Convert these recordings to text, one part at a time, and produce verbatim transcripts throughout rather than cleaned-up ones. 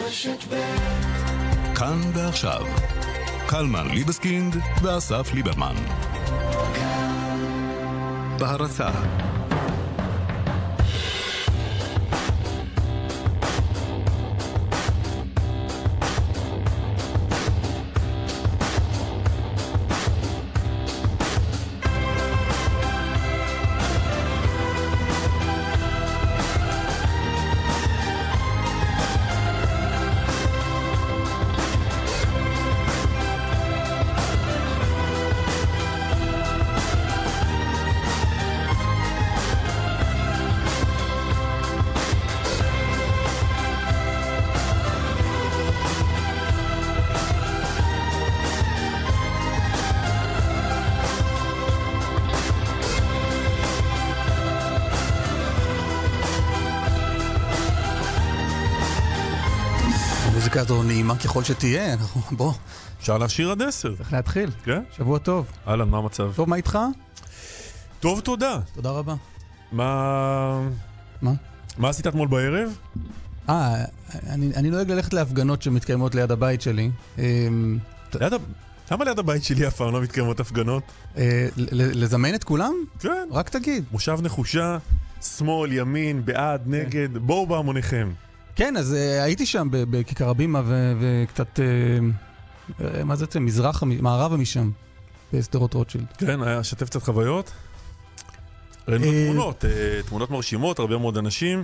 כאן ועכשיו, קלמן ליבסקינד ואסף ליברמן. בהרצה הזו נעימה ככל שתהיה, אנחנו, בוא. אפשר להשאיר עד עשר. צריך להתחיל. כן? שבוע טוב. אהלן, מה המצב? טוב, מה איתך? טוב, תודה. תודה רבה. מה... מה? מה עשית אתמול בערב? אה, אני, אני נוהג ללכת להפגנות שמתקיימות ליד הבית שלי. ליד ה... למה ליד הבית שלי אף פעם לא מתקיימות הפגנות? לזמן את כולם? כן. רק תגיד. מושב נחושה, שמאל, ימין, בעד, נגד, בואו בהמוניכם. כן, אז uh, הייתי שם בכיכר הבימה וקצת, uh, uh, מה זה יוצא? מזרח, מערבה משם, בסדרות רוטשילד. כן, היה שתף קצת חוויות? ראינו תמונות, תמונות מרשימות, הרבה מאוד אנשים.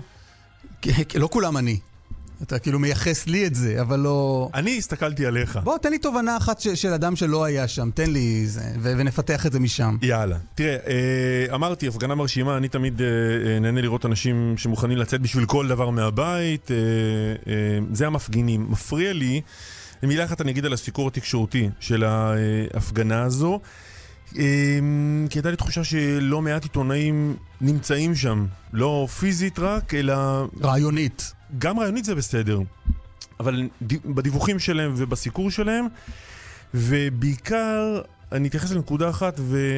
לא כולם אני. אתה כאילו מייחס לי את זה, אבל לא... אני הסתכלתי עליך. בוא, תן לי תובנה אחת של אדם שלא היה שם, תן לי זה, ונפתח את זה משם. יאללה. תראה, אמרתי, הפגנה מרשימה, אני תמיד נהנה לראות אנשים שמוכנים לצאת בשביל כל דבר מהבית. זה המפגינים. מפריע לי, מילה אחת אני אגיד על הסיקור התקשורתי של ההפגנה הזו, כי הייתה לי תחושה שלא מעט עיתונאים נמצאים שם, לא פיזית רק, אלא... רעיונית. גם רעיונית זה בסדר, אבל בדיווחים שלהם ובסיקור שלהם, ובעיקר אני אתייחס לנקודה אחת,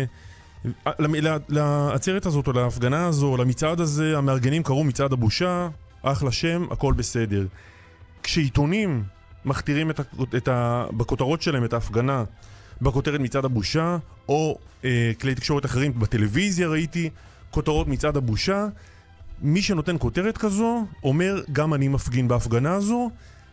ולעצרת הזאת או להפגנה הזו או למצעד הזה, המארגנים קראו מצעד הבושה, אחלה שם, הכל בסדר. כשעיתונים מכתירים את ה, את ה, בכותרות שלהם את ההפגנה בכותרת מצעד הבושה, או אה, כלי תקשורת אחרים בטלוויזיה ראיתי כותרות מצעד הבושה, מי שנותן כותרת כזו אומר גם אני מפגין בהפגנה הזו,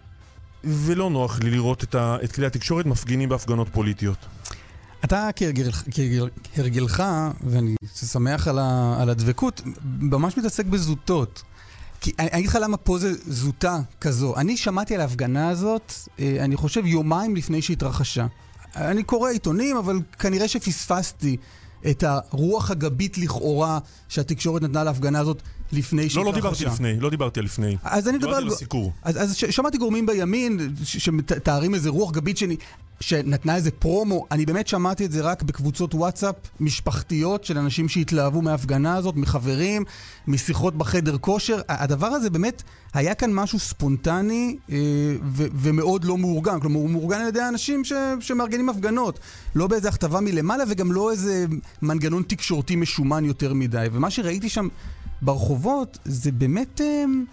ולא נוח לי לראות את, ה, את כלי התקשורת מפגינים בהפגנות פוליטיות. אתה כהרגלך, כהרגלך ואני שמח על, ה, על הדבקות, ממש מתעסק בזוטות. כי אני אגיד לך למה פה זה זוטה כזו. אני שמעתי על ההפגנה הזאת, אני חושב יומיים לפני שהתרחשה. אני קורא עיתונים, אבל כנראה שפספסתי את הרוח הגבית לכאורה שהתקשורת נתנה להפגנה הזאת לפני שהתרחשה. לא, לא דיברתי לפני, לא דיברתי על לפני. אז אני מדבר על הסיקור. אז, אז ש- שמעתי גורמים בימין שמתארים איזה רוח גבית שני, שנתנה איזה פרומו. אני באמת שמעתי את זה רק בקבוצות וואטסאפ משפחתיות של אנשים שהתלהבו מההפגנה הזאת, מחברים, משיחות בחדר כושר. הדבר הזה באמת היה כאן משהו ספונטני אה, ו- ומאוד לא מאורגן. כלומר, הוא מאורגן על ידי האנשים ש- שמארגנים הפגנות. לא באיזה הכתבה מלמעלה וגם לא איזה מנגנון תקשורתי משומן יותר מדי. ומה שראיתי שם ברחובות זה באמת,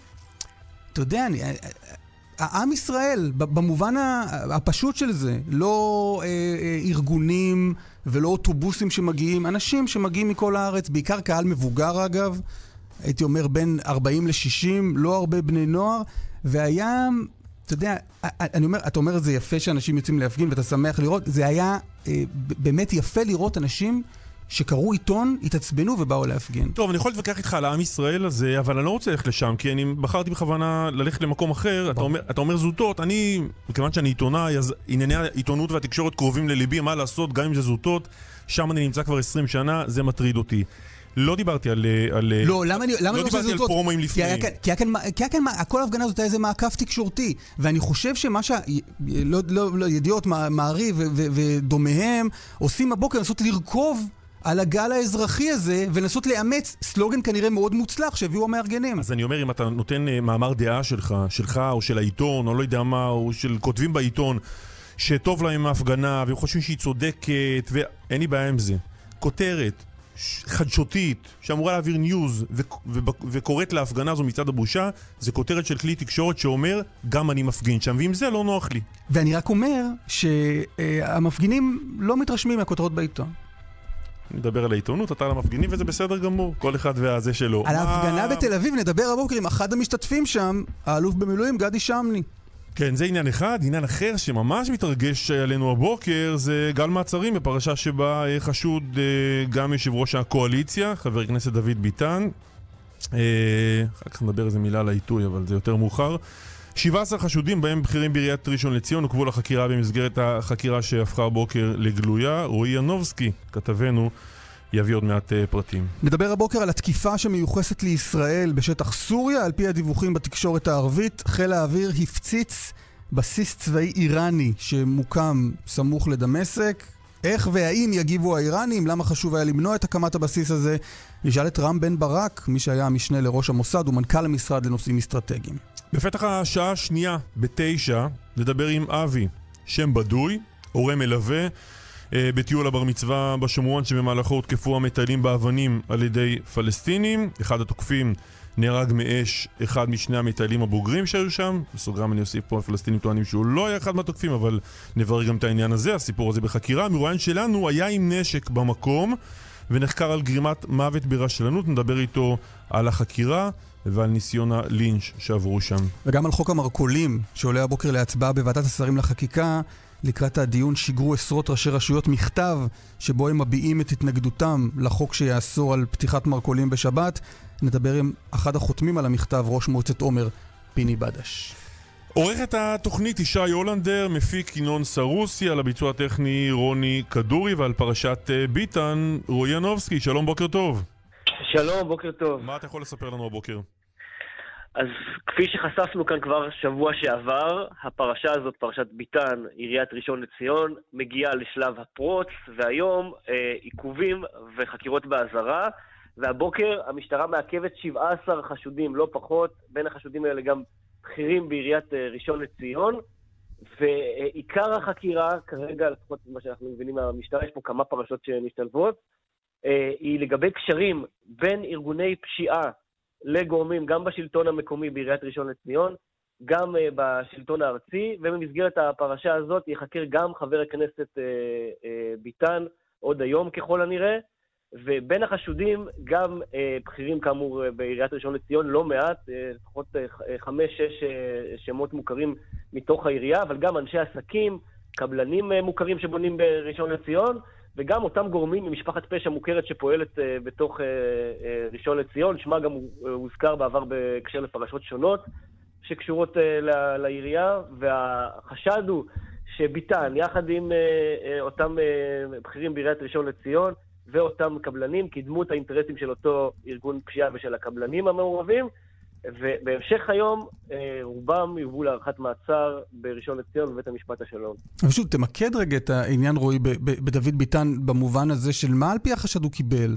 אתה יודע, אני, העם ישראל, במובן הפשוט של זה, לא ארגונים ולא אוטובוסים שמגיעים, אנשים שמגיעים מכל הארץ, בעיקר קהל מבוגר אגב, הייתי אומר בין ארבעים לשישים, לא הרבה בני נוער, והיה, אתה יודע, אני אומר, אתה אומר את זה יפה שאנשים יוצאים להפגין ואתה שמח לראות, זה היה באמת יפה לראות אנשים שקראו עיתון, התעצבנו ובאו להפגין. טוב, אני יכול להתווכח איתך על העם ישראל הזה, אבל אני לא רוצה ללכת לשם, כי אני בחרתי בכוונה ללכת למקום אחר. אתה אומר, אתה אומר זוטות, אני, מכיוון שאני עיתונאי, אז ענייני העיתונות והתקשורת קרובים לליבי, מה לעשות, גם אם זה זוטות, שם אני נמצא כבר עשרים שנה, זה מטריד אותי. לא דיברתי על... על לא, למה אני לא לא דיברתי על פרומואים לפני. כי היה כאן, כי היה כאן, כי היה כאן, כל ההפגנה הזאת היה איזה מעקף תקשורתי, ואני חושב שמה שה... לא, לא, לא, ידיעות, מעריב ודומיהם, עושים הבוקר לנסות לרכוב על הגל האזרחי הזה, ולנסות לאמץ סלוגן כנראה מאוד מוצלח שהביאו המארגנים. אז אני אומר, אם אתה נותן מאמר דעה שלך, שלך או של העיתון, או לא יודע מה, או של כותבים בעיתון, שטוב להם ההפגנה, והם חושבים שהיא צודקת, ואין לי בעיה עם זה. כותרת חדשותית, שאמורה להעביר ניוז וקוראת להפגנה הזו מצד הבושה, זה כותרת של כלי תקשורת שאומר, גם אני מפגין שם, ועם זה לא נוח לי. ואני רק אומר שהמפגינים לא מתרשמים מהכותרות בעיתון. נדבר על העיתונות, אתה על המפגינים, וזה בסדר גמור, כל אחד והזה שלו. על ההפגנה בתל אביב נדבר הבוקר עם אחד המשתתפים שם, האלוף במילואים גדי שמני. כן, זה עניין אחד. עניין אחר שממש מתרגש עלינו הבוקר זה גל מעצרים בפרשה שבה חשוד גם יושב ראש הקואליציה, חבר הכנסת דוד ביטן. אחר כך נדבר איזה מילה על העיתוי, אבל זה יותר מאוחר. שבעה עשר חשודים בהם בכירים בעיריית ראשון לציון עוכבו לחקירה במסגרת החקירה שהפכה הבוקר לגלויה. רועי ינובסקי, כתבנו, יביא עוד מעט פרטים. נדבר הבוקר על התקיפה שמיוחסת לישראל בשטח סוריה. על פי הדיווחים בתקשורת הערבית, חיל האוויר הפציץ בסיס צבאי איראני שמוקם סמוך לדמשק. איך והאם יגיבו האיראנים? למה חשוב היה למנוע את הקמת הבסיס הזה? נשאל את רם בן ברק, מי שהיה המשנה לראש המוסד ומנכ"ל המשרד לנושאים אסטרטגיים. בפתח השעה השנייה בתשע נדבר עם אבי, שם בדוי, הורה מלווה, בטיול הבר מצווה בשומרון שבמהלכו הותקפו המטיילים באבנים על ידי פלסטינים. אחד התוקפים נהרג מאש אחד משני המטיילים הבוגרים שהיו שם. בסוגריים אני אוסיף פה, הפלסטינים טוענים שהוא לא היה אחד מהתוקפים, אבל נברר גם את העניין הזה. הסיפור הזה בחקירה. המרואיין שלנו היה עם נשק במקום ונחקר על גרימת מוות ברשלנות. נדבר איתו על החקירה ועל ניסיון הלינץ' שעברו שם. וגם על חוק המרכולים שעולה הבוקר להצבעה בוועדת השרים לחקיקה. לקראת הדיון שיגרו עשרות ראשי רשויות מכתב שבו הם מביעים את התנגדותם לחוק שיאסור על פתיחת מרכולים בשבת. נדבר עם אחד החותמים על המכתב, ראש מועצת עומר, פיני בדש. עורכת התוכנית ישי הולנדר, מפיק ינון סרוסי, על הביצוע הטכני רוני כדורי, ועל פרשת ביטן רועי ינובסקי. שלום, בוקר טוב. שלום, בוקר טוב. מה אתה יכול לספר לנו הבוקר? אז כפי שחשפנו כאן כבר שבוע שעבר, הפרשה הזאת, פרשת ביטן, עיריית ראשון לציון, מגיעה לשלב הפרוץ, והיום אה, עיכובים וחקירות באזהרה, והבוקר המשטרה מעכבת שבעה עשר חשודים, לא פחות, בין החשודים האלה גם בכירים בעיריית אה, ראשון לציון, ועיקר החקירה, כרגע, לפחות מה שאנחנו מבינים מהמשטרה, יש פה כמה פרשות שמשתלבות, אה, היא לגבי קשרים בין ארגוני פשיעה, לגורמים גם בשלטון המקומי בעיריית ראשון לציון, גם uh, בשלטון הארצי, ובמסגרת הפרשה הזאת יחקר גם חבר הכנסת uh, uh, ביטן עוד היום ככל הנראה, ובין החשודים גם uh, בכירים כאמור uh, בעיריית ראשון לציון, לא מעט, uh, לפחות uh, חמש, שש uh, שמות מוכרים מתוך העירייה, אבל גם אנשי עסקים, קבלנים uh, מוכרים שבונים בראשון לציון, וגם אותם גורמים ממשפחת פשע מוכרת שפועלת uh, בתוך uh, uh, ראשון לציון, שמה גם uh, הוזכר בעבר בהקשר לפרשות שונות שקשורות uh, ל- לעירייה, והחשד הוא שביטן, יחד עם uh, uh, אותם uh, בכירים בעיריית ראשון לציון ואותם קבלנים, קידמו את האינטרסים של אותו ארגון פשיעה ושל הקבלנים המעורבים, ובהמשך היום רובם יובאו להארכת מעצר בראשון לציון בבית המשפט השלום. פשוט תמקד רגע את העניין, רועי, בדוד ביטן במובן הזה של מה על פי החשד הוא קיבל?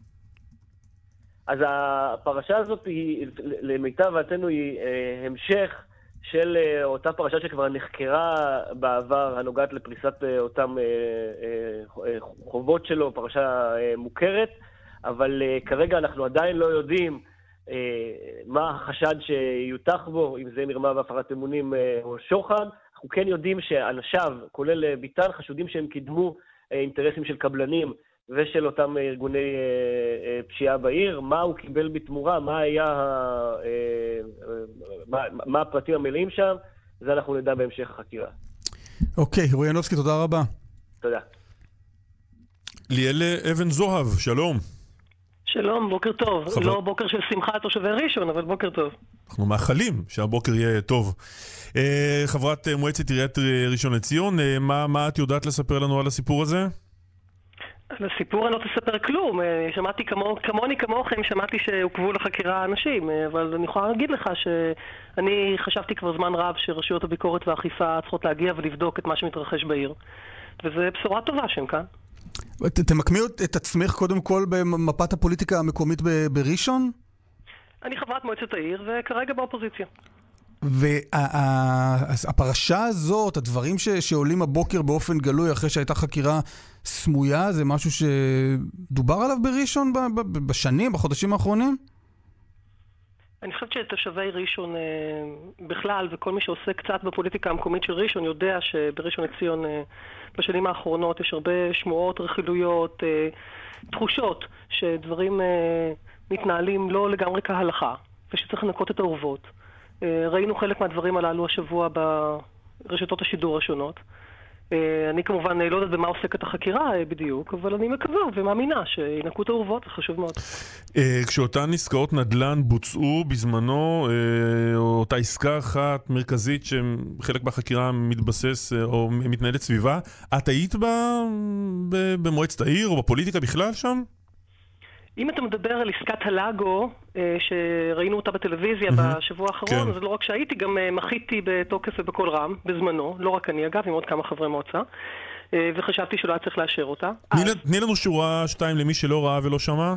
אז הפרשה הזאת היא, למיטב דעתנו, היא המשך של אותה פרשה שכבר נחקרה בעבר, הנוגעת לפריסת אותם חובות שלו, פרשה מוכרת, אבל כרגע אנחנו עדיין לא יודעים מה החשד שיותח בו, אם זה מרמה והפרת אמונים או שוחד. אנחנו כן יודעים שאנשיו, כולל ביטן, חשודים שהם קידמו אינטרסים של קבלנים ושל אותם ארגוני פשיעה בעיר. מה הוא קיבל בתמורה, מה היה, מה, מה הפרטים המלאים שם, זה אנחנו נדע בהמשך החקירה. אוקיי, רועי ינובסקי, תודה רבה. תודה. ליאל אבן זוהב, שלום. שלום, בוקר טוב. חבר... לא בוקר של שמחה תושבי ראשון, אבל בוקר טוב. אנחנו מאחלים שהבוקר יהיה טוב. אה, חברת מועצת עיריית ראשון לציון, אה, מה, מה את יודעת לספר לנו על הסיפור הזה? על הסיפור אני לא תספר כלום. שמעתי כמו, כמוני כמוכם, שמעתי שעוקבו לחקירה אנשים, אבל אני יכולה להגיד לך שאני חשבתי כבר זמן רב שרשויות הביקורת והאכיפה צריכות להגיע ולבדוק את מה שמתרחש בעיר. וזה בשורה טובה שהם כאן. תמקמי את עצמך קודם כל במפת הפוליטיקה המקומית בראשון? אני חברת מועצת העיר וכרגע באופוזיציה. והפרשה הזאת, הדברים שעולים הבוקר באופן גלוי אחרי שהייתה חקירה סמויה, זה משהו שדובר עליו בראשון בשנים, בחודשים האחרונים? אני חושבת שתושבי ראשון בכלל, וכל מי שעושה קצת בפוליטיקה המקומית של ראשון, יודע שבראשון לציון בשנים האחרונות יש הרבה שמועות, רכילויות, תחושות שדברים מתנהלים לא לגמרי כהלכה, ושצריך לנקות את העורבות. ראינו חלק מהדברים הללו השבוע ברשתות השידור השונות. אני כמובן לא יודעת במה עוסקת החקירה בדיוק, אבל אני מקווה ומאמינה שינקו את העורבות, זה חשוב מאוד. כשאותן עסקאות נדל"ן בוצעו בזמנו, אותה עסקה אחת מרכזית שחלק מהחקירה מתבסס או מתנהלת סביבה, את היית בה במועצת העיר או בפוליטיקה בכלל שם? אם אתה מדבר על עסקת הלאגו, שראינו אותה בטלוויזיה בשבוע האחרון, אז לא רק שהייתי, גם מחיתי בתוקף ובכל רם, בזמנו, לא רק אני אגב, עם עוד כמה חברי מועצה, וחשבתי שלא היה צריך לאשר אותה. תני לנו שורה שתיים למי שלא ראה ולא שמע.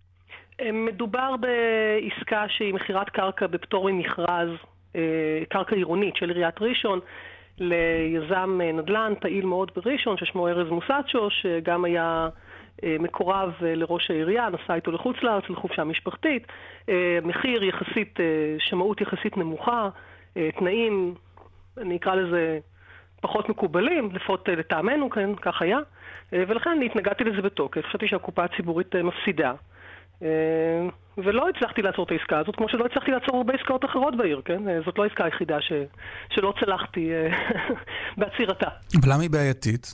מדובר בעסקה שהיא מחירת קרקע בפטור ממכרז, קרקע עירונית של עיריית ראשון, ליזם נדל"ן, פעיל מאוד בראשון, ששמו ארז מוסצ'ו, שגם היה מקורב לראש העירייה, נסע איתו לחוץ לארץ, לחופשה משפחתית, מחיר יחסית, שמאות יחסית נמוכה, תנאים, אני אקרא לזה פחות מקובלים, לפחות לטעמנו, כן, כך היה, ולכן אני התנגדתי לזה בתוקף, חשבתי שהקופה הציבורית מפסידה, ולא הצלחתי לעצור את העסקה הזאת, כמו שלא הצלחתי לעצור הרבה עסקאות אחרות בעיר, כן? זאת לא העסקה היחידה ש... שלא צלחתי בעצירתה. ולמה היא בעייתית?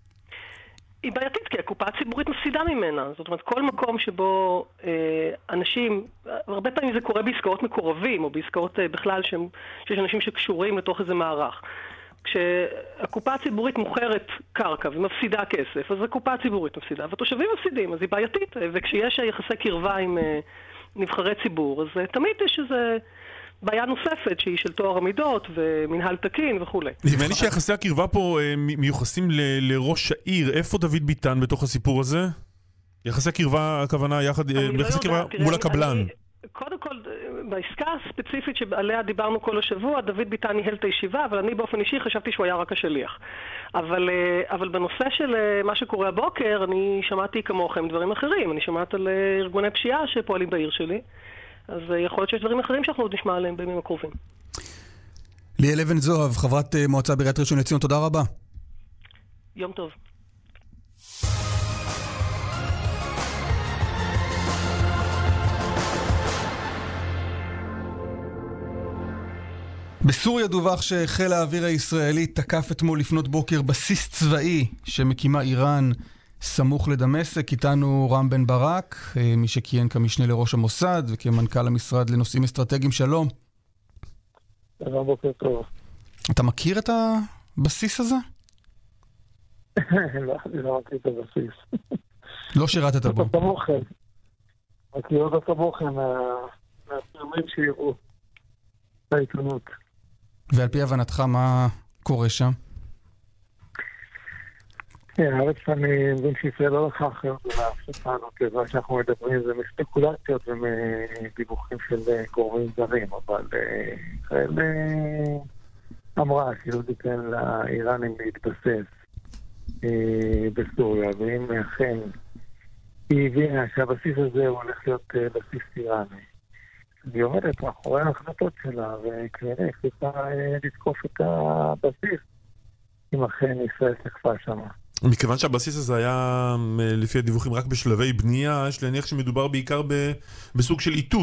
היא בעייתית כי הקופה הציבורית מפסידה ממנה. זאת אומרת, כל מקום שבו אה, אנשים, הרבה פעמים זה קורה בעסקאות מקורבים, או בעסקאות אה, בכלל שהם, שיש אנשים שקשורים לתוך איזה מערך. כשהקופה הציבורית מוכרת קרקע ומפסידה כסף, אז הקופה הציבורית מפסידה, והתושבים מפסידים, אז היא בעייתית. וכשיש יחסי קרבה עם אה, נבחרי ציבור, אז אה, תמיד יש איזה... בעיה נוספת שהיא של תואר המידות ומנהל תקין וכו'. נדמה לי שיחסי הקרבה פה מיוחסים לראש העיר. איפה דוד ביטן בתוך הסיפור הזה? יחסי קרבה, הכוונה יחד, יחסי קרבה מול הקבלן. קודם כל, בעסקה הספציפית שעליה דיברנו כל השבוע, דוד ביטן ניהל את הישיבה, אבל אני באופן אישי חשבתי שהוא היה רק השליח. אבל, אבל בנושא של מה שקורה הבוקר, אני שמעתי כמוכם דברים אחרים. אני שמעת על ארגוני פשיעה שפועלים בעיר שלי. אז יכול להיות שיש דברים אחרים שאנחנו עוד נשמע עליהם בימים הקרובים. ליאל אבן זוהב, חברת מועצה בעיריית ראשון לציון, תודה רבה. יום טוב. בסוריה דווח שחיל האוויר הישראלי תקף אתמול לפנות בוקר בסיס צבאי שמקימה איראן סמוך לדמשק. איתנו רם בן ברק, מי שכיהן כמשנה לראש המוסד וכמנכ"ל המשרד לנושאים אסטרטגיים. שלום. שלום, בוקר טוב. אתה מכיר את הבסיס הזה? לא, אני לא מכיר את הבסיס. לא שירתת בו. אתה מוכן. מכיר אותה מוכן מהפרמים שיראו בעיתונות. ועל פי הבנתך, מה קורה שם? כן, הארץ אני מבין שישראל לא לקחה אחריות להפסקה הזאת, כיוון שאנחנו מדברים זה מספקולציות ומדיווחים של גורמים זרים, אבל ישראל אמרה שלא תיתן לאיראנים להתבסס בסוריה, ואם אכן היא הבינה שהבסיס הזה הוא הולך להיות בסיס איראני, היא עומדת מאחורי ההחלטות שלה, וכנראה החליטה לתקוף את הבסיס, אם אכן ישראל תקפה שמה. מכיוון שהבסיס הזה היה, לפי הדיווחים, רק בשלבי בנייה, יש להניח שמדובר בעיקר בסוג של איתות.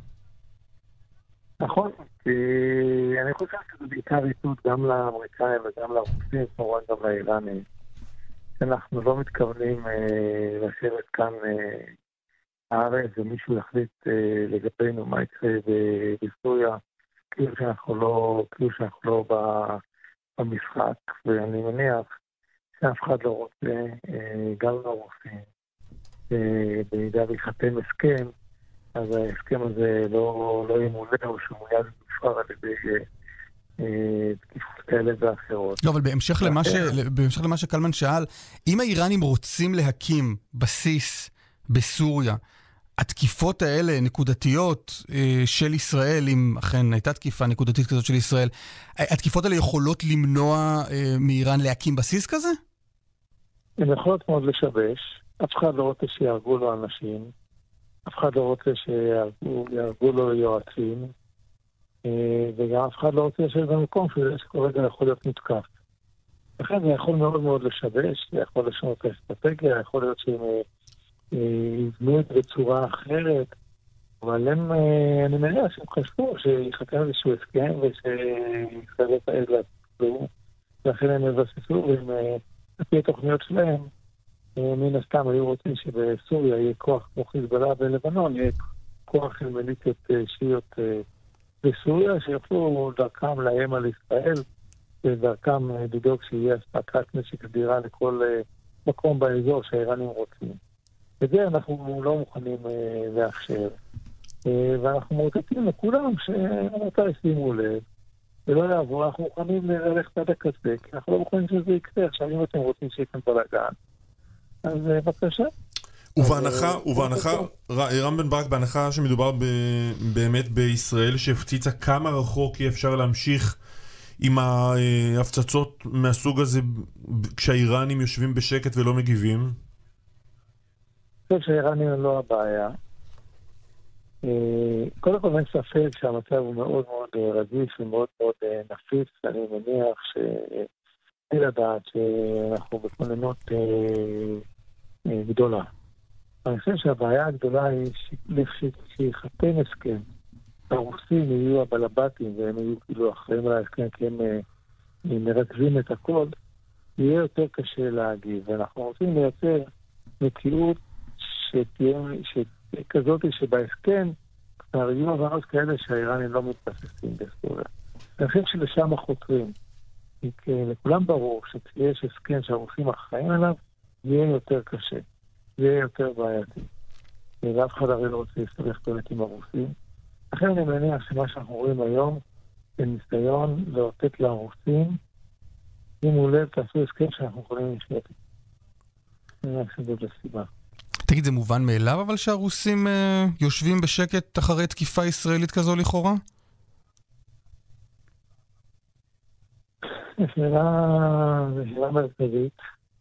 נכון, כי אני חושב שזה בעיקר איתות גם לאמריקאים וגם לרוסים, כמובן גם לאיראנים. אנחנו לא מתכוונים לשבת כאן הארץ ומישהו יחליט לגבינו מה יקרה בסוריה, כאילו שאנחנו לא, כאילו שאנחנו לא במשחק, ואני מניח שאף אחד לא רוצה, גם לא רוצים, במידה ויחתם הסכם, אז ההסכם הזה לא, לא ימולא או שהוא יד מופר על ידי תקיפות כאלה ואחרות. לא, אבל בהמשך למה, ש... בהמשך למה שקלמן שאל, אם האיראנים רוצים להקים בסיס בסוריה, התקיפות האלה, נקודתיות, של ישראל, אם אכן הייתה תקיפה נקודתית כזאת של ישראל, התקיפות האלה יכולות למנוע מאיראן להקים בסיס כזה? הן יכולות מאוד לשבש. אף אחד לא רוצה שיהרגו לו אנשים, אף אחד לא רוצה שיהרגו לו יועצים, וגם אף אחד לא רוצה לשבת במקום שכרגע יכול להיות מותקף. לכן זה יכול מאוד מאוד לשבש, זה יכול לשנות את האסטרטגיה, יכול להיות שהם יבנו את זה בצורה אחרת, אבל הם, אני מניח שהם חשבו שיחכה איזשהו הסכם ושישראל יתעד לעצמו, ולכן הם מבססו, והם לפי התוכניות שלהם, מן הסתם היו רוצים שבסוריה יהיה כוח כמו חיזבאללה בלבנון, יהיה כוח של מיליציות שיעיות בסוריה, שיוכלו דרכם לאיים על ישראל, ודרכם לדאוג שיהיה אספקת נשק סדירה לכל מקום באזור שהאיראנים רוצים. את זה אנחנו לא מוכנים לאפשר. ואנחנו מאותתים לכולם שמתי שימו לב, ולא יעבור, אנחנו מוכנים ללכת עד הקצה, כי אנחנו לא מוכנים שזה יקרה. עכשיו, אם אתם רוצים שיתם בלגן, אז בבקשה. ובהנחה, ובהנחה, רם בן ברק, בהנחה שמדובר באמת בישראל שהפציצה, כמה רחוק יהיה אפשר להמשיך עם ההפצצות מהסוג הזה כשהאיראנים יושבים בשקט ולא מגיבים? אני חושב שהאיראנים הם לא הבעיה. קודם כל אין ספק שהמצב הוא מאוד מאוד רגיש ומאוד מאוד נפיץ. אני מניח שאין לדעת שאנחנו בכוננות גדולה. אני חושב שהבעיה הגדולה היא שיחתם הסכם. הרוסים יהיו הבלבטים והם יהיו כאילו אחראים על ההסכם כי הם מרכזים את הכל, יהיה יותר קשה להגיב. ואנחנו רוצים לייצר מציאות שתהיה כזאת שבהסכם כבר יהיו הבנות כאלה שהאיראנים לא מתבססים בסוריה. אני חושב שלשם החותרים. לכולם ברור שיש הסכם שהרוסים אחראים עליו, יהיה יותר קשה. יהיה יותר בעייתי. ואף אחד הרי לא רוצה להסתבך באמת עם הרוסים. לכן אני מניח שמה שאנחנו רואים היום זה ניסיון לאותת לרוסים, שימו לב, תעשו הסכם שאנחנו יכולים לחיות. אני מניח שזאת הסיבה. תגיד, זה מובן מאליו אבל שהרוסים אה, יושבים בשקט אחרי תקיפה ישראלית כזו לכאורה? זו שאלה, זו שאלה מרכזית.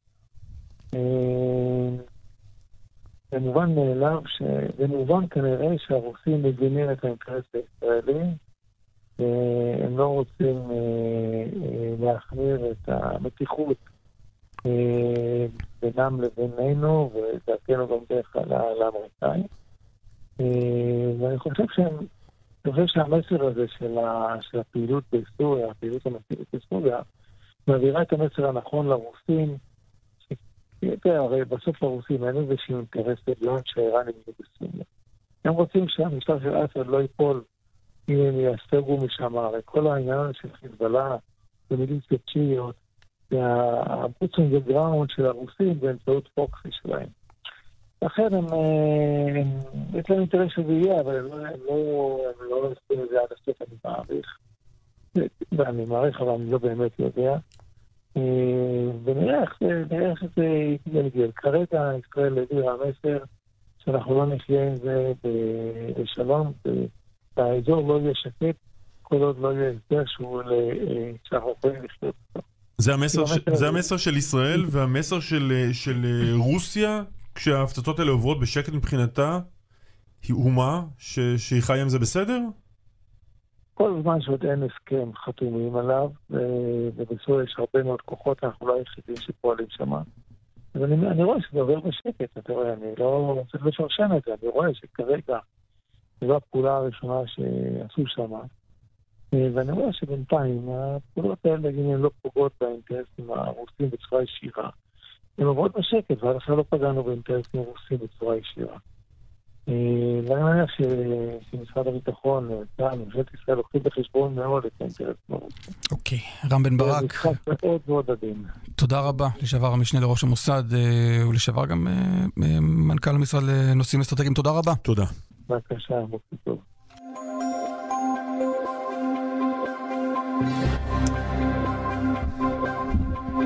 זה מובן מאליו, זה מובן כנראה שהרוסים מבינים את האינטרס הישראלי, הם לא רוצים להחמיר את המתיחות בינם לבינינו, ודרכנו גם דרך לאמריקאים. ואני חושב שהם, אני חושב שהמסר הזה של, ה, של הפעילות בסוריה, הפעילות המסיבית בסוריה, מעבירה את המסר הנכון לרוסים, הרי בסוף לרוסים אין איזשהו אינטרס בגלל שהאיראנים יהיו בסוריה. הם רוצים שהמשטר של אסד לא ייפול אם הם יסתגרו משם, הרי כל העניין של חיזבאללה ומיליציות שיעיות, והבוץ און דה גראונד של הרוסים באמצעות פוקסי שלהם. לכן הם, יש להם אינטרס שזה יהיה, אבל הם לא עושים את זה עד הסוף, אני מעריך. ואני מעריך, אבל אני לא באמת יודע. ונראה איך זה יתגלגל. כרגע ישראל העבירה המסר שאנחנו לא נחיה עם זה בשלום, והאזור לא יהיה שקט, כל עוד לא יהיה הסדר שאנחנו יכולים לחיות אותו. זה המסר, ש... זה המסר של ישראל והמסר של, של רוסיה, כשההפצצות האלה עוברות בשקט מבחינתה, הוא מה? ש... שהיא חיה עם זה בסדר? כל זמן שעוד אין הסכם חתומים עליו, ובסוריה יש הרבה מאוד כוחות, אנחנו לא היחידים שפועלים שם. אז אני, אני רואה שזה עובר בשקט, אתה רואה, אני לא צריך לשרשן את זה, אני רואה שכרגע זו הפעולה הראשונה שעשו שם, ואני רואה שבינתיים הפעולות האלה, אם הן לא פוגעות באינטרסים הרוסים בצורה ישירה, הן עוברות בשקט, ועד עכשיו לא פגענו באינטרסים הרוסים בצורה ישירה. ואני מניח שמשרד הביטחון, ממשלת ישראל, לוקחים בחשבון מאוד את האינטרסים הרוסים. אוקיי, רם בן ברק. זה משחק מאוד מאוד עדין. תודה רבה לשעבר המשנה לראש המוסד, ולשעבר גם מנכ"ל המשרד לנושאים אסטרטגיים. תודה רבה. תודה. בבקשה, בוקר טוב.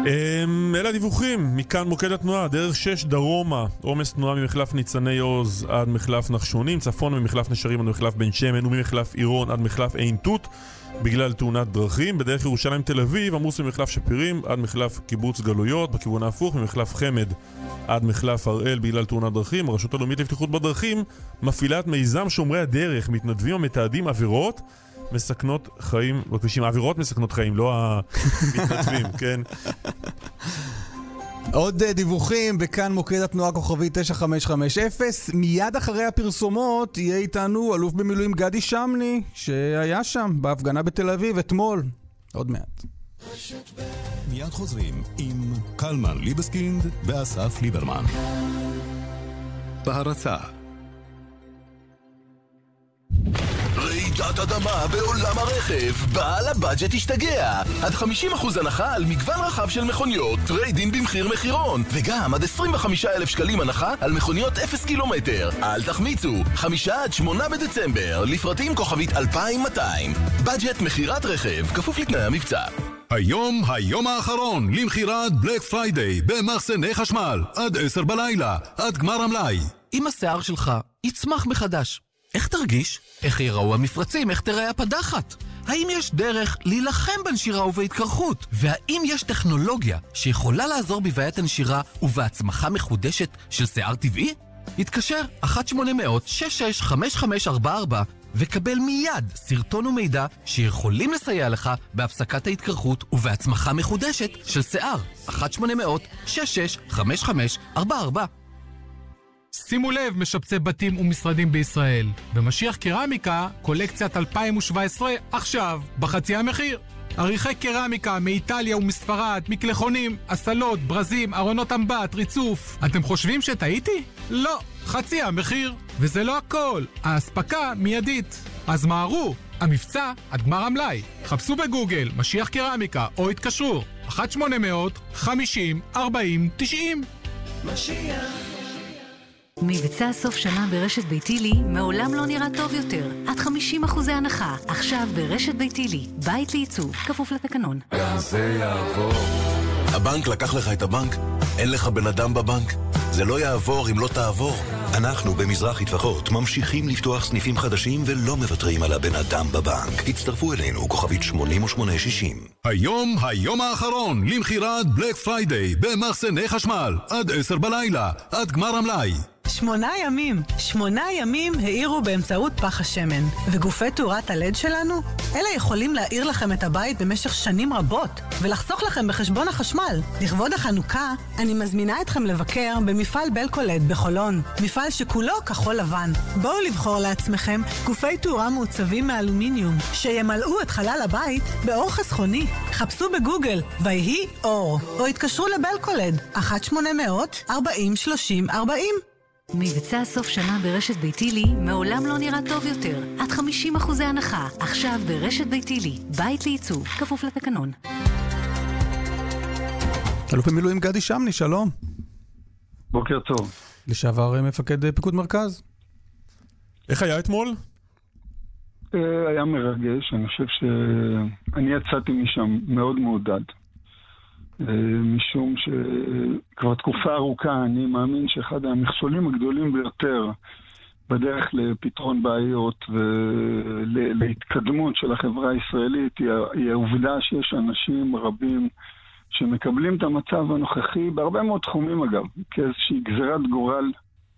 אלה הדיווחים, מכאן מוקד התנועה, דרך שש דרומה, עומס תנועה ממחלף ניצני עוז עד מחלף נחשונים, צפון ממחלף נשרים עד מחלף בן שמן וממחלף עירון עד מחלף עין תות בגלל תאונת דרכים. בדרך ירושלים תל אביב עמוס ממחלף שפירים עד מחלף קיבוץ גלויות, בכיוון ההפוך ממחלף חמד עד מחלף הראל בגלל תאונת דרכים. הרשות הלאומית לבטיחות בדרכים מפעילה את מיזם שומרי הדרך, מתנדבים המתעדים עבירות מסכנות חיים בכבישים. עבירות מסכנות חיים, לא המתנדבים, כן. עוד דיווחים בכאן מוקד התנועה כוכבי תשע חמש חמש אפס. מיד אחרי הפרסומות יהיה איתנו אלוף במילואים גדי שמני שהיה שם בהפגנה בתל אביב אתמול. עוד מעט. מיד חוזרים עם קלמן ליבסקינד ואסף ליברמן. בהרצה רעידת אדמה בעולם הרכב, בעל הבאג'ט השתגע. עד חמישים אחוז הנחה על מגוון רחב של מכוניות, טריידין במחיר מחירון, וגם עד עשרים וחמישה אלף שקלים הנחה על מכוניות אפס קילומטר. אל תחמיצו, חמישה עד שמונה בדצמבר, לפרטים כוכבית אלפיים ומאתיים. באג'ט מחירת רכב, כפוף לתנאי המבצע. היום, היום האחרון למחירת בלק פריידיי במחסני חשמל, עד עשר בלילה, עד גמר המלאי. אם השיער שלך יצמח מחדש, איך תרגיש? איך ייראו המפרצים? איך תראה הפדחת? האם יש דרך להילחם בנשירה ובהתקרחות? והאם יש טכנולוגיה שיכולה לעזור בבעיית הנשירה ובהצמחה מחודשת של שיער טבעי? התקשר אחת שמונה אפס אפס שש שש חמש חמש ארבע ארבע וקבל מיד סרטון ומידע שיכולים לסייע לך בהפסקת ההתקרחות ובהצמחה מחודשת של שיער. אחת שמונה אפס אפס שש שש חמש חמש ארבע ארבע. שימו לב, משפצי בתים ומשרדים בישראל. במשיח קרמיקה, קולקציית אלפיים שבע עשרה, עכשיו, בחצי המחיר. עריכי קרמיקה מאיטליה ומספרד, מקלחונים, אסלות, ברזים, ארונות אמבט, ריצוף. אתם חושבים שטעיתי? לא, חצי המחיר. וזה לא הכל, ההספקה מיידית. אז מהרו, המבצע עד גמר המלאי. חפשו בגוגל משיח קרמיקה או התקשרו אחת שמונה אפס אפס חמישים ארבעים תשעים. משיח. מבצע סוף שנה ברשת ביתילי מעולם לא נראה טוב יותר. עד חמישים אחוזי הנחה. עכשיו ברשת ביתילי. בית לעיצוב. כפוף לתקנון. גם זה יעבור. הבנק לקח לך את הבנק? אין לך בן אדם בבנק? זה לא יעבור אם לא תעבור. אנחנו במזרח טפחות ממשיכים לפתוח סניפים חדשים ולא מוותרים על הבן אדם בבנק. הצטרפו אלינו כוכבית שמונים ושמונה שישים. היום, היום האחרון למחירת בלק פריידיי במחסני חשמל, עד עשר בלילה, עד גמר המלאי. שמונה ימים, שמונה ימים העירו באמצעות פח השמן. וגופי תאורת הלד שלנו, אלה יכולים להעיר לכם את הבית במשך שנים רבות, ולחסוך לכם בחשבון החשמל. לכבוד החנוכה, אני מזמינה אתכם לבקר במפעל בלקולד בחולון. מפעל שכולו כחול לבן. בואו לבחור לעצמכם גופי תאורה מעוצבים מאלומיניום, שימלאו את חלל הבית באור חסכוני. חפשו בגוגל, ויהי אור, או התקשרו לבלקולד, אחת שמונה אפס אפס ארבעים שלושים ארבעים. מבצע סוף שנה ברשת ביתילי מעולם לא נראה טוב יותר. עד חמישים אחוזי הנחה. עכשיו ברשת ביתילי. בית לעיצוב. כפוף לתקנון. אלוף במילואים גדי שמני, שלום. בוקר טוב. לשעבר מפקד פיקוד מרכז. איך היה אתמול? היה מרגש. אני חושב שאני יצאתי משם מאוד מעודד. משום שכבר תקופה ארוכה אני מאמין שאחד המכשולים הגדולים ביותר בדרך לפתרון בעיות ולהתקדמות של החברה הישראלית היא העובדה שיש אנשים רבים שמקבלים את המצב הנוכחי בהרבה מאוד תחומים אגב, כאיזושהי גזירת גורל,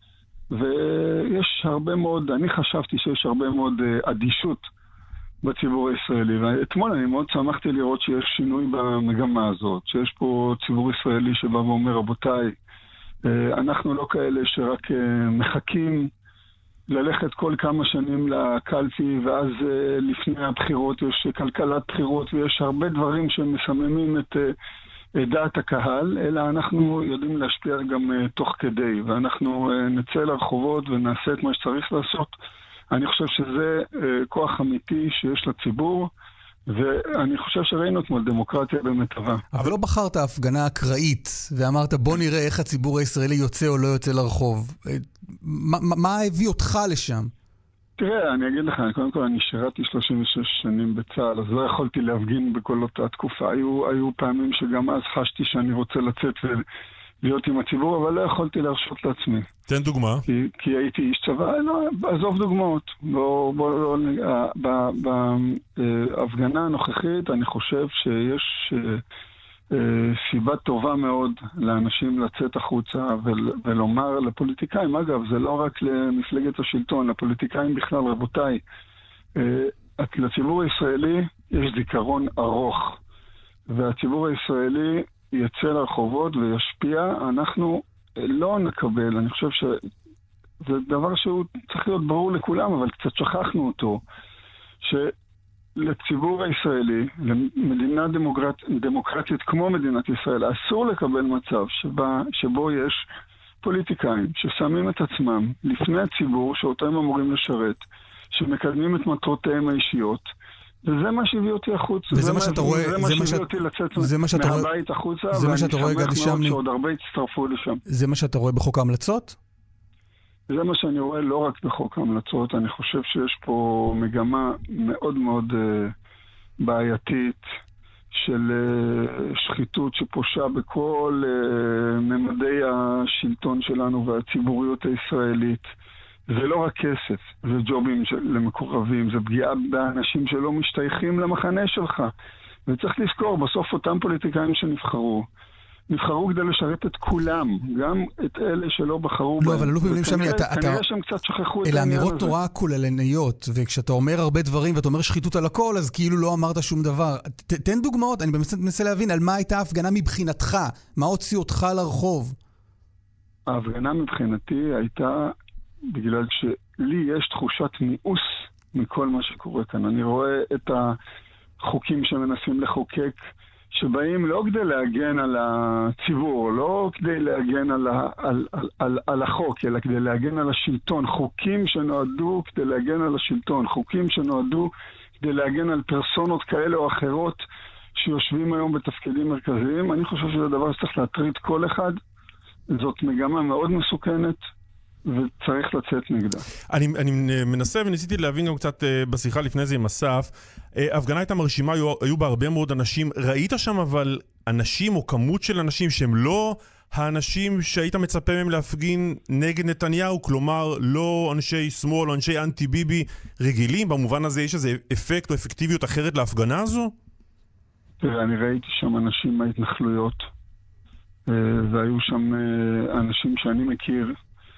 ויש הרבה מאוד, אני חשבתי שיש הרבה מאוד אדישות בציבור הישראלי, ואתמול אני מאוד שמחתי לראות שיש שינוי במגמה הזאת, שיש פה ציבור ישראלי שבא ואומר, רבותיי, אנחנו לא כאלה שרק מחכים ללכת כל כמה שנים לקלפי, ואז לפני הבחירות יש כלכלת בחירות, ויש הרבה דברים שמסממים את דעת הקהל, אלא אנחנו יודעים להשפיע גם תוך כדי, ואנחנו נצא לרחובות ונעשה את מה שצריך לעשות. אני חושב שזה כוח אמיתי שיש לציבור, ואני חושב שראינו אתמול דמוקרטיה במיטבה. אבל לא בחרת הפגנה אקראית, ואמרת בוא נראה איך הציבור הישראלי יוצא או לא יוצא לרחוב. מה, מה הביא אותך לשם? תראה, אני אגיד לך, קודם כל אני שירתי שלושים ושש שנים בצה"ל, אז לא יכולתי להפגין בכל אותה תקופה. היו, היו פעמים שגם אז חשתי שאני רוצה לצאת ולהיות עם הציבור, אבל לא יכולתי להרשות לעצמי. תן דוגמה. כי, כי הייתי איש צבא, לא, עזוב דוגמאות. בוא, בוא, לא, בהפגנה הנוכחית אני חושב שיש סיבה טובה מאוד לאנשים לצאת החוצה ולומר לפוליטיקאים, אגב, זה לא רק למפלגת השלטון, לפוליטיקאים בכלל, רבותיי, לציבור הישראלי יש זיכרון ארוך, והציבור הישראלי יצא לרחובות וישפיע, אנחנו לא נקבל, אני חושב שזה דבר שהוא צריך להיות ברור לכולם, אבל קצת שכחנו אותו, ש... לציבור הישראלי, למדינה דמוקרט, דמוקרטית כמו מדינת ישראל, אסור לקבל מצב שבה, שבו יש פוליטיקאים ששמים את עצמם לפני הציבור שאותם אמורים לשרת, שמקדמים את מטרותיהם האישיות, וזה מה שהביא אותי החוצה. וזה מה שאתה רואה, זה מה שהביא אותי לצאת מהבית החוצה, ואני שמח מאוד שעוד הרבה הצטרפו לשם. זה מה שאתה רואה בחוק ההמלצות? זה מה שאני רואה לא רק בחוק ההמלצות, אני חושב שיש פה מגמה מאוד מאוד uh, בעייתית של uh, שחיתות שפושה בכל uh, ממדי השלטון שלנו והציבוריות הישראלית. זה לא רק כסף, זה ג'ובים למקורבים, זה פגיעה באנשים שלא משתייכים למחנה שלך. וצריך לזכור, בסוף אותם פוליטיקאים שנבחרו, נבחרו כדי לשרת את כולם, גם את אלה שלא בחרו בהם. לא, אבל לא פעמים שם לי, אתה... כנראה שהם קצת שכחו את העניין הזה. אלה אמירות תורה כוללניות, וכשאתה אומר הרבה דברים ואתה אומר שחיתות על הכל, אז כאילו לא אמרת שום דבר. תן דוגמאות, אני באמת מנסה להבין על מה הייתה ההפגנה מבחינתך, מה הוציא אותך לרחוב. ההפגנה מבחינתי הייתה בגלל שלי יש תחושת מיאוס מכל מה שקורה כאן. אני רואה את החוקים שמנסים לחוקק, שבאים לא כדי להגן על הציבור, לא כדי להגן על, ה, על, על, על, על החוק, אלא כדי להגן על השלטון. חוקים שנועדו כדי להגן על השלטון, חוקים שנועדו כדי להגן על פרסונות כאלה או אחרות שיושבים היום בתפקידים מרכזיים. אני חושב שזה דבר שצריך להטריד כל אחד. זאת מגמה מאוד מסוכנת, וצריך לצאת נגדה. אני, אני מנסה וניסיתי להבין גם קצת uh, בשיחה לפני זה עם אסף. Uh, ההפגנה הייתה מרשימה, היו, היו בה הרבה מאוד אנשים. ראית שם אבל אנשים או כמות של אנשים שהם לא האנשים שהיית מצפה מהם להפגין נגד נתניהו, כלומר לא אנשי שמאל או אנשי אנטי ביבי רגילים? במובן הזה יש איזה אפקט או אפקטיביות אחרת להפגנה הזו? תראה, אני ראיתי שם אנשים מההתנחלויות, uh, והיו שם uh, אנשים שאני מכיר,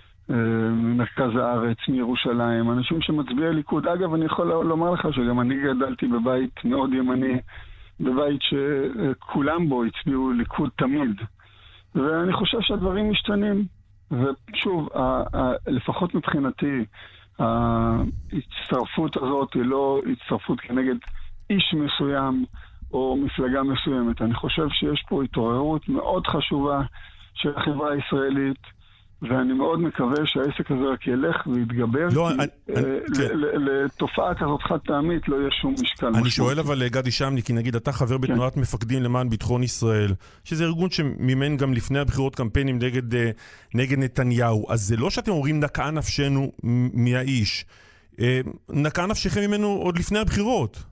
ממרכז הארץ, מירושלים, אנשים שמצביעי ליכוד. אגב, אני יכול לומר לך שגם אני גדלתי בבית מאוד ימני, בבית שכולם בו הצביעו ליכוד תמיד. ואני חושב שהדברים משתנים. ושוב, לפחות מבחינתי, ההצטרפות הזאת היא לא הצטרפות כנגד איש מסוים או מפלגה מסוימת. אני חושב שיש פה התעוררות מאוד חשובה של החברה הישראלית, ואני מאוד מקווה שהעסק הזה רק ילך ויתגבר, לא, כי אני, אה, אני, ל, כן. ל, לתופעה כזאת חד פעמית לא יהיה שום משקל. אני משמעות. שואל אבל גדי שמני, כי נגיד אתה חבר כן. בתנועת מפקדים למען ביטחון ישראל, שזה ארגון שמימן גם לפני הבחירות קמפיינים נגד, נגד נתניהו, אז זה לא שאתם אומרים נקעה נפשנו מהאיש, נקעה נפשכם ממנו עוד לפני הבחירות.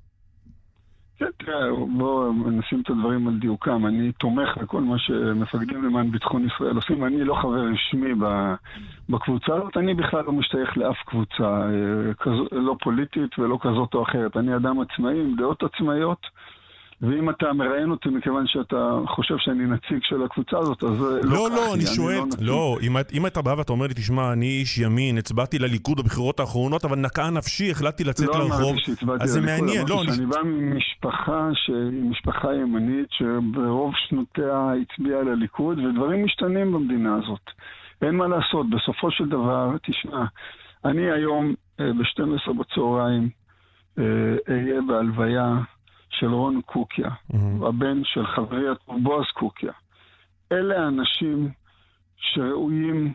כן, תראה, בואו נשים את הדברים על דיוקם. אני תומך בכל מה שמפקדים למען ביטחון ישראל עושים. אני לא חבר רשמי בקבוצה הזאת. אני בכלל לא משתייך לאף קבוצה, לא פוליטית ולא כזאת או אחרת. אני אדם עצמאי עם דעות עצמאיות, ואם אתה מראיין אותי מכיוון שאתה חושב שאני נציג של הקבוצה הזאת, אז לא, לא, לא, אני שואל, לא, אם אתה בא ואתה אומר לי, תשמע, אני איש ימין, הצבעתי לליכוד בבחירות האחרונות, אבל נקעה נפשי, החלטתי לצאת לרחוב, אז זה מעניין, לא, אני בא ממשפחה שהיא משפחה ימנית, שברוב שנותיה הצביעה לליכוד, ודברים משתנים במדינה הזאת. אין מה לעשות, בסופו של דבר, תשמע, אני היום ב-שתים עשרה בצהריים אהיה בהלוויה של רון קוקיה, mm-hmm. הבן של חברי בועז קוקיה. אלה האנשים שראויים,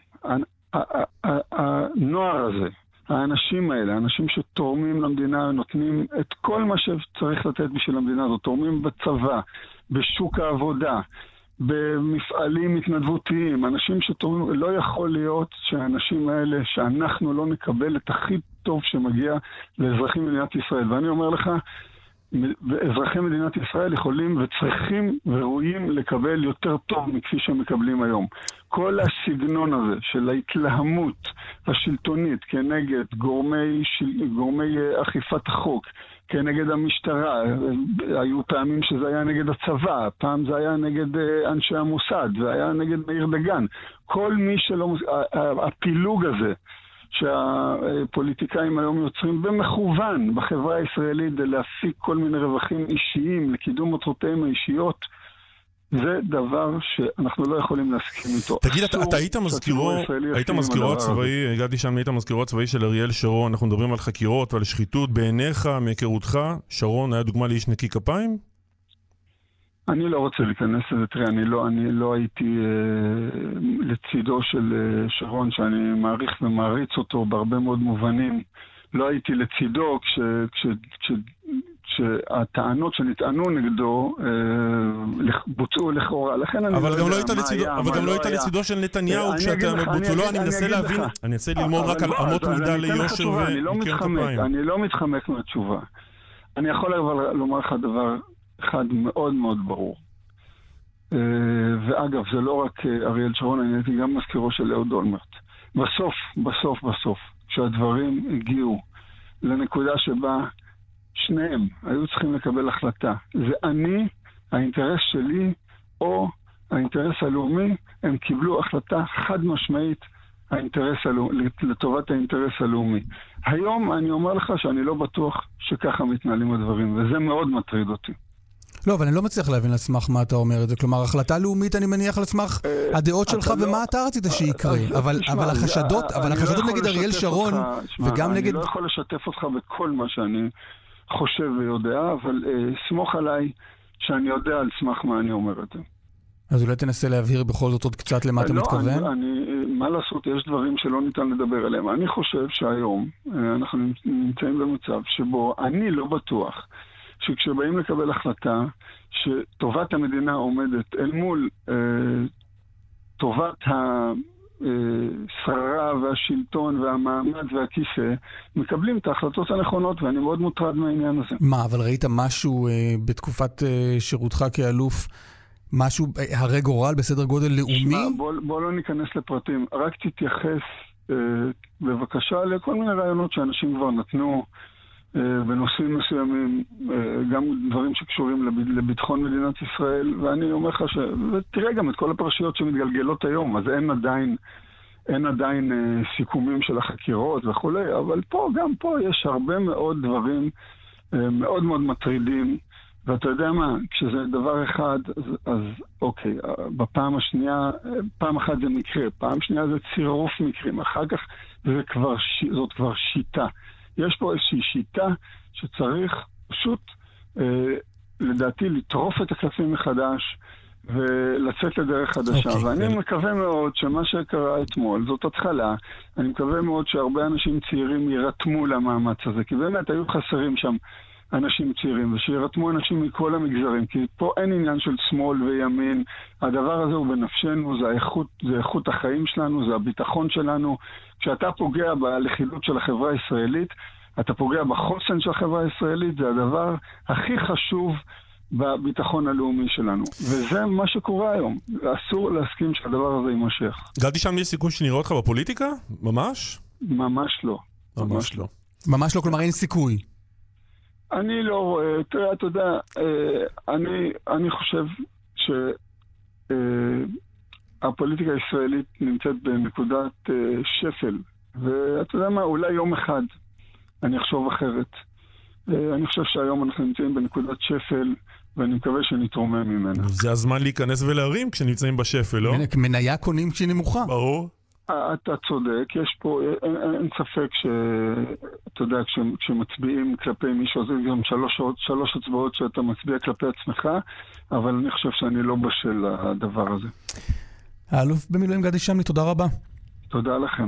הנוער הזה, האנשים האלה, האנשים שתורמים למדינה, נותנים את כל מה שצריך לתת בשביל המדינה הזאת, תורמים בצבא, בשוק העבודה, במפעלים התנדבותיים, אנשים שתורמים, לא יכול להיות שהאנשים האלה, שאנחנו לא נקבל את הכי טוב שמגיע לאזרחים במדינת ישראל. ואני אומר לך, אזרחי מדינת ישראל יכולים וצריכים וראויים לקבל יותר טוב מכפי שהם מקבלים היום. כל הסגנון הזה של ההתלהמות השלטונית כנגד גורמי, גורמי אכיפת החוק, כנגד המשטרה, היו פעמים שזה היה נגד הצבא, פעם זה היה נגד אנשי המוסד, זה היה נגד מאיר דגן. כל מי שלא, הפילוג הזה שהפוליטיקאים היום יוצרים במכוון בחברה הישראלית כדי להפיק כל מיני רווחים אישיים לקידום מטרותיהם האישיות, זה דבר שאנחנו לא יכולים להסכים איתו. תגיד, אתה, אתה היית מזכירו, היית מזכירו הצבאי, הגעתי שם, היית מזכירו הצבאי של אריאל שרון, אנחנו מדברים על חקירות ועל שחיתות, בעיניך, מהיכרותך, שרון היה דוגמה לאיש נקי כפיים? אני לא רוצה להיכנס לזה, תראה, אני לא, אני לא הייתי אה, לצידו של אה, שרון, שאני מעריך ומעריץ אותו בהרבה מאוד מובנים. לא הייתי לצידו כש, כש, כש, כשהטענות שנטענו נגדו אה, בוצעו לכאורה. לכן אני אבל לא גם יודע לא מה לצידו, היה, אבל גם מה לא לא היית היה. לצידו של נתניהו אני כשהטענות בוצעו. לא, אני מנסה להבין, אני מנסה ללמוד רק על אמות מידה ליושר וניקיון כפיים. אני לא מתחמק מהתשובה. אני יכול אבל לומר לך דבר אחד מאוד מאוד ברור. ואגב, זה לא רק אריאל שרון, אני הייתי גם מזכירו של אהוד אולמרט. בסוף, בסוף, בסוף, כשהדברים הגיעו לנקודה שבה שניהם היו צריכים לקבל החלטה, זה אני, האינטרס שלי, או האינטרס הלאומי, הם קיבלו החלטה חד משמעית האינטרס הלאומי, לטובת האינטרס הלאומי. היום אני אומר לך שאני לא בטוח שככה מתנהלים הדברים, וזה מאוד מטריד אותי. לא, אבל אני לא מצליח להבין על סמך מה אתה אומר את זה. כלומר, החלטה לאומית, אני מניח על סמך הדעות שלך ומה אתה רצית שיקרה. אבל החשדות, אבל החשדות נגד אריאל שרון, וגם נגד... אני לא יכול לשתף אותך בכל מה שאני חושב ויודע, אבל סמוך עליי שאני יודע על סמך מה אני אומר את זה. אז אולי תנסה להבהיר בכל זאת עוד קצת למה אתה מתכוון? לא, מה לעשות, יש דברים שלא ניתן לדבר עליהם. אני חושב שהיום אנחנו נמצאים במצב שבו אני לא בטוח שכשבאים לקבל החלטה שטובת המדינה עומדת אל מול אה, טובת השררה והשלטון והמעמד והכיסא, מקבלים את ההחלטות הנכונות, ואני מאוד מוטרד מהעניין הזה. מה, אבל ראית משהו אה, בתקופת אה, שירותך כאלוף, משהו אה, הרי גורל בסדר גודל לאומי? שמה, בוא, בוא לא ניכנס לפרטים, רק תתייחס אה, בבקשה לכל מיני רעיונות שאנשים כבר נתנו, בנושאים מסוימים, גם דברים שקשורים לביטחון מדינת ישראל, ואני אומר לך ש... ותראה גם את כל הפרשיות שמתגלגלות היום, אז אין עדיין, אין עדיין סיכומים של החקירות וכולי, אבל פה, גם פה יש הרבה מאוד דברים מאוד מאוד מטרידים, ואתה יודע מה, כשזה דבר אחד, אז, אז אוקיי, בפעם השנייה, פעם אחת זה מקרה, פעם שנייה זה צירוף מקרים, אחר כך זה כבר, זאת כבר שיטה. יש פה איזושהי שיטה שצריך פשוט, אה, לדעתי, לטרוף את הקלפים מחדש ולצאת לדרך חדשה. Okay, ואני okay. מקווה מאוד שמה שקרה אתמול, זאת התחלה, אני מקווה מאוד שהרבה אנשים צעירים יירתמו למאמץ הזה, כי באמת היו חסרים שם אנשים צעירים, ושירתמו אנשים מכל המגזרים, כי פה אין עניין של שמאל וימין, הדבר הזה הוא בנפשנו, זה האיכות, זה איכות החיים שלנו, זה הביטחון שלנו. כשאתה פוגע בלכידות של החברה הישראלית, אתה פוגע בחוסן של החברה הישראלית, זה הדבר הכי חשוב בביטחון הלאומי שלנו. וזה מה שקורה היום. אסור להסכים שהדבר הזה יימשך. גדי, שם יש סיכוי שנראה אותך בפוליטיקה? ממש? ממש לא. ממש לא. ממש לא, כלומר אין סיכוי. אני לא רואה, תראה, אתה יודע, אני, אני חושב שהפוליטיקה הישראלית נמצאת בנקודת שפל, ואתה יודע מה, אולי יום אחד אני אחשוב אחרת. אני חושב שהיום אנחנו נמצאים בנקודת שפל, ואני מקווה שנתרומם ממנה. זה הזמן להיכנס ולהרים כשנמצאים בשפל, לא? מניה קונים כשהיא נמוכה. ברור. אתה צודק, יש פה, אין, אין ספק ש, אתה יודע, כש, כשמצביעים כלפי מישהו, זה גם שלוש, שלוש הצבעות שאתה מצביע כלפי עצמך, אבל אני חושב שאני לא בשל הדבר הזה. האלוף במילואים גדי שמני, תודה רבה. תודה לכם.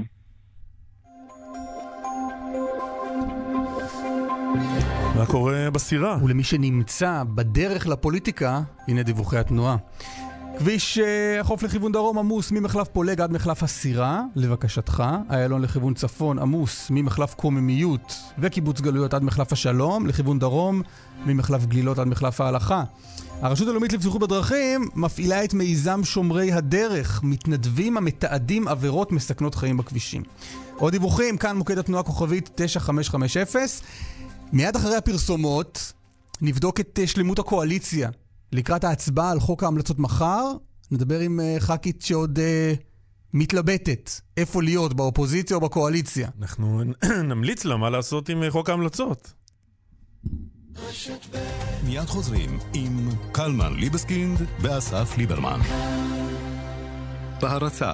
מה קורה בסירה? ולמי שנמצא בדרך לפוליטיקה, הנה דיווחי התנועה. כביש החוף לכיוון דרום עמוס ממחלף פולג עד מחלף הסירה, לבקשתך. איילון לכיוון צפון עמוס ממחלף קוממיות וקיבוץ גלויות עד מחלף השלום, לכיוון דרום ממחלף גלילות עד מחלף ההלכה. הרשות הלאומית לבטיחות בדרכים מפעילה את מיזם שומרי הדרך, מתנדבים המתעדים עבירות מסכנות חיים בכבישים. עוד דיווחים, כאן מוקד התנועה כוכבית תשע חמש חמש אפס. מיד אחרי הפרסומות נבדוק את שלמות הקואליציה. לקראת ההצבעה על חוק ההמלצות מחר, נדבר עם uh, ח"כית שעוד uh, מתלבטת איפה להיות, באופוזיציה או בקואליציה. אנחנו נמליץ לה מה לעשות עם חוק ההמלצות. מיד חוזרים עם קלמן ליבסקינד ואסף ליברמן. בהרצה.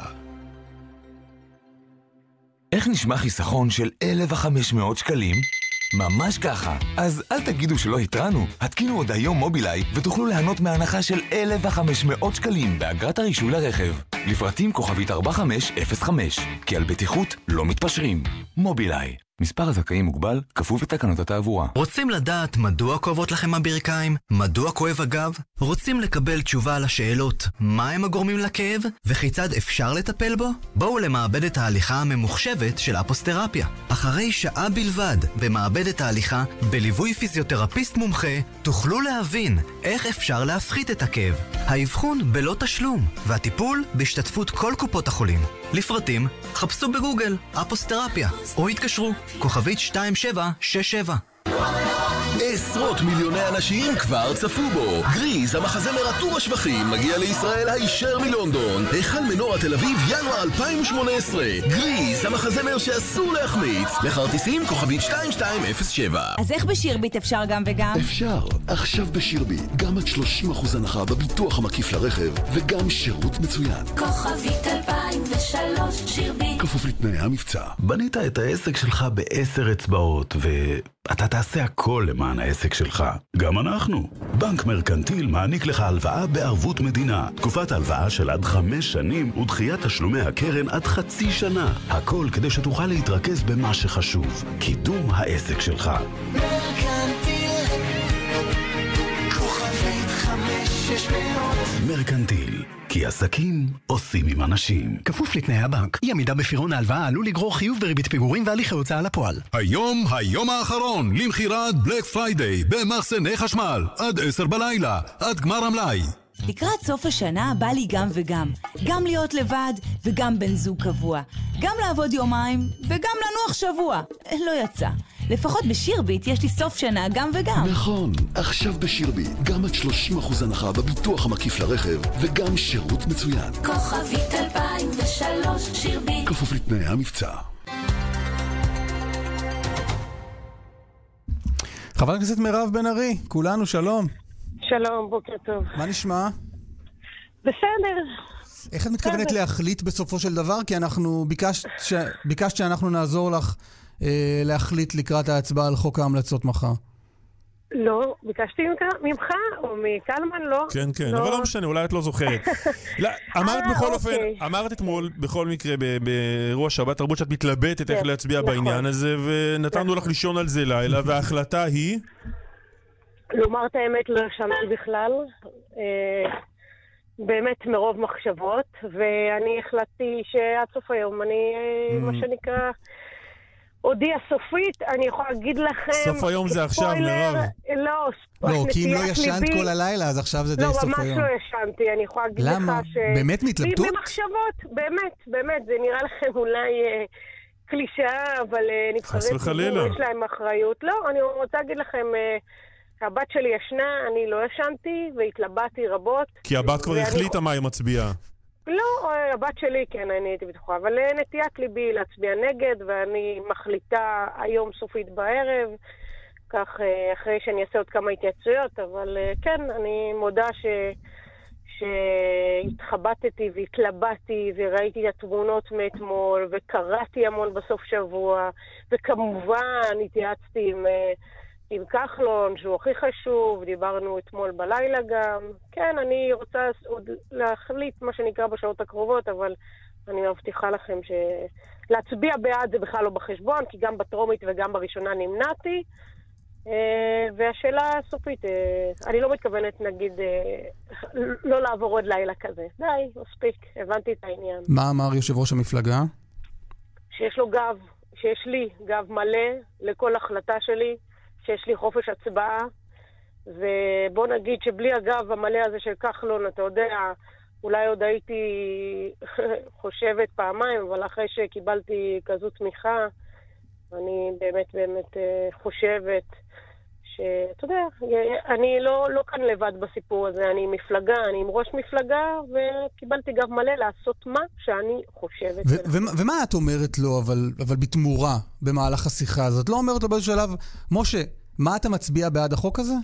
איך נשמע חיסכון של אלף וחמש מאות שקלים? ממש ככה. אז אל תגידו שלא התרענו. התקינו עוד היום מובילאיי ותוכלו ליהנות מהנחה של אלף וחמש מאות שקלים באגרת הרישוי לרכב. לפרטים כוכבית ארבע חמש אפס חמש, כי על בטיחות לא מתפשרים. מובילאיי. מספר הזכאים מוגבל, כפוף לתקנות התעבורה. רוצים לדעת מדוע כואבות לכם הברכיים? מדוע כואב הגב? רוצים לקבל תשובה על השאלות מה הם הגורמים לכאב וכיצד אפשר לטפל בו? בואו למעבדת ההליכה הממוחשבת של אפוסטרפיה. אחרי שעה בלבד במעבדת ההליכה, בליווי פיזיותרפיסט מומחה, תוכלו להבין איך אפשר להפחית את הכאב. האבחון בלא תשלום, והטיפול בהשתתפות כל קופות החולים. לפרטים, חפשו בגוגל אפוסטרפיה, או התקשרו, כוכבית שתיים שבע שש שבע. עשרות מיליוני אנשים כבר צפו בו. גריז, המחזמר עטור השבחים, מגיע לישראל הישר מלונדון. היכל מנורה תל אביב, ינואר אלפיים שמונה עשרה. גריז, המחזמר שאסור להחמיץ. לכרטיסים כוכבית שתיים שתיים אפס שבע. אז איך בשירביט אפשר גם וגם? אפשר. עכשיו בשירביט, גם עד שלושים אחוז הנחה בביטוח המקיף לרכב, וגם שירות מצוין. כוכבית אלפיים ושלוש שירביט. כפוף לתנאי המבצע. בנית את העסק שלך בעשר אצבעות, ואתה תעשה הכל למען העסק שלך. גם אנחנו. בנק מרקנטיל מעניק לך הלוואה בערבות מדינה. תקופת הלוואה של עד חמש שנים ודחיית תשלומי הקרן עד חצי שנה. הכל כדי שתוכל להתרכז במה שחשוב. קידום העסק שלך. מרקנטיל, כוכבית חמש שש מאות. מרקנטיל, כי עסקים עושים עם אנשים. כפוף לתנאי הבנק. אי עמידה בפירעון ההלוואה עלול לגרור חיוב בריבית פיגורים והליכי הוצאה לפועל. היום, היום האחרון למכירת בלק פריידיי במחסני חשמל עד עשר בלילה, עד גמר המלאי. לקראת סוף השנה בא לי גם וגם. גם להיות לבד וגם בן זוג קבוע. גם לעבוד יומיים וגם לנוח שבוע. לא יצא. לפחות בשירביט יש לי סוף שנה גם וגם. נכון, עכשיו בשירביט גם עד שלושים אחוז הנחה בביטוח המקיף לרכב וגם שירות מצוין. כוכבית אלפיים ושלוש שירביט. כפוף לתנאי המבצע. חברת הכנסת מירב בן ארי, כולנו שלום. שלום, בוקר טוב. מה נשמע? בסדר. איך את מתכוונת להחליט בסופו של דבר? כי אנחנו ביקשת, ש... ביקשת שאנחנו נעזור לך אה, להחליט לקראת ההצבעה על חוק ההמלצות מחר. לא, ביקשתי ממך או מקלמן, לא. כן, כן, אבל לא משנה, אולי את לא זוכרת. אמרת בכל אופן, אמרת אתמול בכל מקרה באירוע שבת תרבות שאת מתלבטת איך להצביע בעניין הזה, ונתנו לך לישון על זה לילה, וההחלטה היא? לומר את האמת, לא ישנתי בכלל. באמת מרוב מחשבות, ואני החלטתי שעד סוף היום אני, מה שנקרא, הודיע סופית, אני יכולה להגיד לכם... סוף היום זה עכשיו, מירב. לא, לא, כי אם לא ישנת כל הלילה, אז עכשיו זה די סוף היום. לא, ממש לא ישנתי, אני יכולה להגיד לך ש... למה? באמת מתלבטות? במחשבות, באמת, באמת, זה נראה לכם אולי קלישאה, אבל נבחרי ציבור יש להם אחריות. לא, אני רוצה להגיד לכם... הבת שלי ישנה, אני לא ישנתי והתלבטתי רבות. כי הבת כבר החליטה מה היא מצביעה. לא, הבת שלי כן, אני הייתי בטוחה, אבל נטיית ליבי להצביע נגד, ואני מחליטה היום סופית בערב, כך אחרי שאני אעשה עוד כמה התייצויות, אבל כן, אני מודה ש... שהתחבטתי והתלבטתי וראיתי את התמונות מאתמול וקראתי המון בסוף שבוע, וכמובן התייעצתי עם... עם כחלון, שהוא הכי חשוב, דיברנו אתמול בלילה גם. כן, אני רוצה עוד להחליט מה שנקרא בשעות הקרובות, אבל אני מבטיחה לכם שלהצביע בעד זה בכלל לא בחשבון, כי גם בטרומית וגם בראשונה נמנעתי, והשאלה הסופית, אני לא מתכוונת, נגיד, לא לעבור עוד לילה כזה. די, מספיק, הבנתי את העניין. מה אמר יושב ראש המפלגה? שיש לו גב, שיש לי גב מלא לכל החלטה שלי, שיש לי חופש הצבעה, ובוא נגיד שבלי הגב המלא הזה של כחלון, אתה יודע, אולי עוד הייתי חושבת פעמיים, אבל אחרי שקיבלתי כזו תמיכה, אני באמת באמת חושבת שאתה יודע, אני לא, לא כאן לבד בסיפור הזה, אני מפלגה, אני עם ראש מפלגה, וקיבלתי גב מלא לעשות מה שאני חושבת. ו- ו- ומה את אומרת לו, אבל, אבל בתמורה, במהלך השיחה הזאת? לא אומרת לו באיזשהו שלב, משה, מה אתה מצביע בעד החוק הזה?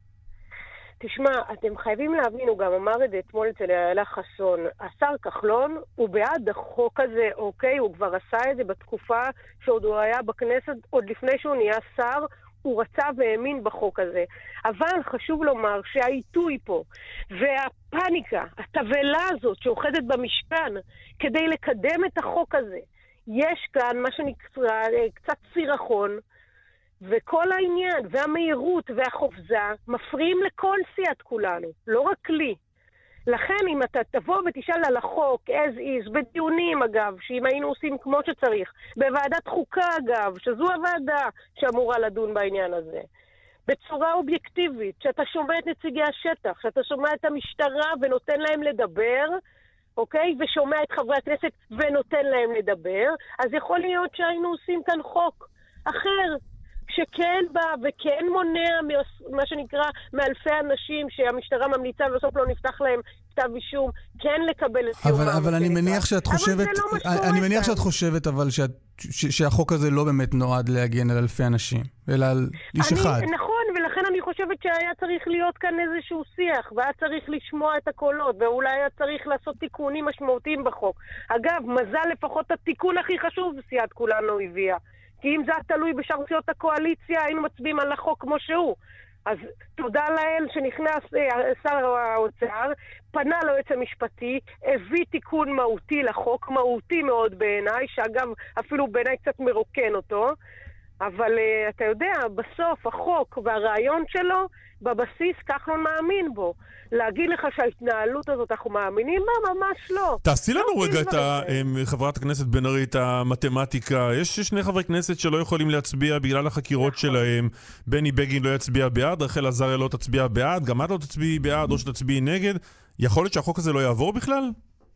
תשמע, אתם חייבים להבין, הוא גם אמר את זה אתמול אצל איילה חסון, השר כחלון הוא בעד החוק הזה, אוקיי? הוא כבר עשה את זה בתקופה שעוד הוא היה בכנסת, עוד לפני שהוא נהיה שר, הוא רצה והאמין בחוק הזה. אבל חשוב לומר שהעיתוי פה, והפניקה, התבלה הזאת שאוחזת במשכן, כדי לקדם את החוק הזה, יש כאן מה שנקרא קצת סירחון, וכל העניין, והמהירות והחופזה, מפריעים לכל סיעת כולנו, לא רק לי. לכן אם אתה תבוא ותשאל על החוק, as is, בדיונים אגב, שאם היינו עושים כמו שצריך, בוועדת חוקה אגב, שזו הוועדה שאמורה לדון בעניין הזה, בצורה אובייקטיבית, שאתה שומע את נציגי השטח, שאתה שומע את המשטרה ונותן להם לדבר, אוקיי? ושומע את חברי הכנסת ונותן להם לדבר, אז יכול להיות שהיינו עושים כאן חוק אחר, שכן בא וכן מונע מה שנקרא מאלפי אנשים שהמשטרה ממליצה ובסוף לא נפתח להם כתב אישום, כן לקבל את אבל, אבל אני מניח שאת חושבת, לא אני מניח שאת חושבת אבל שאת, ש, שהחוק הזה לא באמת נועד להגן על אלפי אנשים, אלא על איש אני, אחד. נכון, ולכן אני חושבת שהיה צריך להיות כאן איזשהו שיח, והיה צריך לשמוע את הקולות, ואולי היה צריך לעשות תיקונים משמעותיים בחוק. אגב, מזל לפחות התיקון הכי חשוב סיעת כולנו הביאה. כי אם זה היה תלוי בשאר סיעות הקואליציה, היינו מצביעים על החוק כמו שהוא. אז תודה לאל שנכנס שר האוצר, פנה ליועץ המשפטי, הביא תיקון מהותי לחוק, מהותי מאוד בעיניי, שאגב אפילו בעיניי קצת מרוקן אותו, אבל uh, אתה יודע, בסוף החוק והרעיון שלו, בבסיס כך לא מאמין בו. להגיד לך שההתנהלות הזאת אנחנו מאמינים בה? ממש לא. תעשי לנו רגע את חברת הכנסת בן ארי, את המתמטיקה. יש שני חברי כנסת שלא יכולים להצביע בגלל החקירות שלהם. בני בגין לא יצביע בעד, רחל עזריה לא תצביע בעד, גם את לא תצביעי בעד או שתצביעי נגד. יכול להיות שהחוק הזה לא יעבור בכלל?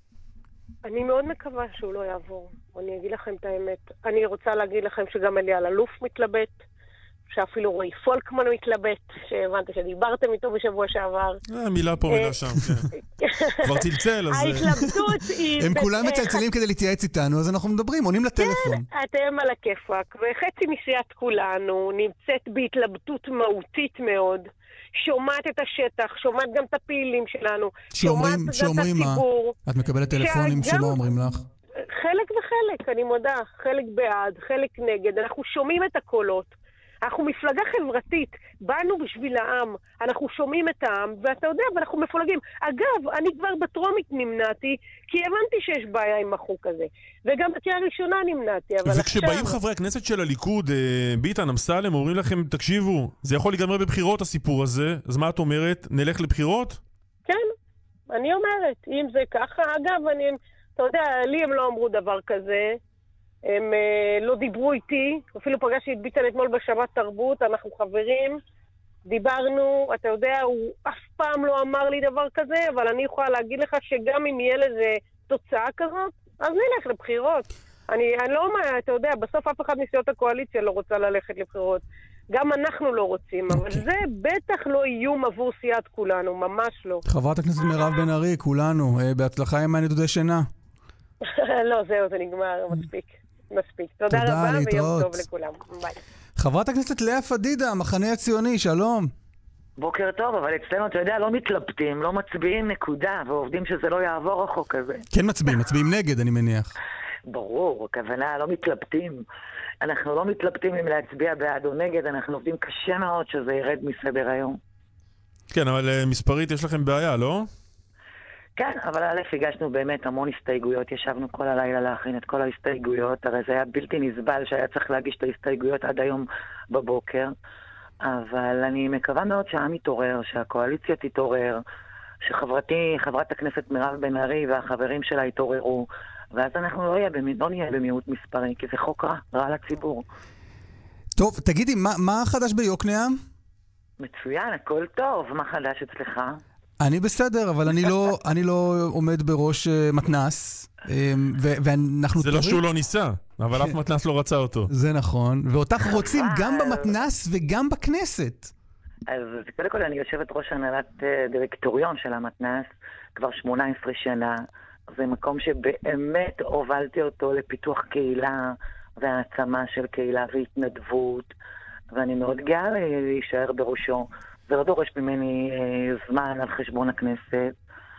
אני מאוד מקווה שהוא לא יעבור. אני אגיד לכם את האמת. אני רוצה להגיד לכם שגם אליהו אלאלוף מתלבט, שאפילו רועי פולקמן מתלבט, שהבנת שדיברתם איתו בשבוע שעבר. מילה פה, מילה שם, כן. כבר צלצל, אז... ההתלבטות היא... הם כולם מצלצלים כדי להתייעץ איתנו, אז אנחנו מדברים, עונים לטלפון. כן, אתם על הכיפק, וחצי מסיעת כולנו נמצאת בהתלבטות מהותית מאוד, שומעת את השטח, שומעת גם את הפעילים שלנו, שומעת גם את הציבור. את מקבלת טלפונים שמה אומרים לך? חלק וחלק, אני מודה, חלק בעד, חלק נגד, אנחנו שומעים את הקולות. אנחנו מפלגה חברתית, באנו בשביל העם, אנחנו שומעים את העם, ואתה יודע, ואנחנו מפולגים. אגב, אני כבר בטרומית נמנעתי, כי הבנתי שיש בעיה עם החוק הזה. וגם בקריאה הראשונה נמנעתי, אבל עכשיו... וכשבאים חברי הכנסת של הליכוד, ביטן, אמסלם, אומרים לכם, תקשיבו, זה יכול להיגמר בבחירות הסיפור הזה, אז מה את אומרת? נלך לבחירות? כן, אני אומרת, אם זה ככה, אגב, אני, אתה יודע, לי הם לא אמרו דבר כזה, הם uh, לא דיברו איתי, אפילו פגשתי את ביטן אתמול בשבת תרבות, אנחנו חברים, דיברנו, אתה יודע, הוא אף פעם לא אמר לי דבר כזה, אבל אני יכולה להגיד לך שגם אם יהיה לזה תוצאה כזאת, אז נלך לבחירות. אני, אני לא אומר, אתה יודע, בסוף אף אחד מסיעות הקואליציה לא רוצה ללכת לבחירות. גם אנחנו לא רוצים, אבל זה בטח לא איום עבור סיעת כולנו, ממש לא. חברת הכנסת מירב בן ארי, כולנו, בהצלחה עם הנדודי שינה. לא, זהו, זה נגמר, מספיק. מספיק. תודה רבה ויום טוב לכולם. ביי. חברת הכנסת לאה פדידה, המחנה הציוני, שלום. בוקר טוב, אבל אצלנו, אתה יודע, לא מתלבטים, לא מצביעים נקודה, ועובדים שזה לא יעבור החוק הזה. כן מצביעים, מצביעים נגד, אני מניח. ברור, הכוונה, לא מתלבטים. אנחנו לא מתלבטים אם להצביע בעד או נגד, אנחנו עובדים קשה מאוד שזה ירד מסדר היום. כן, אבל מספרית יש לכם בעיה, לא? כן, אבל א' הגשנו באמת המון הסתייגויות, ישבנו כל הלילה להכין את כל ההסתייגויות, הרי זה היה בלתי נסבל שהיה צריך להגיש את ההסתייגויות עד היום בבוקר, אבל אני מקווה מאוד שהעם יתעורר, שהקואליציה תתעורר, שחברתי, חברת הכנסת מירב בן ארי והחברים שלה יתעוררו, ואז אנחנו לא, יהיה, לא נהיה במיעוט מספרי, כי זה חוק רע, רע לציבור. טוב, תגידי, מה, מה חדש ביוקנעם? מצוין, הכל טוב. מה חדש אצלך? אני בסדר, אבל אני לא, אני לא עומד בראש uh, מתנס. Um, ו- ואנחנו זה לא שהוא לא ניסה, אבל אף מתנס לא רצה אותו. זה נכון, ואותך רוצים גם במתנס וגם בכנסת. אז קודם כל אני יושבת ראש הנהלת דירקטוריון של המתנס כבר שמונה עשרה שנה. זה מקום שבאמת הובלתי אותו לפיתוח קהילה והעצמה של קהילה והתנדבות, ואני מאוד גאה להישאר בראשו. זה לא דורש ממני זמן על חשבון הכנסת,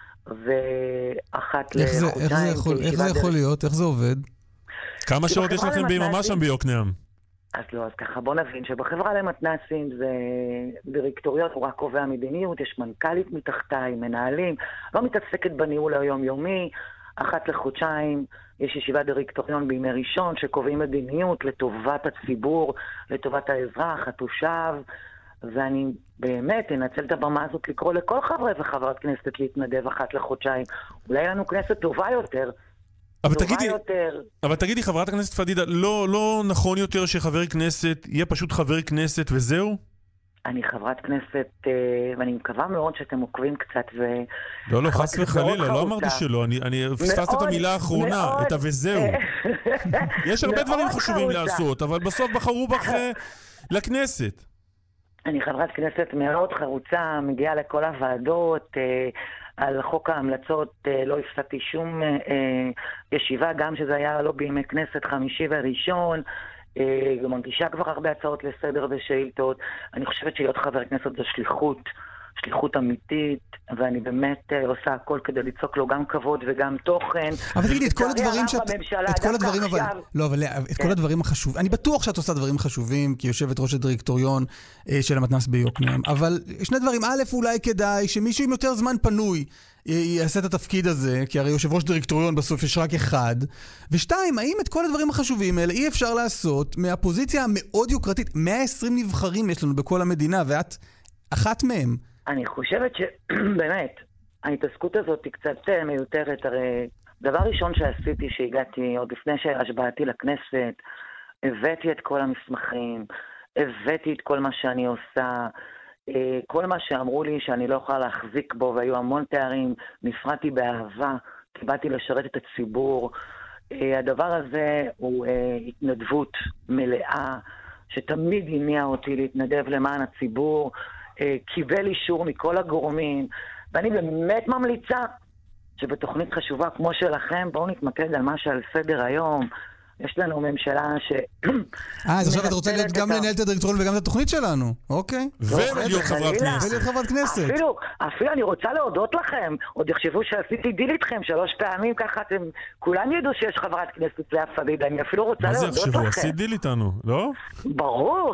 ואחת לחודשיים... איך זה יכול להיות? איך זה עובד? כמה שעות יש לכם ביממה שם ביוקנעם? אז לא, אז ככה בוא נבין שבחברה למתנ"סים זה דירקטוריון, הוא רק קובע מדיניות, יש מנכ"לית מתחתיי, מנהלים, לא מתעסקת בניהול היומיומי, אחת לחודשיים יש ישיבת דירקטוריון בימי ראשון שקובעים מדיניות לטובת הציבור, לטובת האזרח, התושב, ואני באמת אנצל את הבמה הזאת לקרוא לכל חברי וחברת כנסת להתנדב אחת לחודשיים. אולי לנו כנסת טובה יותר, אבל תגידי, אבל תגידי, חברת הכנסת פדידה, לא, לא נכון יותר שחבר כנסת יהיה פשוט חבר כנסת וזהו? אני חברת כנסת, ואני מקווה מאוד שאתם עוקבים קצת ו... לא, לא, חס וחלילה, לא אמרתי שלא, אני, אני פספסת את המילה האחרונה, את ה"וזהו". יש הרבה דברים חשובים לעשות, אבל בסוף בחרו בך לכנסת. אני חברת כנסת מאוד חרוצה, מגיעה לכל הוועדות, על חוק ההמלצות לא הפסדתי שום ישיבה, גם שזה היה לא בימי כנסת חמישי וראשון, גם מרגישה כבר הרבה הצעות לסדר ושאילתות. אני חושבת שלהיות חבר כנסת זו שליחות, שליחות אמיתית, ואני באמת עושה הכל כדי ליצוק לו גם כבוד וגם תוכן. אבל תגידי, את כל הדברים שאת... את כל הדברים, אבל... לא, אבל את כל הדברים החשובים... אני בטוח שאת עושה דברים חשובים, כי יושבת ראש הדירקטוריון של המתנ"ס ביוקנעם, אבל שני דברים. א', אולי כדאי שמישהו עם יותר זמן פנוי יעשה את התפקיד הזה, כי הרי יושב ראש דירקטוריון בסוף יש רק אחד. ושתיים, האם את כל הדברים החשובים האלה אי אפשר לעשות מהפוזיציה המאוד יוקרתית? מאה ועשרים נבחרים יש לנו בכל המדינה, ואת אחת מהם. אני חושבת שבאמת, ההתעסקות הזאת היא קצת מיותרת. הרי דבר ראשון שעשיתי שהגעתי, עוד לפני שהשבעתי לכנסת, הבאתי את כל המסמכים, הבאתי את כל מה שאני עושה, כל מה שאמרו לי שאני לא יכולה להחזיק בו, והיו המון תארים, נפרדתי באהבה, כי באתי לשרת את הציבור. הדבר הזה הוא התנדבות מלאה, שתמיד הניע אותי להתנדב למען הציבור, קיבל אישור מכל הגורמים, ואני באמת ממליצה שבתוכנית חשובה כמו שלכם, בואו נתמקד על מה שעל סדר היום. יש לנו ממשלה ש... אה, אז עכשיו את רוצה להיות גם לנהל את הדירקטוריון וגם את התוכנית שלנו, אוקיי. ולהיות חברת כנסת. ולהיות חברת כנסת. אפילו, אפילו אני רוצה להודות לכם, עוד יחשבו שעשיתי דיל איתכם שלוש פעמים, ככה אתם, כולם ידעו שיש חברת כנסת לאה פדידה, אני אפילו רוצה להודות לכם. מה זה יחשבו? עשית דיל איתנו, לא? ברור.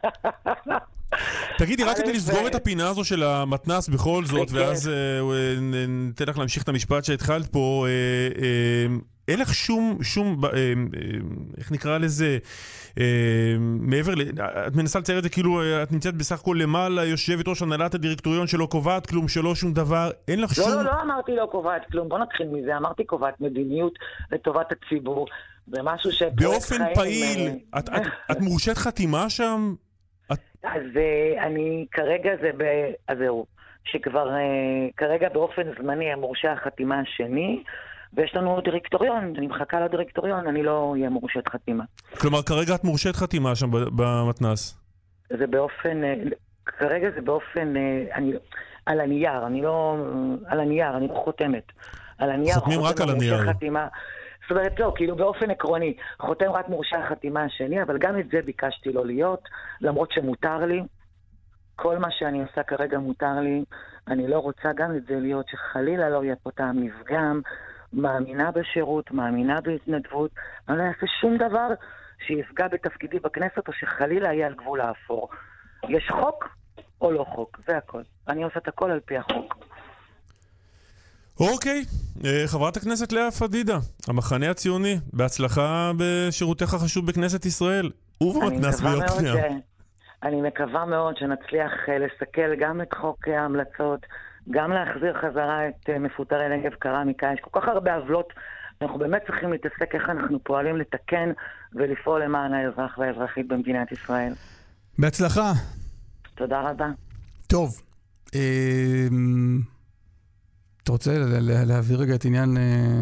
תגידי, רק כדי לסגור את הפינה הזו של המתנ"ס בכל זאת, ואז ניתן לך להמשיך את המשפט שהתחלת פה, אין לך שום, שום, איך נקרא לזה, מעבר, את מנסה לצייר את זה כאילו את נמצאת בסך הכל למעלה, יושבת ראש הנהלת הדירקטוריון שלא קובעת כלום, שלא שום דבר, אין לך שום... לא, לא, לא אמרתי לא קובעת כלום, בוא נתחיל מזה, אמרתי קובעת מדיניות לטובת הציבור, זה משהו ש... באופן פעיל, את מורשת חתימה שם? אז אני כרגע זה ב... אז זהו, שכבר כרגע באופן זמני המורשה החתימה השני, ויש לנו דירקטוריון, אני מחכה לדירקטוריון, אני לא אהיה מורשת חתימה. כלומר, כרגע את מורשת חתימה שם במתנ"ס? זה באופן, כרגע זה באופן, אני, על הנייר, אני לא, על הנייר, אני לא חותמת. על הנייר, חותמים רק על הנייר. חתימה. זאת אומרת, לא, כאילו באופן עקרוני, חותם רק מורשה החתימה השני, אבל גם את זה ביקשתי לא להיות, למרות שמותר לי. כל מה שאני עושה כרגע מותר לי, אני לא רוצה גם את זה להיות, שחלילה לא יהיה פה טעם נפגם, מאמינה בשירות, מאמינה בהתנדבות, אני לא אעשה שום דבר שיפגע בתפקידי בכנסת, או שחלילה יהיה על גבול האפור. יש חוק או לא חוק, זה הכל. אני עושה את הכל על פי החוק. אוקיי, חברת הכנסת לאה פדידה, המחנה הציוני, בהצלחה בשירותך החשוב בכנסת ישראל, ובמתנ"ס ביוקנעם. אני מקווה מאוד שנצליח לסכל גם את חוק ההמלצות, גם להחזיר חזרה את מפוטרי נגב קרמיקה. יש כל כך הרבה עוולות, אנחנו באמת צריכים להתעסק איך אנחנו פועלים לתקן ולפעול למען האזרח והאזרחית במדינת ישראל. בהצלחה. תודה רבה. טוב, אתה רוצה להעביר רגע את עניין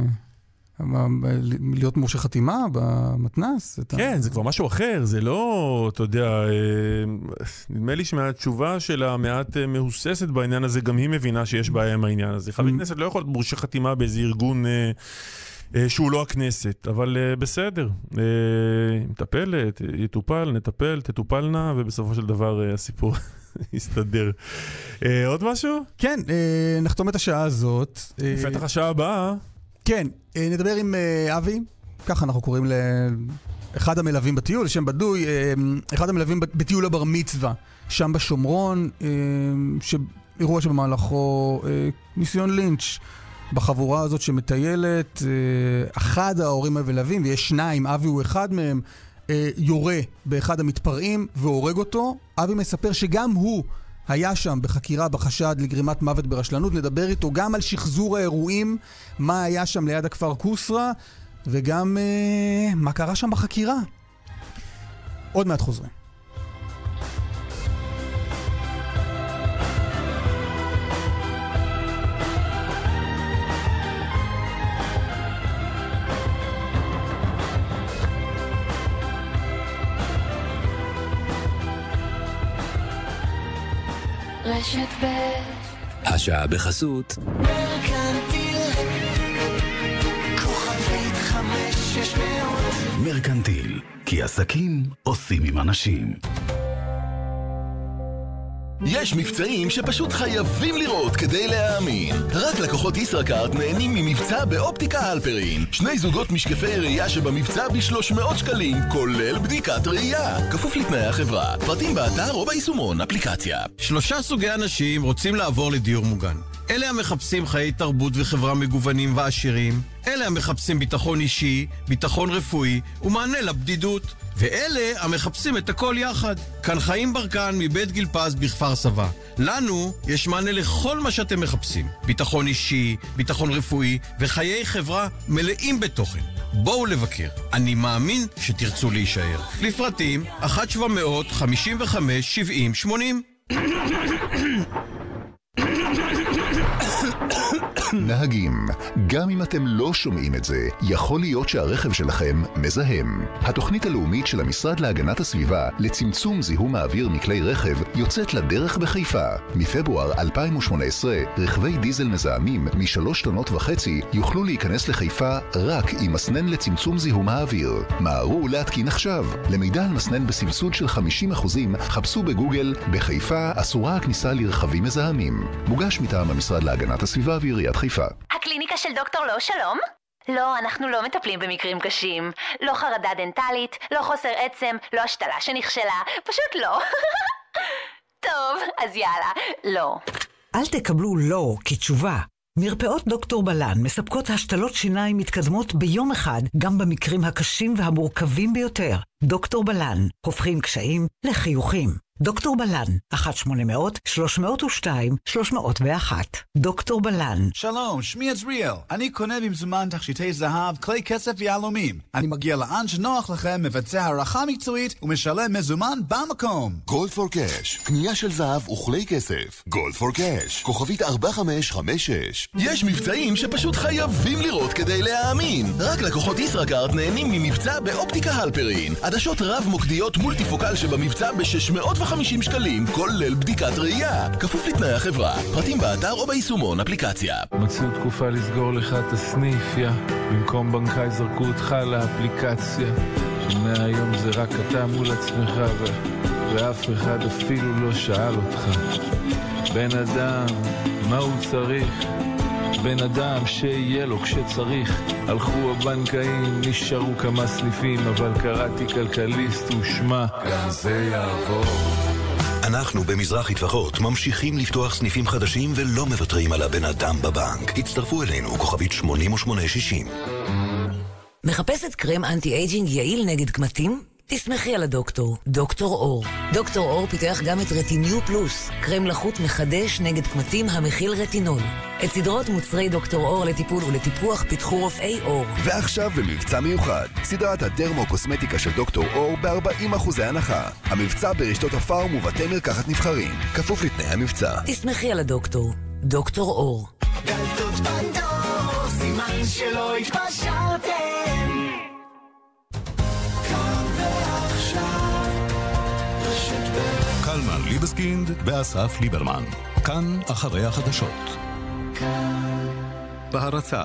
להיות מורשה חתימה במתנ"ס? כן, זה כבר משהו אחר, זה לא, אתה יודע, נדמה לי שמהתשובה שלה מעט מהוססת בעניין הזה, גם היא מבינה שיש בעיה עם העניין הזה. חבר כנסת לא יכול להיות מורשה חתימה באיזה ארגון שהוא לא הכנסת, אבל בסדר, מטפלת, יטופל, נטפל, תטופלנה, ובסופו של דבר הסיפור יסתדר. עוד משהו? כן, נחתום את השעה הזאת. בפתח השעה הבאה. כן, נדבר עם אבי, ככה אנחנו קוראים לאחד המלווים בטיול, שם בדוי, אחד המלווים בטיול הבר מצווה, שם בשומרון, אירוע שבמהלכו ניסיון לינץ' בחבורה הזאת שמטיילת, אחד ההורים המלווים, ויש שניים, אבי הוא אחד מהם, יורה באחד המתפרעים והורג אותו. אבי מספר שגם הוא היה שם בחקירה בחשד לגרימת מוות ברשלנות. נדבר איתו גם על שחזור האירועים, מה היה שם ליד הכפר קוסרה, וגם אה, מה קרה שם בחקירה. עוד מעט חוזרים. רשת ב' השעה בחסות מרקנטיל כוכבית חמש שש מאות מרקנטיל, כי עסקים עושים עם אנשים. יש מבצעים שפשוט חייבים לראות כדי להאמין. רק לקוחות ישראכרט נהנים ממבצע באופטיקה הלפרין. שני זוגות משקפי ראייה שבמבצע ב-שלוש מאות שקלים, כולל בדיקת ראייה. כפוף לתנאי החברה. פרטים באתר או ביישומון אפליקציה. שלושה סוגי אנשים רוצים לעבור לדיור מוגן. אלה המחפשים חיי תרבות וחברה מגוונים ועשירים, אלה המחפשים ביטחון אישי, ביטחון רפואי ומענה לבדידות, ואלה המחפשים את הכל יחד. כאן חיים ברקן מבית גיל פז בכפר סבא. לנו יש מענה לכל מה שאתם מחפשים. ביטחון אישי, ביטחון רפואי וחיי חברה מלאים בתוכן. בואו לבקר. אני מאמין שתרצו להישאר. לפרטים אחת שבע מאות חמישים וחמש שבעים שמונים. נהגים, גם אם אתם לא שומעים את זה, יכול להיות שהרכב שלכם מזהם. התוכנית הלאומית של המשרד להגנת הסביבה לצמצום זיהום האוויר מכלי רכב יוצאת לדרך בחיפה. מפברואר אלפיים שמונה עשרה, רכבי דיזל מזהמים משלוש טונות וחצי יוכלו להיכנס לחיפה רק עם מסנן לצמצום זיהום האוויר. מהרו להתקין עכשיו. למידע על מסנן בסבסוד של חמישים אחוז, חפשו בגוגל בחיפה אסורה הכניסה לרכבים מזהמים. מוגש מטעם המשרד להגנת הסביבה ועיריית חיפה. הקליניקה של דוקטור לא שלום? לא, אנחנו לא מטפלים במקרים קשים. לא חרדה דנטלית, לא חוסר עצם, לא השתלה שנכשלה, פשוט לא. טוב, אז יאללה, לא. אל תקבלו לא כתשובה. מרפאות דוקטור בלן מספקות השתלות שיניים מתקדמות ביום אחד, גם במקרים הקשים והמורכבים ביותר. דוקטור בלן, הופכים קשיים לחיוכים. דוקטור בלן, אחת שמונה מאות שלוש מאות ושתיים שלוש מאות ואחת. דוקטור בלן. שלום, שמי עזריאל. אני קונה במזומן תכשיטי זהב, כלי כסף ויהלומים. אני מגיע לאן שנוח לכם, מבצע הערכה מקצועית ומשלם מזומן במקום. גולד פור קאש, קנייה של זהב וכלי כסף. גולד פור קאש, כוכבית ארבע חמש חמש שש. יש מבצעים שפשוט חייבים לראות כדי להאמין. רק לקוחות ישראכרט נהנים ממבצע באופטיקה הלפרין. עדשות רב מוקדיות מולטיפוקל שבמבצע ב-שש מאות וחמישים שקלים, כולל בדיקת ראייה. כפוף לתנאי החברה. פרטים באתר או ביישומון אפליקציה. מצאו תקופה לסגור לך את הסניף, יא. במקום בנקאי זרקו אותך לאפליקציה. שמהיום זה רק אתה מול עצמך ו... ואף אחד אפילו לא שאל אותך. בן אדם, מה הוא צריך? בן אדם שיהיה לו כשצריך. הלכו הבנקאים, נשארו כמה סניפים, אבל קראתי כלכליסט ושמה גם זה יעבור. אנחנו במזרחי טפחות ממשיכים לפתוח סניפים חדשים ולא מוותרים על הבן אדם בבנק. הצטרפו אלינו, כוכבית שמונים ושמונה שישים. מחפשת קרם אנטי אייג'ינג יעיל נגד קמטים? תסמכי על הדוקטור, דוקטור אור. דוקטור אור פיתח גם את רטיניו פלוס, קרם לחוט מחדש נגד קמטים המכיל רטינול. את סדרות מוצרי דוקטור אור לטיפול ולטיפוח פיתחו רופאי אור. ועכשיו במבצע מיוחד, סדרת הדרמו-קוסמטיקה של דוקטור אור ב-ארבעים אחוזי הנחה. המבצע ברשתות הפארם ובתי מרקחת נבחרים, כפוף לתנאי המבצע. תסמכי על הדוקטור, דוקטור אור. דלתות בדור, סימן שלא התפשרתם. כאן ועכשיו, רשת ב'. קלמן ליבסקינד ואסף ליברמן. כאן אחרי החדשות. כאן. בהרצה.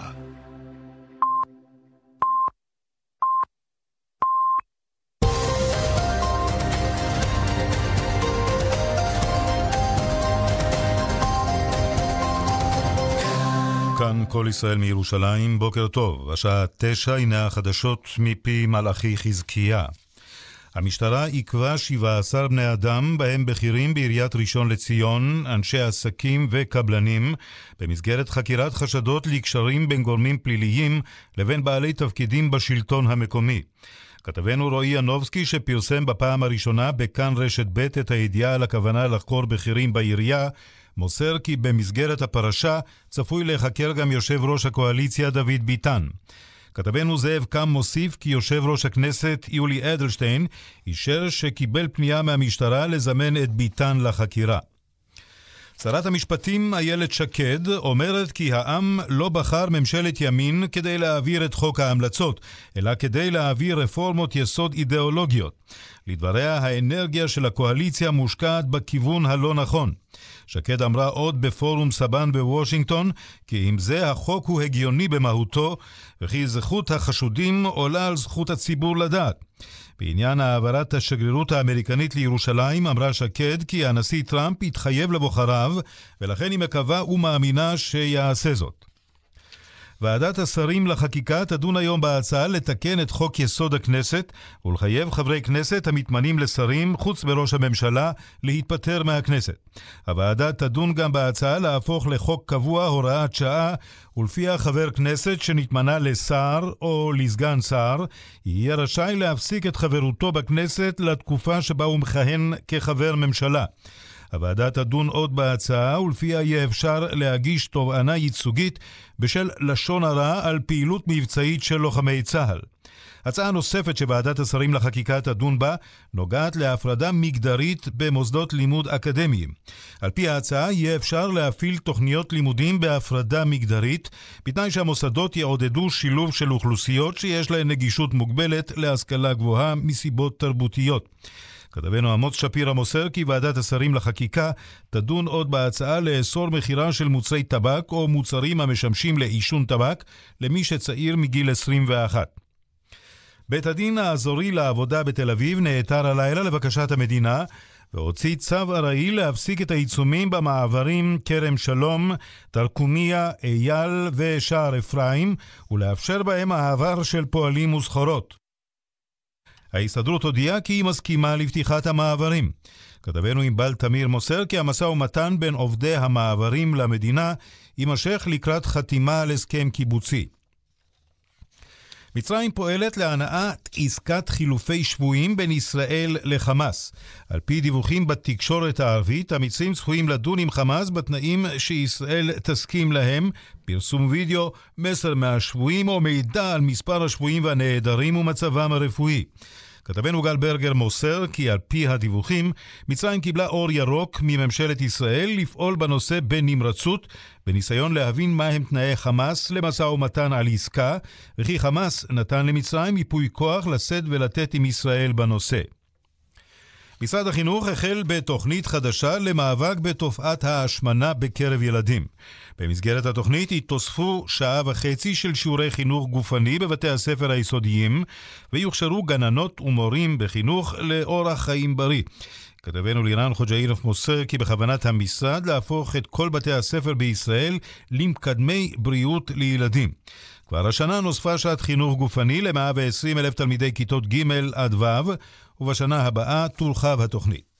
כאן כל ישראל מירושלים, בוקר טוב. השעה תשע, הנה החדשות מפי מלאכי חזקיה. המשטרה עיכבה שבעה עשר בני אדם, בהם בכירים בעיריית ראשון לציון, אנשי עסקים וקבלנים, במסגרת חקירת חשדות לקשרים בין גורמים פליליים לבין בעלי תפקידים בשלטון המקומי. כתבנו רועי ינובסקי, שפרסם בפעם הראשונה בכאן רשת ב' את הידיעה על הכוונה לחקור בכירים בעירייה, מוסר כי במסגרת הפרשה צפוי להיחקר גם יושב ראש הקואליציה דוד ביטן. כתבנו זאב קם מוסיף כי יושב ראש הכנסת יולי אדלשטיין אישר שקיבל פנייה מהמשטרה לזמן את ביטן לחקירה. שרת המשפטים איילת שקד אומרת כי העם לא בחר ממשלת ימין כדי להעביר את חוק ההמלצות, אלא כדי להעביר רפורמות יסוד אידיאולוגיות. לדבריה, האנרגיה של הקואליציה מושקעת בכיוון הלא נכון. שקד אמרה עוד בפורום סבן בוושינגטון כי אם זה החוק הוא הגיוני במהותו, וכי זכות החשודים עולה על זכות הציבור לדעת. בעניין העברת השגרירות האמריקנית לירושלים אמרה שקד כי הנשיא טראמפ התחייב לבוחריו, ולכן היא מקווה ומאמינה שיעשה זאת. ועדת השרים לחקיקה תדון היום בהצעה לתקן את חוק יסוד הכנסת ולחייב חברי כנסת המתמנים לשרים חוץ בראש הממשלה להתפטר מהכנסת. הוועדה תדון גם בהצעה להפוך לחוק קבוע הוראת שעה, ולפיה חבר כנסת שנתמנה לשר או לסגן שר יהיה רשאי להפסיק את חברותו בכנסת לתקופה שבה הוא מכהן כחבר ממשלה. הוועדה תדון עוד בהצעה, ולפיה יהיה אפשר להגיש תובענה ייצוגית בשל לשון הרע על פעילות מבצעית של לוחמי צה"ל. הצעה נוספת שוועדת השרים לחקיקה תדון בה נוגעת להפרדה מגדרית במוסדות לימוד אקדמיים. על פי ההצעה יהיה אפשר להפעיל תוכניות לימודים בהפרדה מגדרית, בתנאי שהמוסדות יעודדו שילוב של אוכלוסיות שיש להן נגישות מוגבלת להשכלה גבוהה מסיבות תרבותיות. כתבנו עמוס שפירא מוסר כי ועדת השרים לחקיקה תדון עוד בהצעה לאסור מחירה של מוצרי טבק או מוצרים המשמשים לעישון טבק למי שצעיר מגיל עשרים ואחת. בית הדין האזורי לעבודה בתל אביב נעתר הלילה לבקשת המדינה והוציא צו ארעי להפסיק את העיצומים במעברים כרם שלום, תרקומיה, אייל ושער אפרים ולאפשר בהם העבר של פועלים וסחורות. ההסתדרות הודיעה כי היא מסכימה לפתיחת המעברים. כתבנו ענבל תמיר מוסר כי המשא ומתן בין עובדי המעברים למדינה יימשך לקראת חתימה על הסכם קיבוצי. מצרים פועלת להנעת עסקת חילופי שבויים בין ישראל לחמאס. על פי דיווחים בתקשורת הערבית, המצרים צפויים לדון עם חמאס בתנאים שישראל תסכים להם, פרסום וידאו, מסר מהשבויים או מידע על מספר השבויים והנעדרים ומצבם הרפואי. כתבנו גל ברגר מוסר כי על פי הדיווחים, מצרים קיבלה אור ירוק מממשלת ישראל לפעול בנושא בנמרצות, בניסיון להבין מהם תנאי חמאס למשא ומתן על עסקה, וכי חמאס נתן למצרים ייפוי כוח לשאת ולתת עם ישראל בנושא. משרד החינוך החל בתוכנית חדשה למאבק בתופעת ההשמנה בקרב ילדים. במסגרת התוכנית התוספו שעה וחצי של שיעורי חינוך גופני בבתי הספר היסודיים, ויוכשרו גננות ומורים בחינוך לאורח חיים בריא. כתבנו לירן חוג'אירף מוסר כי בכוונת המשרד להפוך את כל בתי הספר בישראל למקדמי בריאות לילדים. כבר השנה נוספה שעת חינוך גופני ל-מאה ועשרים אלף תלמידי כיתות ג' עד ו', ובשנה הבאה תורחב התוכנית.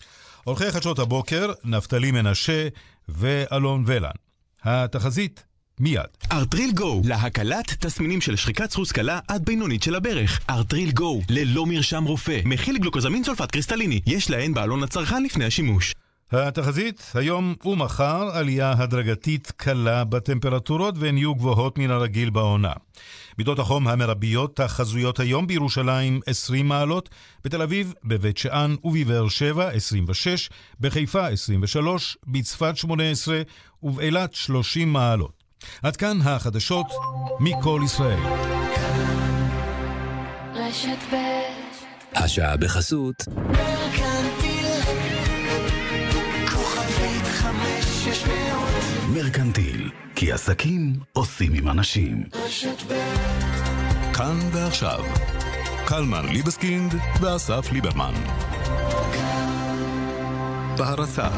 עורכי חדשות הבוקר, נפתלי מנשה ואלון ולן. התחזית מיד. ארטריל גו, להקלת תסמינים של שחיקת סחוס קלה עד בינונית של הברך. ארטריל גו, ללא מרשם רופא, מכיל גלוקוזמין סולפט קריסטליני, יש להן בעלון הצרכן לפני השימוש. התחזית, היום ומחר עלייה הדרגתית קלה בטמפרטורות והן יהיו גבוהות מן הרגיל בעונה. מידות החום המרביות החזויות היום בירושלים עשרים מעלות, בתל אביב, בבית שאן ובבאר שבע עשרים ושש, בחיפה עשרים ושלוש, בצפת שמונה עשרה ובאילת שלושים מעלות. עד כאן החדשות מכל ישראל. רשת ב' השעה בחסות מרקנטיל כוכבית חמש שש מאות מרקנטיל, כי עסקים עושים עם אנשים. רשת ב' כאן ועכשיו קלמן ליבסקינד ואסף ליברמן בהרצה.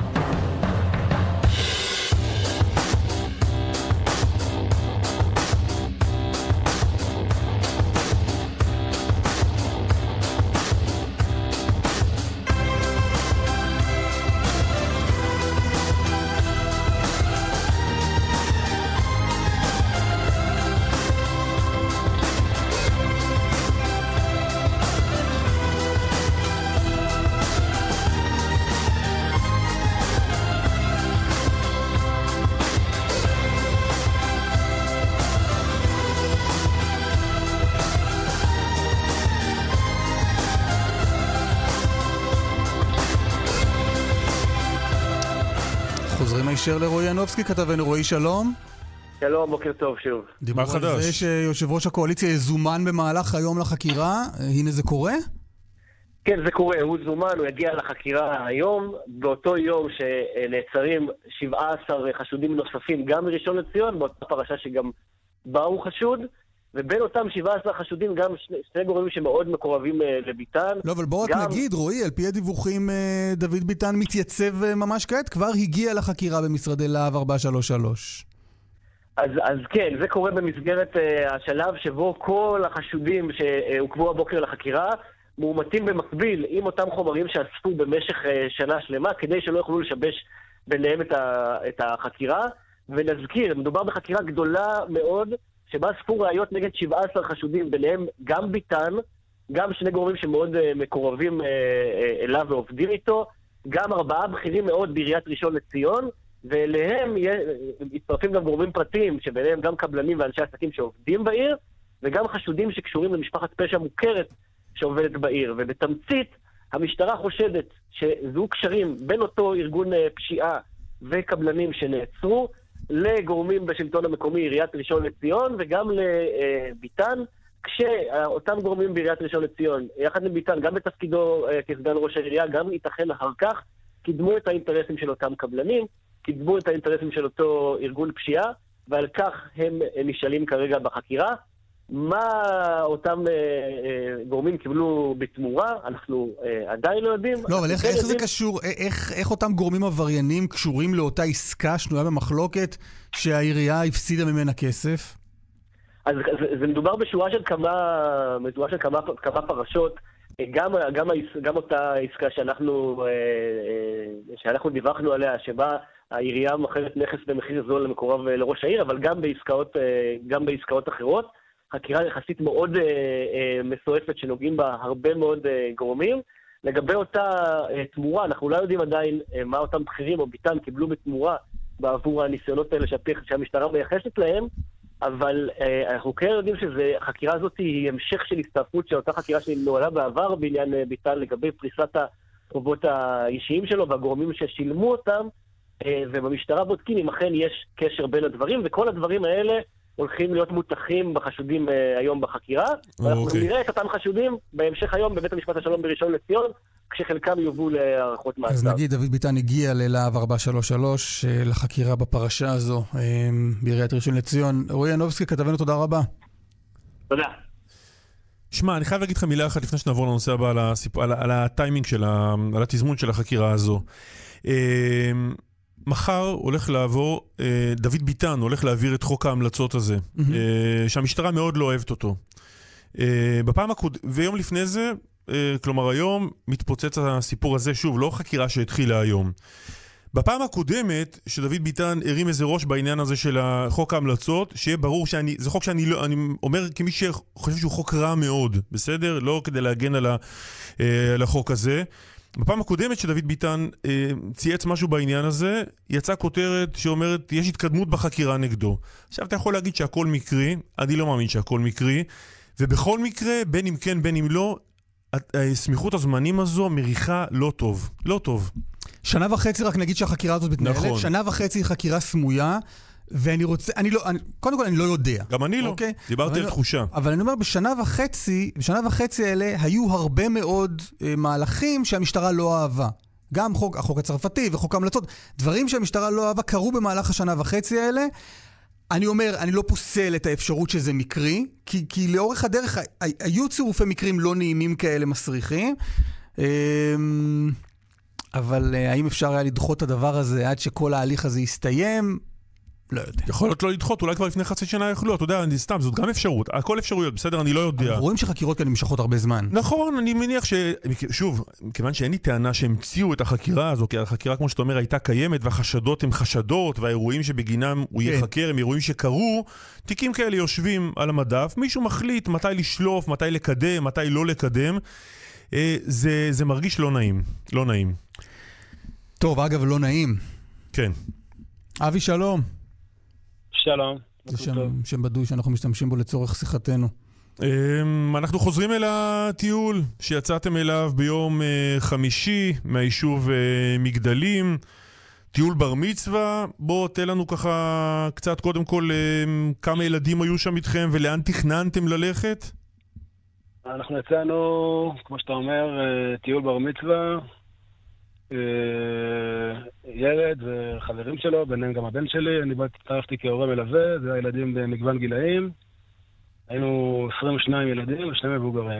חוזרים הישר לרועי ינובסקי, כתבנו. רועי, שלום. שלום, בוקר טוב שוב. דיבר על זה שיושב ראש הקואליציה יזומן במהלך היום לחקירה, הנה זה קורה? כן, זה קורה, הוא זומן, הוא יגיע לחקירה היום, באותו יום שנעצרים שבעה עשר חשודים נוספים, גם מראשון לציון, באותה פרשה שגם באו חשוד, ובין אותם שבעה עשר חשודים גם שני, שני גורמים שמאוד מקורבים uh, לביטן. לא, אבל בוא רק גם... נגיד, רועי, על פי הדיווחים, uh, דוד ביטן מתייצב uh, ממש כעת, כבר הגיע לחקירה במשרדי להב ארבע שלוש שלוש. אז, אז כן, זה קורה במסגרת uh, השלב שבו כל החשודים שהוקבו הבוקר לחקירה, מאומתים במקביל עם אותם חומרים שאספו במשך uh, שנה שלמה, כדי שלא יוכלו לשבש ביניהם את, ה, את החקירה. ונזכיר, מדובר בחקירה גדולה מאוד, שבה ספור ראיות נגד שבעה עשר חשודים, ביניהם גם ביטן, גם שני גורמים שמאוד uh, מקורבים uh, uh, אליו ועובדים איתו, גם ארבעה בכירים מאוד בעיריית ראשון לציון, ואליהם יצטרפים גם גורמים פרטיים, שביניהם גם קבלנים ואנשי עסקים שעובדים בעיר, וגם חשודים שקשורים למשפחת פשע מוכרת שעובדת בעיר. ובתמצית, המשטרה חושדת שזו קשרים בין אותו ארגון uh, פשיעה וקבלנים שנעצרו, לגורמים בשלטון המקומי, עיריית ראשון לציון, וגם לביטן, כשאותם גורמים בעיריית ראשון לציון, יחד עם ביטן, גם בתפקידו כסגן ראש העירייה, גם ייתכן אחר כך, קידמו את האינטרסים של אותם קבלנים, קידמו את האינטרסים של אותו ארגון פשיעה, ועל כך הם נשאלים כרגע בחקירה. מה אותם אה, אה, גורמים קיבלו בתמורה, אנחנו אה, עדיין לא יודעים. לא, אבל איך, איך יודעים... זה קשור, איך, איך אותם גורמים עבריינים קשורים לאותה עסקה שנויה במחלוקת שהעירייה הפסידה ממנה כסף? אז זה, זה מדובר בשורה של כמה, מדובר של כמה, כמה פרשות, גם, גם, גם אותה עסקה שאנחנו, שאנחנו דיווחנו עליה, שבה העירייה מוכרת נכס במחיר זול למקורב לראש העיר, אבל גם בעסקאות, גם בעסקאות אחרות. חקירה יחסית מאוד אה, אה, מסועפת שנוגעים בה הרבה מאוד אה, גורמים. לגבי אותה אה, תמורה, אנחנו לא יודעים עדיין אה, מה אותם בכירים או ביטן קיבלו בתמורה בעבור הניסיונות האלה שהמשטרה מייחסת להם, אבל אה, אנחנו כן יודעים שהחקירה הזאת היא המשך של הסתעפות של אותה חקירה שנועלה בעבר בעניין אה, ביטן לגבי פריסת החובות האישיים שלו והגורמים ששילמו אותם, אה, ובמשטרה בודקים אם אכן יש קשר בין הדברים, וכל הדברים האלה הולכים להיות מותחים בחשודים uh, היום בחקירה, ואנחנו okay. נראה את אותם חשודים בהמשך היום בבית המשפט השלום בראשון לציון, כשחלקם יובאו להערכות מעצר. אז נגיד, דוד ביטן הגיע ללהב ארבע שלוש שלוש לחקירה בפרשה הזו בעיריית ראשון לציון. רועי ינובסקי, כתבנו, תודה רבה. תודה. שמע, אני חייב להגיד לך מילה אחת לפני שנעבור לנושא הבא על, הסיפ... על, על הטיימינג של ה... על התזמון של החקירה הזו. מחר הולך לעבור, דוד ביטן הולך להעביר את חוק ההמלצות הזה, mm-hmm. שהמשטרה מאוד לא אוהבת אותו. בפעם הקוד... ויום לפני זה, כלומר היום, מתפוצץ הסיפור הזה, שוב, לא חקירה שהתחילה היום. בפעם הקודמת, שדוד ביטן הרים איזה ראש בעניין הזה של חוק ההמלצות, שיהיה ברור שאני, זה חוק שאני לא, אני אומר כמי שחושב שהוא חוק רע מאוד, בסדר? לא כדי להגן על, ה, על החוק הזה. בפעם הקודמת שדוד ביטן אה, צייץ משהו בעניין הזה, יצאה כותרת שאומרת, יש התקדמות בחקירה נגדו. עכשיו אתה יכול להגיד שהכל מקרי, אני לא מאמין שהכל מקרי, ובכל מקרה, בין אם כן, בין אם לא, הסמיכות הזמנים הזו מריחה לא טוב. לא טוב. שנה וחצי רק נגיד שהחקירה הזאת מתנהלת. נכון. שנה וחצי חקירה סמויה, ואני רוצה, אני לא, אני, קודם כל אני לא יודע. גם אני לא. אוקיי? דיברתי על תחושה. אבל אני אומר, בשנה וחצי, בשנה וחצי האלה, היו הרבה מאוד אה, מהלכים שהמשטרה לא אהבה. גם חוק, החוק הצרפתי וחוק ההמלצות. דברים שהמשטרה לא אהבה קרו במהלך השנה וחצי האלה. אני אומר, אני לא פוסל את האפשרות שזה מקרי, כי, כי לאורך הדרך היו צירופי מקרים לא נעימים כאלה מסריחים. אבל האם אפשר היה לדחות את הדבר הזה עד שכל ההליך הזה יסתיים? לא יודע. יכול להיות לא לדחות, אולי כבר לפני חצי שנה יכלו, אתה יודע, אני סתם, זאת גם אפשרות. הכל אפשרויות, בסדר, אני לא יודע. אנחנו רואים שחקירות כאלה נמשכות הרבה זמן. נכון, אני מניח ש... שוב, כיוון שאין לי טענה שהמציאו את החקירה הזו, כי החקירה, כמו שאתה אומר, הייתה קיימת, והחשדות הם חשדות, והאירועים שבגינם הוא יחקר הם אירועים שקרו, תיקים כאלה יושבים על המדף, מישהו מחליט מתי לשלוף, מתי לקדם, מתי לא לקדם. זה, זה מרגיש לא נעים. לא נעים. טוב, אגב, לא נעים. כן. אבי, שלום. שלום. זה שם, שם בדוי שאנחנו משתמשים בו לצורך שיחתנו. אנחנו חוזרים אל הטיול שיצאתם אליו ביום חמישי מהיישוב מגדלים. טיול בר מצווה. בוא תן לנו ככה קצת קודם כל כמה ילדים היו שם איתכם ולאן תכננתם ללכת? אנחנו יצאנו, כמו שאתה אומר, טיול בר מצווה. ילד וחברים שלו, ביניהם גם הבן שלי, אני הצטרפתי כהורה מלווה, זה הילדים במגוון גילאים. היינו עשרים ושניים ילדים ושני מבוגרים.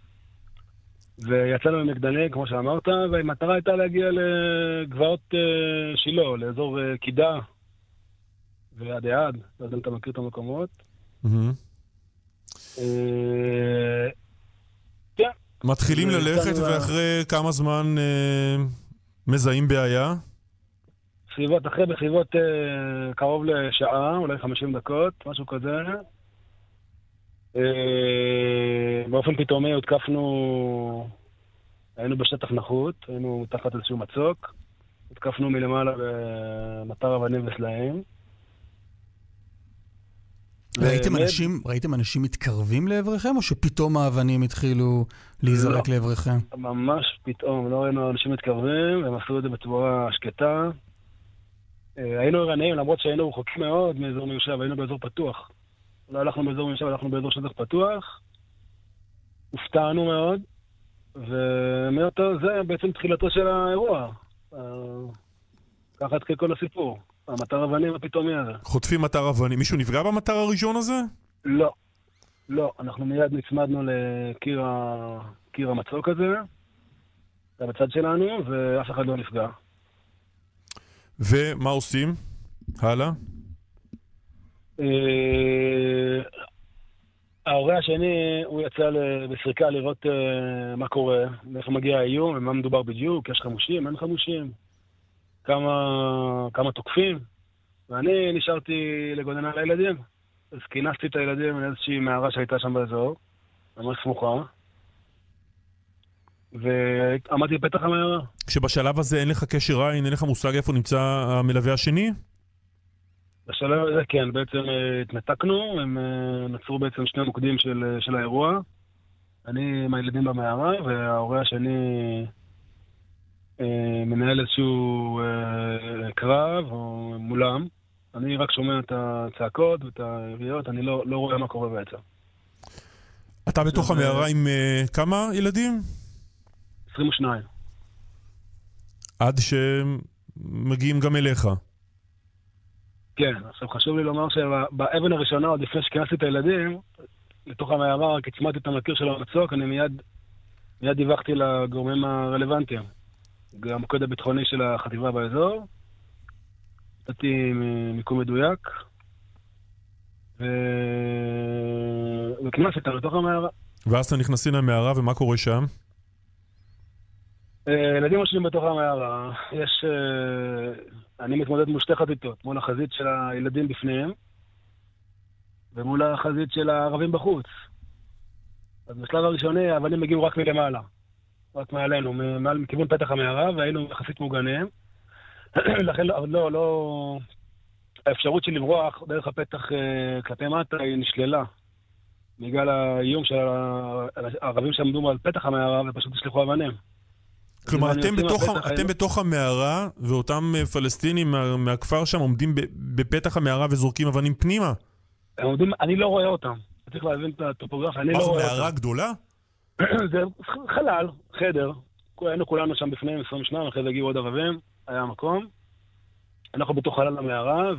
ויצאנו ממגדלים, כמו שאמרת, והמטרה הייתה להגיע לגבעות שילה, לאזור קידה ועד העד, לא יודע אם אתה מכיר את המקומות. מתחילים ללכת ואחרי כמה זמן מזהים בעיה? סביבות, אחרי בסביבות קרוב לשעה, אולי חמישים דקות, משהו כזה. באופן פתאומי הותקפנו, היינו בשטח נחות, היינו תחת איזשהו מצוק, הותקפנו מלמעלה במטר אבנים וסלעים. ראיתם אנשים, ראיתם אנשים מתקרבים לעברכם, או שפתאום האבנים התחילו להיזרק לעברכם? ממש פתאום, לא ראינו אנשים מתקרבים, הם עשו את זה בצורה שקטה. היינו ערניים, למרות שהיינו רחוקים מאוד מאזור מיושב, היינו באזור פתוח. לא הלכנו באזור מיושב, הלכנו באזור שטח פתוח. הופתענו מאוד, ומאותו זה בעצם תחילתו של האירוע. ככה התחיל כל הסיפור. המטר אבנים הפתאומי הזה. חוטפים מטר אבנים. מישהו נפגע במטר הראשון הזה? לא. לא. אנחנו מיד נצמדנו לקיר ה... קיר המצוק הזה, זה בצד שלנו, ואף אחד לא נפגע. ומה עושים? הלאה? ההורה השני, הוא יצא בסריקה לראות מה קורה, איך מגיע האיום, ומה מדובר בדיוק, יש חמושים, אין חמושים. כמה, כמה תוקפים, ואני נשארתי לגונן על הילדים. אז כינסתי את הילדים מאיזושהי מערה שהייתה שם באזור, ממש סמוכה, ועמדתי בפתח המערה. כשבשלב הזה אין לך קשר עין, אין לך מושג איפה נמצא המלווה השני? בשלב הזה כן, בעצם התנתקנו, הם נצרו בעצם שני מוקדים של, של האירוע. אני עם הילדים במערה, וההורה השני מנהל איזשהו אה, קרב או מולם. אני רק שומע את הצעקות ואת היריות, אני לא, לא רואה מה קורה בעצם. אתה בתוך המערה עם uh, כמה ילדים? עשרים ושניים. עד שמגיעים גם אליך. כן, עכשיו חשוב לי לומר שבאבן הראשונה, עוד לפני שכנסתי את הילדים, לתוך המערה רק הצמדתי את המכיר של המצוק, אני מיד, מיד דיווחתי לגורמים הרלוונטיים. גם המוקד הביטחוני של החטיבה באזור, נתתי מיקום מדויק, ו... וכנס איתה לתוך המערה. ואז אתה נכנסים למערה, ומה קורה שם? ילדים יושבים בתוך המערה, יש... אני מתמודד מול שתי חזיתות, מול החזית של הילדים בפניהם, ומול החזית של הערבים בחוץ. אז בשלב הראשוני, האבנים מגיעו רק מלמעלה, רק מעלינו, מכיוון פתח המערה, והיינו יחסית מוגנים. לכן לא, לא, לא... האפשרות של לברוח דרך הפתח כלפי מטה היא נשללה. בגלל האיום של הערבים שעמדו על פתח המערה ופשוט השליחו אבנים. כלומר, אתם בתוך, אתם בתוך המערה, ואותם פלסטינים מה, מהכפר שם עומדים בפתח המערה וזורקים אבנים פנימה? הם עומדים, אני לא רואה אותם. צריך להבין את הטופוגרפיה, אני לא רואה אותם. מה זו מערה גדולה? זה חלל, חדר. היינו כולנו שם בפניהם עשרים שניים, אחרי זה הגיעו עוד ערבים, היה מקום. אנחנו בתוך חלל המערה,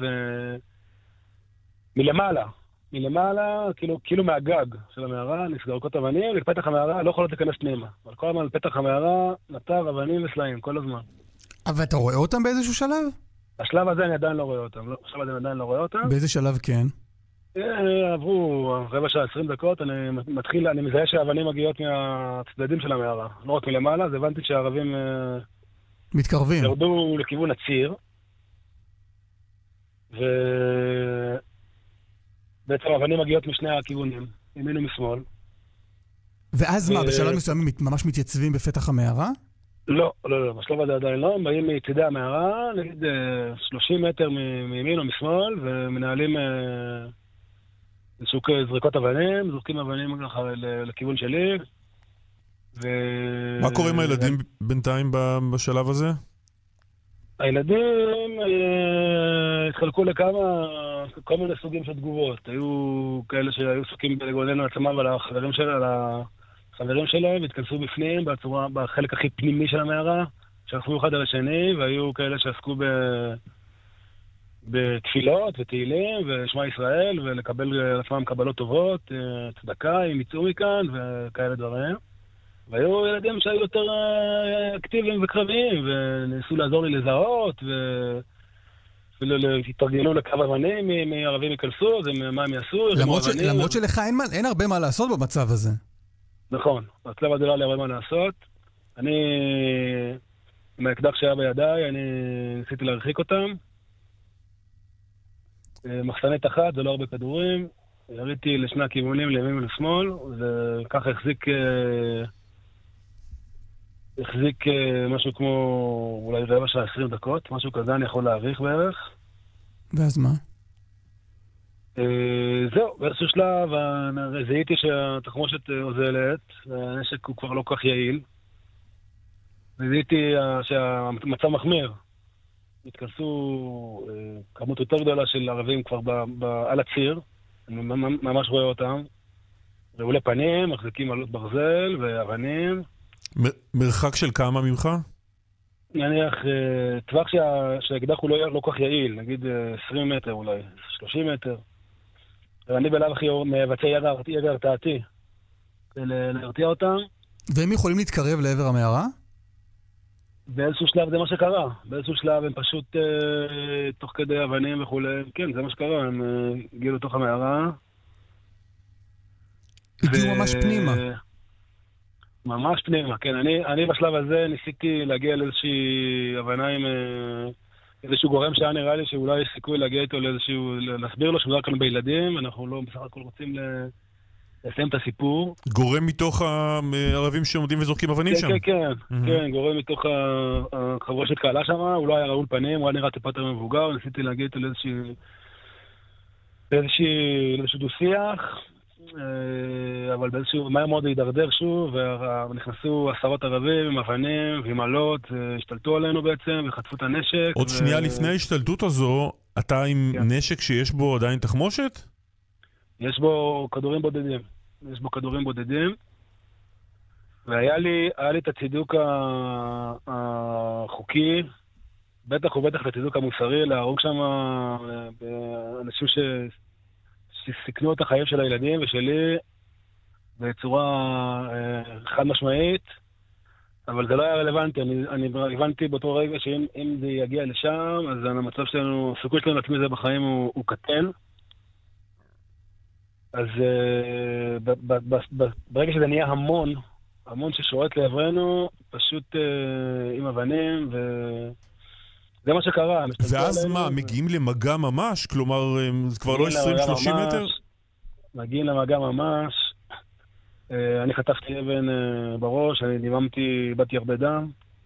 ומלמעלה, מלמעלה, כאילו, כאילו מהגג של המערה, נסגרקות אבנים, לפתח המערה לא יכולות להיכנס פנימה. אבל כל הזמן לפתח המערה, נטר, אבנים וסלעים, כל הזמן. אבל אתה רואה אותם באיזשהו שלב? השלב הזה אני עדיין לא רואה אותם. השלב הזה אני עדיין לא רואה אותם. באיזה שלב כן? עברו רבע שעה, עשרים דקות, אני מתחיל, אני מזהה שהאבנים מגיעות מהצדדים של המערה. לא רק מלמעלה, אז הבנתי שהערבים... מתקרבים. ירדו לכיוון הציר. ו... בעצם האבנים מגיעות משני הכיוונים, ימין ומשמאל. ואז מה, בשלב מסוים ממש מתייצבים בפתח המערה? לא, לא, לא, בשלב הזה עדיין לא, הם באים מצידי המערה, נגיד שלושים מטר מימין או משמאל, ומנהלים איזשהו זריקות אבנים, זורקים אבנים ככה לכיוון שלי. מה קורה עם הילדים בינתיים בשלב הזה? הילדים התחלקו לכמה, כל מיני סוגים של תגובות. היו כאלה שהיו עסוקים בלגונן על עצמם ועל החברים שלהם, החברים שלהם, התכנסו בפנים, בצורה, בחלק הכי פנימי של המערה, שעשו אחד על השני, והיו כאלה שעסקו ב... בתפילות ותהילים ושמע ישראל, ולקבל על עצמם קבלות טובות, צדקה, אם יצאו מכאן, וכאלה דברים. והיו ילדים שהיו יותר אקטיביים וקרביים, וניסו לעזור לי לזהות, ואפילו התארגנו לקו אבנים, מערבים ייכנסו, אז מה הם יעשו? למרות שלך אין הרבה מה לעשות במצב הזה. נכון, בצלב הזה לא היה הרבה מה לעשות. אני, עם האקדח שהיה בידיי, אני ניסיתי להרחיק אותם. מחסנית אחת, זה לא הרבה כדורים. יריתי לשני הכיוונים, לימין ולשמאל, וככה החזיק... החזיק משהו כמו אולי רבע שעה עשרים דקות, משהו כזה אני יכול להעריך בערך. ואז מה? זהו, באיזשהו שלב זיהיתי שהתחמושת עוזלת, והנשק הוא כבר לא כל כך יעיל. זיהיתי שהמצב מחמיר. התכנסו כמות יותר גדולה של ערבים כבר על הציר, אני ממש רואה אותם. רעולי פנים, מחזיקים עלות ברזל ואבנים. מרחק של כמה ממך? נניח, טווח שהאקדח הוא לא כל כך יעיל, נגיד עשרים מטר אולי, שלושים מטר. ואני בלב הכי מבצע ידע הרתעתי, להרתיע אותם. והם יכולים להתקרב לעבר המערה? באיזשהו שלב זה מה שקרה. באיזשהו שלב הם פשוט תוך כדי אבנים וכו'. כן, זה מה שקרה, הם הגיעו לתוך המערה. הגיעו ממש פנימה. ממש פנימה, כן. אני, אני בשלב הזה ניסיתי להגיע לאיזושהי הבנה עם איזשהו גורם שהיה נראה לי שאולי יש סיכוי להגיע איתו לאיזשהו, להסביר לו שמדובר כאן בילדים, אנחנו לא בסך הכל רוצים לסיים את הסיפור. גורם מתוך הערבים שעומדים וזורקים אבנים שם? כן, כן, כן, כן, גורם מתוך החברושת קהלה שם, הוא לא היה רעול פנים, הוא היה נראה טיפה יותר מבוגר, ניסיתי להגיע איתו לאיזשהו דו-שיח. אבל באיזשהו, מהר מאוד הידרדר שוב, ונכנסו עשרות ערבים עם אבנים ועם עלות, השתלטו עלינו בעצם, וחטפו את הנשק. עוד שנייה לפני ההשתלטות הזו, אתה עם נשק שיש בו עדיין תחמושת? יש בו כדורים בודדים. יש בו כדורים בודדים. והיה לי, היה לי את הצידוק החוקי, בטח ובטח את הצידוק המוסרי, להרוג שם אנשים ש... שסיכנו את החיים של הילדים ושלי בצורה אה, חד משמעית, אבל זה לא היה רלוונטי. אני, אני הבנתי באותו רגע שאם זה יגיע לשם, אז המצב שלנו, הסיכוי שלנו לעצמי זה בחיים הוא, הוא קטן. אז אה, ב, ב, ב, ב, ברגע שזה נהיה המון, המון ששורט לעברנו, פשוט אה, עם אבנים, וזה מה שקרה. ואז מה, מגיעים למגע ממש? כלומר, זה כבר לא עשרים שלושים מטר? מגיעים למגע ממש. אה, אני חטפתי אבן אה, בראש, אני דיממתי, באתי הרבה דם.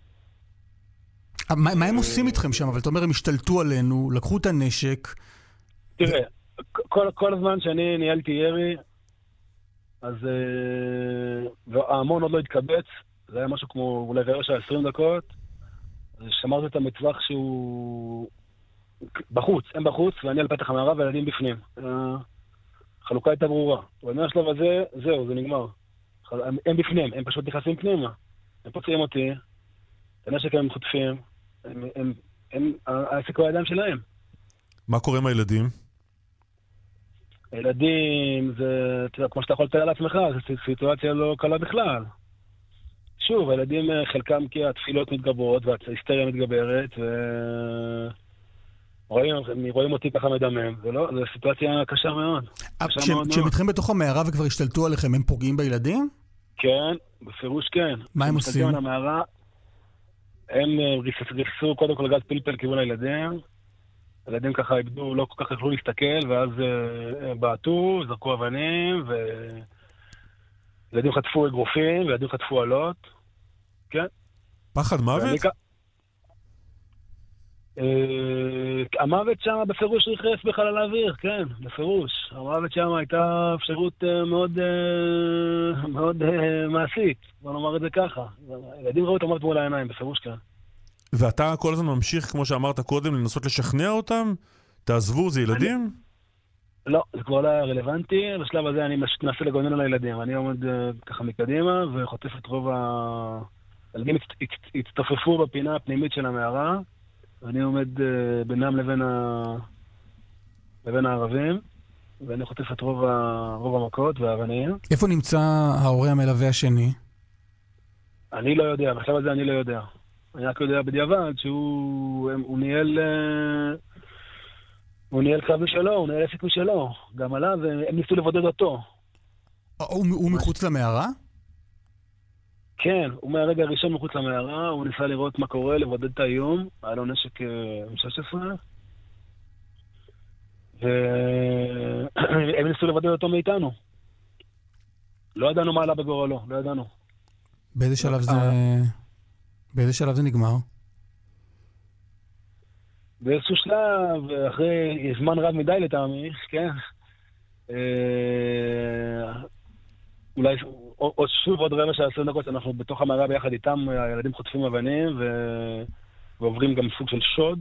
מה, מה הם עושים איתכם שם? אבל אתה אומר, הם השתלטו עלינו, לקחו את הנשק. תראה, כל, כל הזמן שאני ניהלתי ירי, אז ההמון עוד לא התקבץ, זה היה משהו כמו אולי רבע של עשרים דקות, אז שמרתי את המצווח שהוא בחוץ, הם בחוץ, ואני על פתח המערה והילדים בפנים. החלוקה הייתה ברורה. ומהשלב הזה, זהו, זה נגמר. הם, הם בפנים, הם פשוט נכנסים פנימה. הם פוצעים אותי, את הנשק הם חוטפים, הם, הם, הם, העסק בידיים שלהם. מה קורה עם הילדים? הילדים, זה, אתה יודע, כמו שאתה יכול לתאר לעצמך, זו סיטואציה לא קלה בכלל. שוב, הילדים חלקם כי התפילות מתגברות וההיסטריה מתגברת, ורואים רואים אותי ככה מדמם. זה לא, זו סיטואציה קשה מאוד. כשהם איתכם בתוך המערה וכבר השתלטו עליכם, הם פוגעים בילדים? כן, בפירוש כן. מה הם עושים? המערה, הם ריכסו קודם כל גז פלפל כיוון הילדים. הילדים ככה איבדו, לא כל כך יכלו להסתכל, ואז uh, בעטו, זרקו אבנים, וילדים חטפו אגרופים, וילדים חטפו עלות. כן. פחד מוות? כ... uh, המוות שם בפירוש ריחף בחלל האוויר, כן, בפירוש. המוות שם הייתה אפשרות uh, מאוד, uh, מאוד uh, מעשית, בוא נאמר את זה ככה. הילדים ראו את המוות מול העיניים, בפירוש כן. ואתה כל הזמן ממשיך, כמו שאמרת קודם, לנסות לשכנע אותם? תעזבו, זה ילדים? לא, זה כבר לא היה רלוונטי. בשלב הזה אני מנסה לגונן על הילדים. אני עומד ככה מקדימה וחוטף את רוב ה... הילדים הצטופפו בפינה הפנימית של המערה, ואני עומד בינם לבין ה... לבין הערבים, ואני חוטף את רוב, ה... רוב המכות והאבנים. איפה נמצא ההורה המלווה השני? אני לא יודע, בשלב הזה אני לא יודע. אני רק יודע בדיעבד שהוא הוא ניהל, הוא ניהל קרב משלו, הוא ניהל עסק משלו. גם עליו, הם ניסו לבודד אותו. הוא, הוא מחוץ למערה? כן, הוא מהרגע הראשון מחוץ למערה, הוא ניסה לראות מה קורה, לבודד את האיום. היה לו נשק שש עשרה. והם ניסו לבודד אותו מאיתנו. לא ידענו מה עלה בגורלו, לא ידענו. באיזה שלב זה... באיזה שלב זה נגמר? באיזשהו שלב, אחרי זמן רב מדי לטעמי, כן? אולי עוד שוב עוד רבע של עשרים דקות, אנחנו בתוך המערה ביחד איתם, הילדים חוטפים אבנים ועוברים גם סוג של שוד.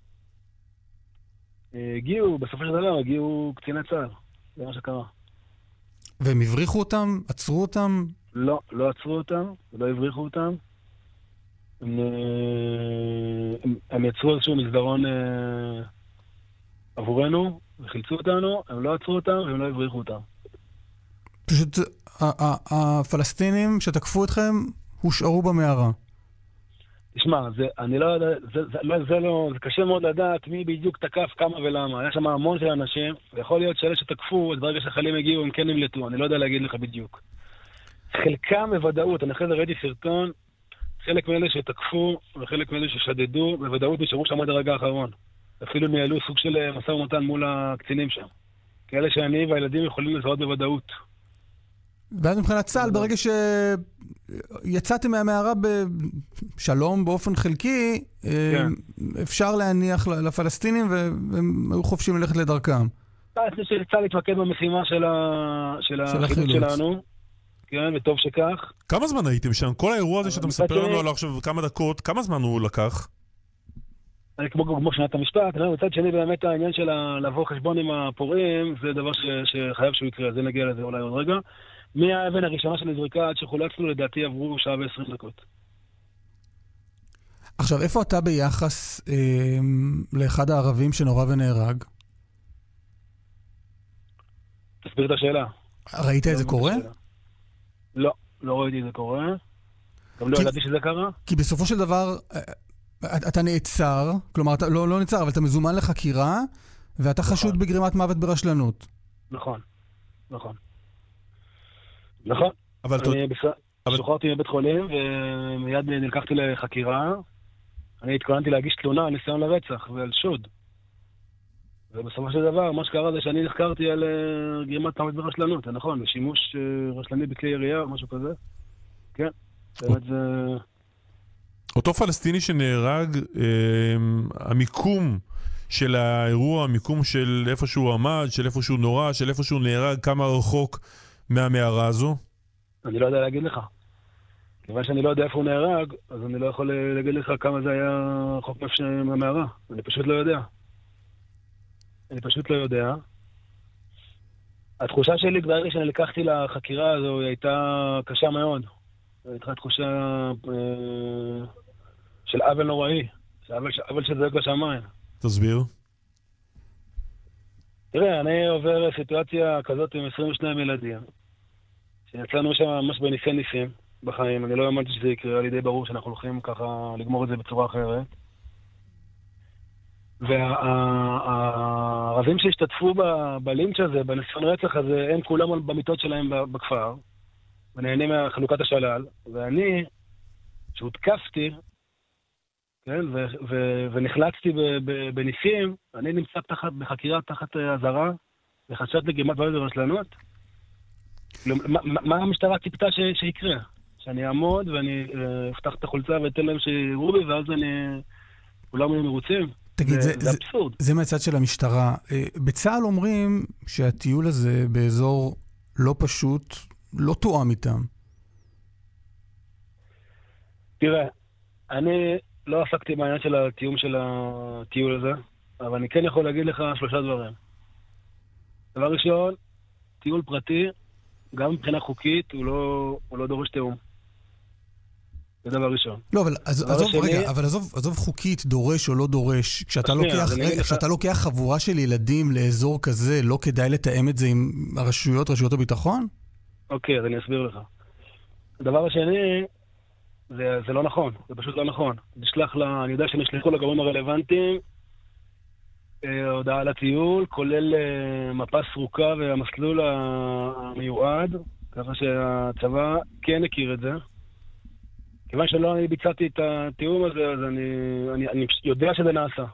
הגיעו, בסופו של דבר, הגיעו קציני צה"ל. זה מה שקרה. והם הבריחו אותם? עצרו אותם? לא, לא עצרו אותם, לא הבריחו אותם. הם, הם, הם יצרו איזשהו מסדרון אה, עבורנו, וחילצו אותנו, הם לא עצרו אותם והם לא הבריחו אותם. פשוט הפלסטינים שתקפו אתכם הושארו במערה. תשמע, זה, אני לא יודע, זה, זה, זה, זה, לא, זה קשה מאוד לדעת מי בדיוק תקף, כמה ולמה. היה שם המון של אנשים, ויכול להיות שאלה שתקפו, אז ברגע שהחיילים הגיעו, הם כן נמלטו, אני לא יודע להגיד לך בדיוק. חלקם בוודאות, אני אחרי זה ראיתי סרטון, חלק מאלה שתקפו וחלק מאלה ששדדו, בוודאות נשארו שם עד הרגע האחרון. אפילו ניהלו סוג של משא ומתן מול הקצינים שם. כאלה שאני והילדים יכולים לזהות בוודאות. ואז מבחינת צה"ל, ברגע שיצאתם מהמערה בשלום באופן חלקי, כן. אפשר להניח לפלסטינים והם היו חופשים ללכת לדרכם. אני חושב שצה"ל להתמקד במשימה של, ה... של, של החילוץ שלנו. כן, וטוב שכך. כמה זמן הייתם שם? כל האירוע הזה שאתה מספר לנו עליו עכשיו כמה דקות, כמה זמן הוא לקח? אני כמו כמו שנת המשפט, מצד שני באמת העניין של לבוא חשבון עם הפורעים, זה דבר שחייב שהוא יקרה, זה נגיע לזה אולי עוד רגע. מהאבן הראשונה של הזריקה עד שחולצנו, לדעתי עברו שעה ועשרים דקות. עכשיו, איפה אתה ביחס אה, לאחד הערבים שנורא ונהרג? תסביר את השאלה. ראית את זה קורה? לא, לא ראיתי את זה קורה. גם לא ידעתי שזה קרה. כי בסופו של דבר, אתה נעצר, כלומר, אתה לא, לא נעצר, אבל אתה מזומן לחקירה, ואתה נכון. חשוד בגרימת מוות ברשלנות. נכון, נכון. נכון. אבל אתה... בס... שוחררתי מבית חולים, ומיד נלקחתי לחקירה. אני התכוננתי להגיש תלונה על ניסיון לרצח ועל שוד. ובסופו של דבר, מה שקרה זה שאני נחקרתי על גרימת מוות ברשלנות, זה נכון, שימוש רשלני בכלי ירייה או משהו כזה. כן, באמת זה... אותו פלסטיני שנהרג, המיקום של האירוע, המיקום של איפה שהוא עמד, של איפה שהוא נורא, של איפה שהוא נהרג, כמה רחוק מהמערה הזו? אני לא יודע להגיד לך. כיוון שאני לא יודע איפה הוא נהרג, אז אני לא יכול להגיד לך כמה זה היה רחוק מהמערה. אני פשוט לא יודע. אני פשוט לא יודע. התחושה שלי ברגע שאני לקחתי לחקירה הזו היא הייתה קשה מאוד. הייתה תחושה אה, של עוול נוראי. עוול שזועק לשמיים. תסביר. תראה, אני עובר סיטואציה כזאת עם עשרים ושניים ילדים. שיצאנו שם ממש בניסי ניסים בחיים. אני לא האמנתי שזה יקרה, על ידי ברור שאנחנו הולכים ככה לגמור את זה בצורה אחרת. והערבים שהשתתפו בלינץ' הזה, בניסיון רצח הזה, הם כולם במיטות שלהם בכפר, ונהנים מהחלוקת השלל, ואני, שהותקפתי, כן, ו- ו- ונחלצתי ב- ב- בניסים, אני נמצא תחת, בחקירה תחת הזרה, וחשת לגרימת מוות ברשלנות. מה, מה המשטרה ציפתה ש- שיקרה? שאני אעמוד ואני אפתח את החולצה ואתן להם שיראו בי, ואז אני, כולם יהיו מרוצים. תגיד, זה, זה, זה אבסורד. זה מהצד של המשטרה. בצה"ל אומרים שהטיול הזה באזור לא פשוט, לא תואם איתם. תראה, אני לא עסקתי בעניין של התיאום של הטיול הזה, אבל אני כן יכול להגיד לך שלושה דברים. דבר ראשון, טיול פרטי, גם מבחינה חוקית, הוא לא, הוא לא דורש תיאום. זה דבר ראשון. לא, אבל עזוב, רגע, אבל עזוב, עזוב חוקית, דורש או לא דורש, כשאתה לוקח, כשאתה לוקח חבורה של ילדים לאזור כזה, לא כדאי לתאם את זה עם הרשויות, רשויות הביטחון? אוקיי, אז אני אסביר לך. הדבר השני, זה, זה לא נכון, זה פשוט לא נכון. נשלח לה, אני יודע שנשלחו לגורמים הרלוונטיים, אה, הודעה על הטיול, כולל אה, מפה סרוקה והמסלול המיועד, ככה שהצבא כן הכיר את זה. כיוון שלא אני ביצעתי את התיאום הזה, אז אני, אני, אני יודע שזה נעשה.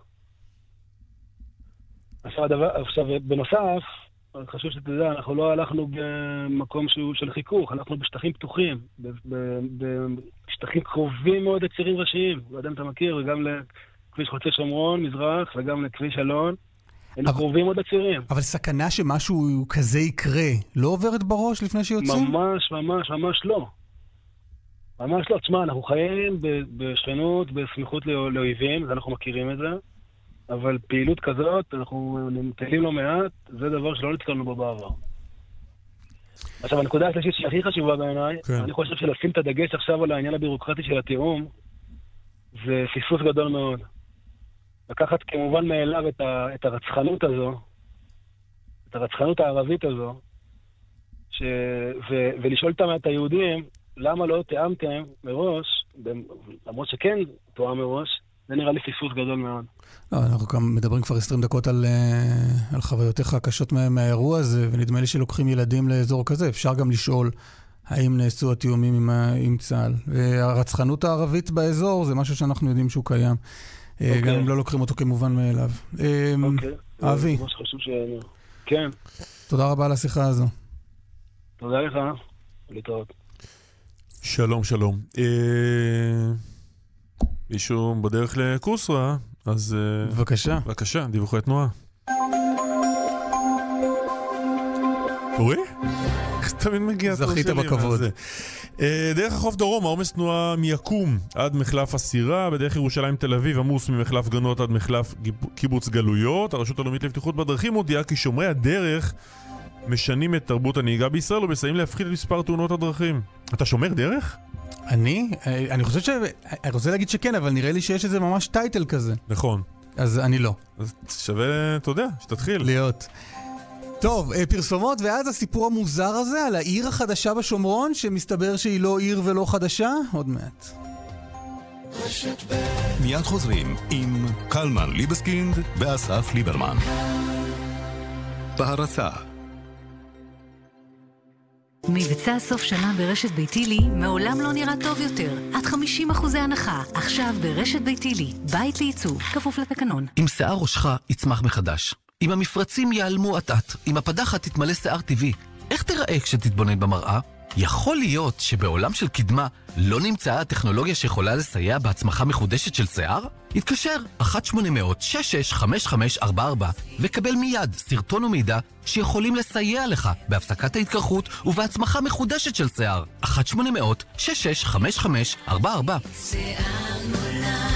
עכשיו, הדבר, עכשיו, בנוסף, חשוב שתדע, אנחנו לא הלכנו במקום שהוא של חיכוך, הלכנו בשטחים פתוחים, בשטחים קרובים מאוד לצירים ראשיים, לא יודע אם אתה מכיר, וגם לכביש חוצה שומרון, מזרח, וגם לכביש אלון, הם קרובים מאוד לצירים. אבל סכנה שמשהו כזה יקרה, לא עוברת בראש לפני שיוצאים? ממש, ממש, ממש לא. ממש לא, תשמע, אנחנו חיים בשכנות, בסמיכות לאויבים, אז אנחנו מכירים את זה, אבל פעילות כזאת, אנחנו מטיילים לא מעט, זה דבר שלא נתקלנו בו בעבר. עכשיו, הנקודה השלישית שהכי חשובה בעיניי, כן. אני חושב שלשים את הדגש עכשיו על העניין הבירוקרטי של התיאום, זה פספוס גדול מאוד. לקחת כמובן מאליו את, ה, את הרצחנות הזו, את הרצחנות הערבית הזו, ש, ו, ולשאול אותם את היהודים, למה לא תיאמתם מראש, למרות שכן תואם מראש, זה נראה לי פספוס גדול מאוד. לא, אנחנו גם מדברים כבר עשרים דקות על, על חוויותיך הקשות מה, מהאירוע הזה, ונדמה לי שלוקחים ילדים לאזור כזה. אפשר גם לשאול האם נעשו התיאומים עם, עם צה"ל. והרצחנות הערבית באזור זה משהו שאנחנו יודעים שהוא קיים. Okay. גם אם לא לוקחים אותו כמובן מאליו. אוקיי. Okay. אבי. זה ממש חשוב שאני... כן. תודה רבה על השיחה הזו. תודה לך. להתראות. שלום, שלום. אה... מישהו בדרך לקוסרה, אז... בבקשה. בבקשה, דיווחי תנועה. אורי? איך תמיד מגיע... זכית בכבוד. דרך החוף דרום, העומס תנועה מיקום עד מחלף הסירה, בדרך ירושלים תל אביב עמוס ממחלף גנות עד מחלף קיבוץ גלויות. הרשות הלאומית לבטיחות בדרכים הודיעה כי שומרי הדרך משנים את תרבות הנהיגה בישראל ומסייעים להפחית את מספר תאונות הדרכים. אתה שומר דרך? אני? אני חושב ש... אני רוצה להגיד שכן, אבל נראה לי שיש איזה ממש טייטל כזה. נכון. אז אני לא. אז שווה, אתה יודע, שתתחיל. להיות. טוב, פרסומות, ואז הסיפור המוזר הזה על העיר החדשה בשומרון, שמסתבר שהיא לא עיר ולא חדשה, עוד מעט. מיד חוזרים עם קלמן ליבסקינד ואסף ליברמן. בהרצה מבצע סוף שנה ברשת ביתילי מעולם לא נראה טוב יותר. עד חמישים אחוזי הנחה. עכשיו ברשת ביתילי. בית לעיצוב. כפוף לתקנון. אם שיער ראשך יצמח מחדש, אם המפרצים ייעלמו עטט, אם הפדחת תתמלא שיער טבעי, איך תראה כשתתבונן במראה? יכול להיות שבעולם של קדמה לא נמצאה הטכנולוגיה שיכולה לסייע בהצמחה מחודשת של שיער? התקשר אחת שמונה מאות שש שש חמש חמש ארבע ארבע וקבל מיד סרטון ומידע שיכולים לסייע לך בהפסקת ההתקרחות ובהצמחה מחודשת של שיער. אחת שמונה מאות שש שש חמש חמש ארבע ארבע. שיער נולד.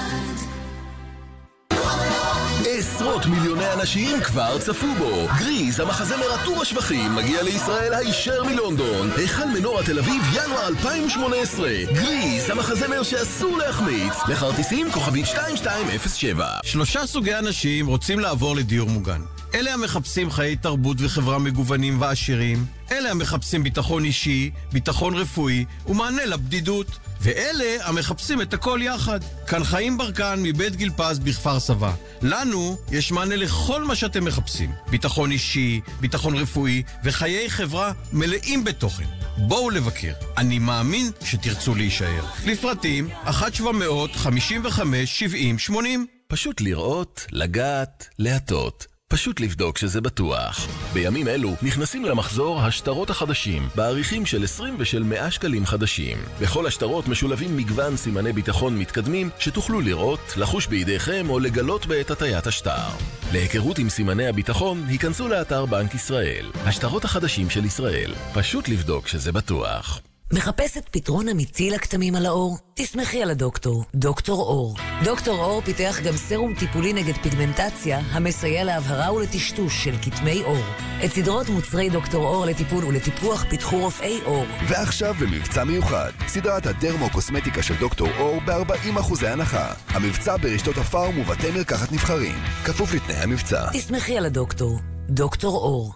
עשרות מיליוני אנשים כבר צפו בו. גריז, המחזמר עטור השבחים, מגיע לישראל הישר מלונדון. היכל מנורה תל אביב, ינואר אלפיים ושמונה עשרה. גריז, המחזמר שאסור להחמיץ. לכרטיסים כוכבית שתיים שתיים אפס שבע. שלושה סוגי אנשים רוצים לעבור לדיור מוגן. אלה המחפשים חיי תרבות וחברה מגוונים ועשירים, אלה המחפשים ביטחון אישי, ביטחון רפואי ומענה לבדידות, ואלה המחפשים את הכל יחד. כאן חיים ברקן מבית גיל פז בכפר סבא. לנו יש מענה לכל מה שאתם מחפשים. ביטחון אישי, ביטחון רפואי וחיי חברה מלאים בתוכן. בואו לבקר. אני מאמין שתרצו להישאר. לפרטים אחת שבע מאות חמישים וחמש שבעים שמונים. פשוט לראות, לגעת, להטות. פשוט לבדוק שזה בטוח. בימים אלו נכנסים למחזור השטרות החדשים, בעריכים של עשרים ושל מאה שקלים חדשים. בכל השטרות משולבים מגוון סימני ביטחון מתקדמים שתוכלו לראות, לחוש בידיכם או לגלות בעת הטיית השטר. להיכרות עם סימני הביטחון, היכנסו לאתר בנק ישראל. השטרות החדשים של ישראל. פשוט לבדוק שזה בטוח. מחפשת פתרון אמיתי לכתמים על האור? תסמכי על הדוקטור, דוקטור אור. דוקטור אור פיתח גם סרום טיפולי נגד פיגמנטציה המסייע להבהרה ולטשטוש של כתמי אור. את סדרות מוצרי דוקטור אור לטיפול ולטיפוח פיתחו רופאי אור. ועכשיו במבצע מיוחד, סדרת הדרמו-קוסמטיקה של דוקטור אור ב-ארבעים אחוזי הנחה. המבצע ברשתות הפארם ובתי מרקחת נבחרים. כפוף לתנאי המבצע. תסמכי על הדוקטור, דוקטור אור.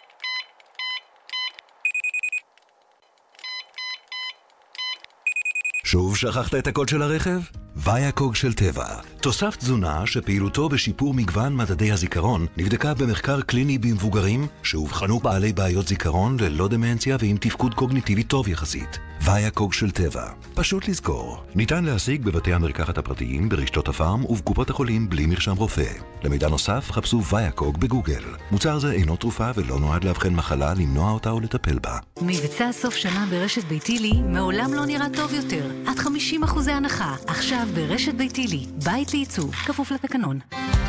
שוב שכחת את הקוד של הרכב? ויאקוג של טבע. תוסף תזונה שפעילותו בשיפור מגוון מדדי הזיכרון נבדקה במחקר קליני במבוגרים שהובחנו בעלי בעיות זיכרון ללא דמנציה ועם תפקוד קוגניטיבי טוב יחסית. ויאקוג של טבע. פשוט לזכור. ניתן להשיג בבתי המרקחת הפרטיים, ברשתות הפארם ובקופות החולים בלי מרשם רופא. למידע נוסף חפשו ויאקוג בגוגל. מוצר זה אינו תרופה ולא נועד לאבחן מחלה, למנוע אותה או לטפל בה. מבצע סוף שנה ברשת ביתילי מעולם לא נראה טוב יותר. עד חמישים אחוזי הנחה. עכשיו ברשת ביתילי. בית לעיצוב. כפוף לתקנון.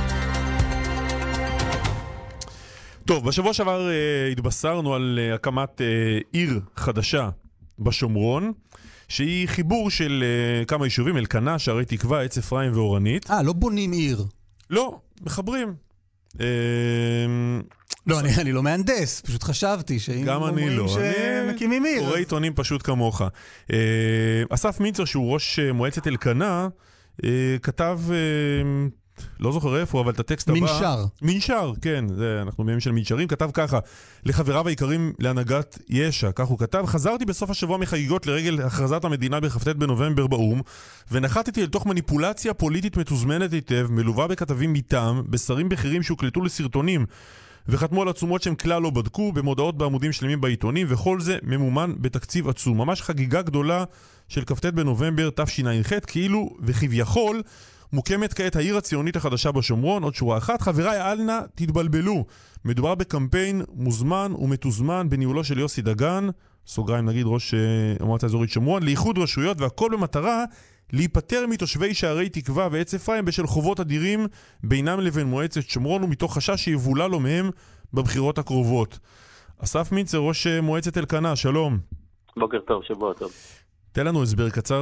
טוב, בשבוע שעבר אה, התבשרנו על אה, הקמת אה, עיר חדשה בשומרון, שהיא חיבור של אה, כמה יישובים, אלקנה, שערי תקווה, עץ אפרים ואורנית. אה, לא בונים עיר. לא, מחברים. אה, לא, אני, אני לא מהנדס, פשוט חשבתי שאם גם אני לא. שמקימים עיר. קורא עיתונים פשוט כמוך. אה, אסף מינצר, שהוא ראש מועצת אלקנה, אה, כתב... אה, לא זוכר איפה, אבל את הטקסט הבא... מנשר. מנשר, כן, זה, אנחנו בימים של מנשרים. כתב ככה, לחבריו העיקרים להנהגת יש"ע, כך הוא כתב, חזרתי בסוף השבוע מחגיגות לרגל הכרזת המדינה בכ"ט בנובמבר באו"ם, ונחתתי אל תוך מניפולציה פוליטית מתוזמנת היטב, מלווה בכתבים מטעם, בשרים בכירים שהוקלטו לסרטונים, וחתמו על עצומות שהם כלל לא בדקו, במודעות בעמודים שלמים בעיתונים, וכל זה ממומן בתקציב עצום. ממש חגיגה גדולה של כ"ט בנובמבר תשע"ח, כאילו וכביכול מוקמת כעת העיר הציונית החדשה בשומרון. עוד שורה אחת, חבריי, אל נא תתבלבלו. מדובר בקמפיין מוזמן ומתוזמן בניהולו של יוסי דגן, סוגריים נגיד ראש המועצה האזורית שומרון, לאיחוד רשויות, והכל במטרה להיפטר מתושבי שערי תקווה ועץ אפרים בשל חובות אדירים בינם לבין מועצת שומרון, ומתוך חשש שיבולה לו מהם בבחירות הקרובות. אסף מינצר, ראש מועצת אלקנה, שלום. בוקר טוב, שבוע טוב. תן לנו הסבר קצר.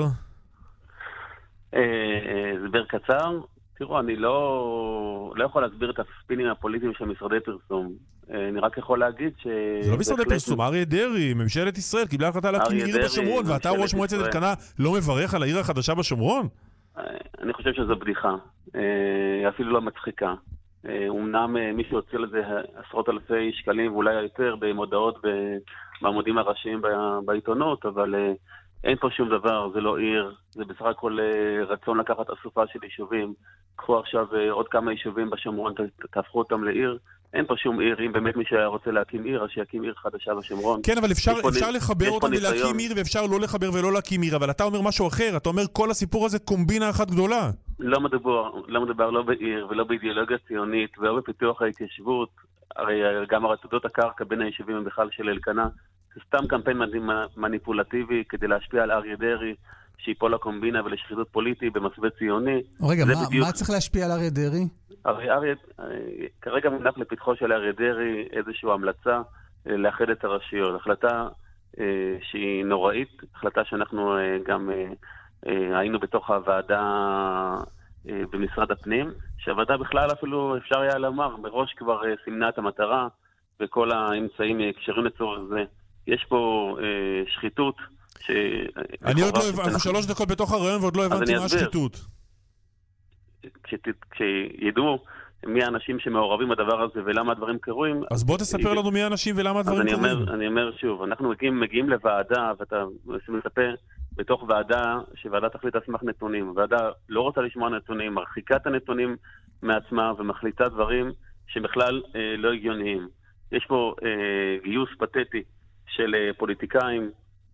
הסבר קצר, תראו, אני לא, לא יכול להסביר את הספינים הפוליטיים של משרדי פרסום. אני רק יכול להגיד ש... זה לא משרדי פרסום, אריה דרעי, ממשלת ישראל, קיבלה החלטה להקים עיר בשומרון, ואתה ראש מועצת אלקנה לא מברך על העיר החדשה בשומרון? אני חושב שזו בדיחה, אפילו לא מצחיקה. אמנם מישהו הוציא לזה עשרות אלפי שקלים, ואולי יותר במודעות בעמודים הראשיים בעיתונות, אבל... אין פה שום דבר, זה לא עיר, זה בסך הכל רצון לקחת אסופה של יישובים. קחו עכשיו עוד כמה יישובים בשומרון, תהפכו אותם לעיר, אין פה שום עיר, אם באמת מי שהיה רוצה להקים עיר, אז שיקים עיר חדשה בשומרון. כן, אבל אפשר, אפשר לחבר אותם ולהקים עיר, ואפשר לא לחבר ולא להקים עיר, אבל אתה אומר משהו אחר, אתה אומר כל הסיפור הזה קומבינה אחת גדולה. לא מדובר, לא מדבר לא בעיר ולא באידיאולוגיה ציונית, ולא בפיתוח ההתיישבות, הרי גם הרצודות הקרקע בין היישובים הם בכלל של אלקנה, זה סתם קמפיין מניפולטיבי כדי להשפיע על אריה דרעי, שיפול לקומבינה ולשחיתות פוליטי במסווה ציוני. רגע, מה, בדיוק... מה צריך להשפיע על אריה דרעי? הרי אריה, כרגע מונח לפתחו של אריה דרעי איזושהי המלצה לאחד את הרשויות. החלטה אה, שהיא נוראית, החלטה שאנחנו אה, גם אה, אה, היינו בתוך הוועדה אה, במשרד הפנים, שהוועדה בכלל אפילו אפשר היה לומר, מראש כבר אה, סימנה את המטרה, וכל האמצעים קשרים לצורך זה. יש פה אה, שחיתות, ש... אני עוד לא הבנתי, אנחנו שלוש דקות בתוך הרעיון ועוד לא הבנתי מה השחיתות. כשידעו מי האנשים שמעורבים בדבר הזה ולמה הדברים קרויים... אז בוא תספר לנו מי האנשים ולמה הדברים קרויים. אני אומר שוב, אנחנו מגיעים לוועדה, ואתה מצפה בתוך ועדה, שוועדה תחליט על סמך נתונים. ועדה לא רוצה לשמוע נתונים, מרחיקה את הנתונים מעצמה ומחליטה דברים שבכלל לא הגיוניים. יש פה גיוס פתטי של פוליטיקאים,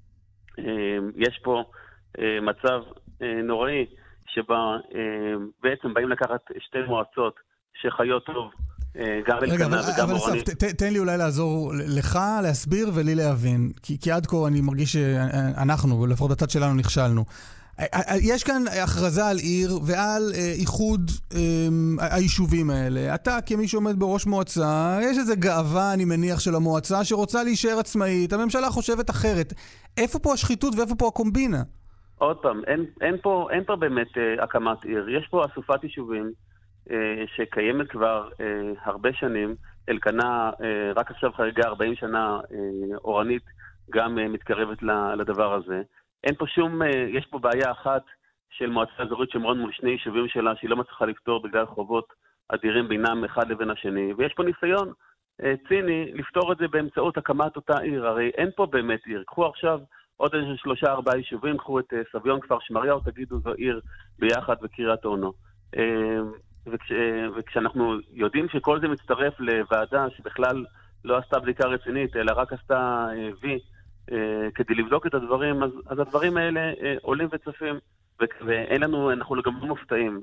יש פה מצב נוראי שבה בעצם באים לקחת שתי מועצות שחיות טוב, גם אלקנה וגם אורנית. אבל אסף, תן לי אולי לעזור לך להסביר ולי להבין, כי עד כה אני מרגיש שאנחנו, לפחות בצד שלנו, נכשלנו. יש כאן הכרזה על עיר ועל איחוד היישובים האלה. אתה כמי שעומד בראש מועצה, יש איזו גאווה, אני מניח, של המועצה שרוצה להישאר עצמאית. הממשלה חושבת אחרת. איפה פה השחיתות ואיפה פה הקומבינה? עוד פעם, אין, אין פה, אין פה באמת uh, הקמת עיר. יש פה אסופת יישובים uh, שקיימת כבר uh, הרבה שנים. אלקנה uh, רק עכשיו חריגה ארבעים שנה, uh, אורנית גם uh, מתקרבת לדבר הזה. אין פה שום, uh, יש פה בעיה אחת של מועצה אזורית שומרון מול שני יישובים שלה, שהיא לא מצליחה לפתור בגלל חובות אדירים בינם אחד לבין השני. ויש פה ניסיון uh, ציני לפתור את זה באמצעות הקמת אותה עיר. הרי אין פה באמת עיר. קחו עכשיו עוד איזה שלושה ארבעה יישובים, קחו את סביון, כפר שמריהו, תגידו זו עיר ביחד בקריית אונו. וכש, וכשאנחנו יודעים שכל זה מצטרף לוועדה שבכלל לא עשתה בדיקה רצינית, אלא רק עשתה וי כדי לבדוק את הדברים, אז, אז הדברים האלה עולים וצפים, ואין לנו, אנחנו גם לא מופתעים.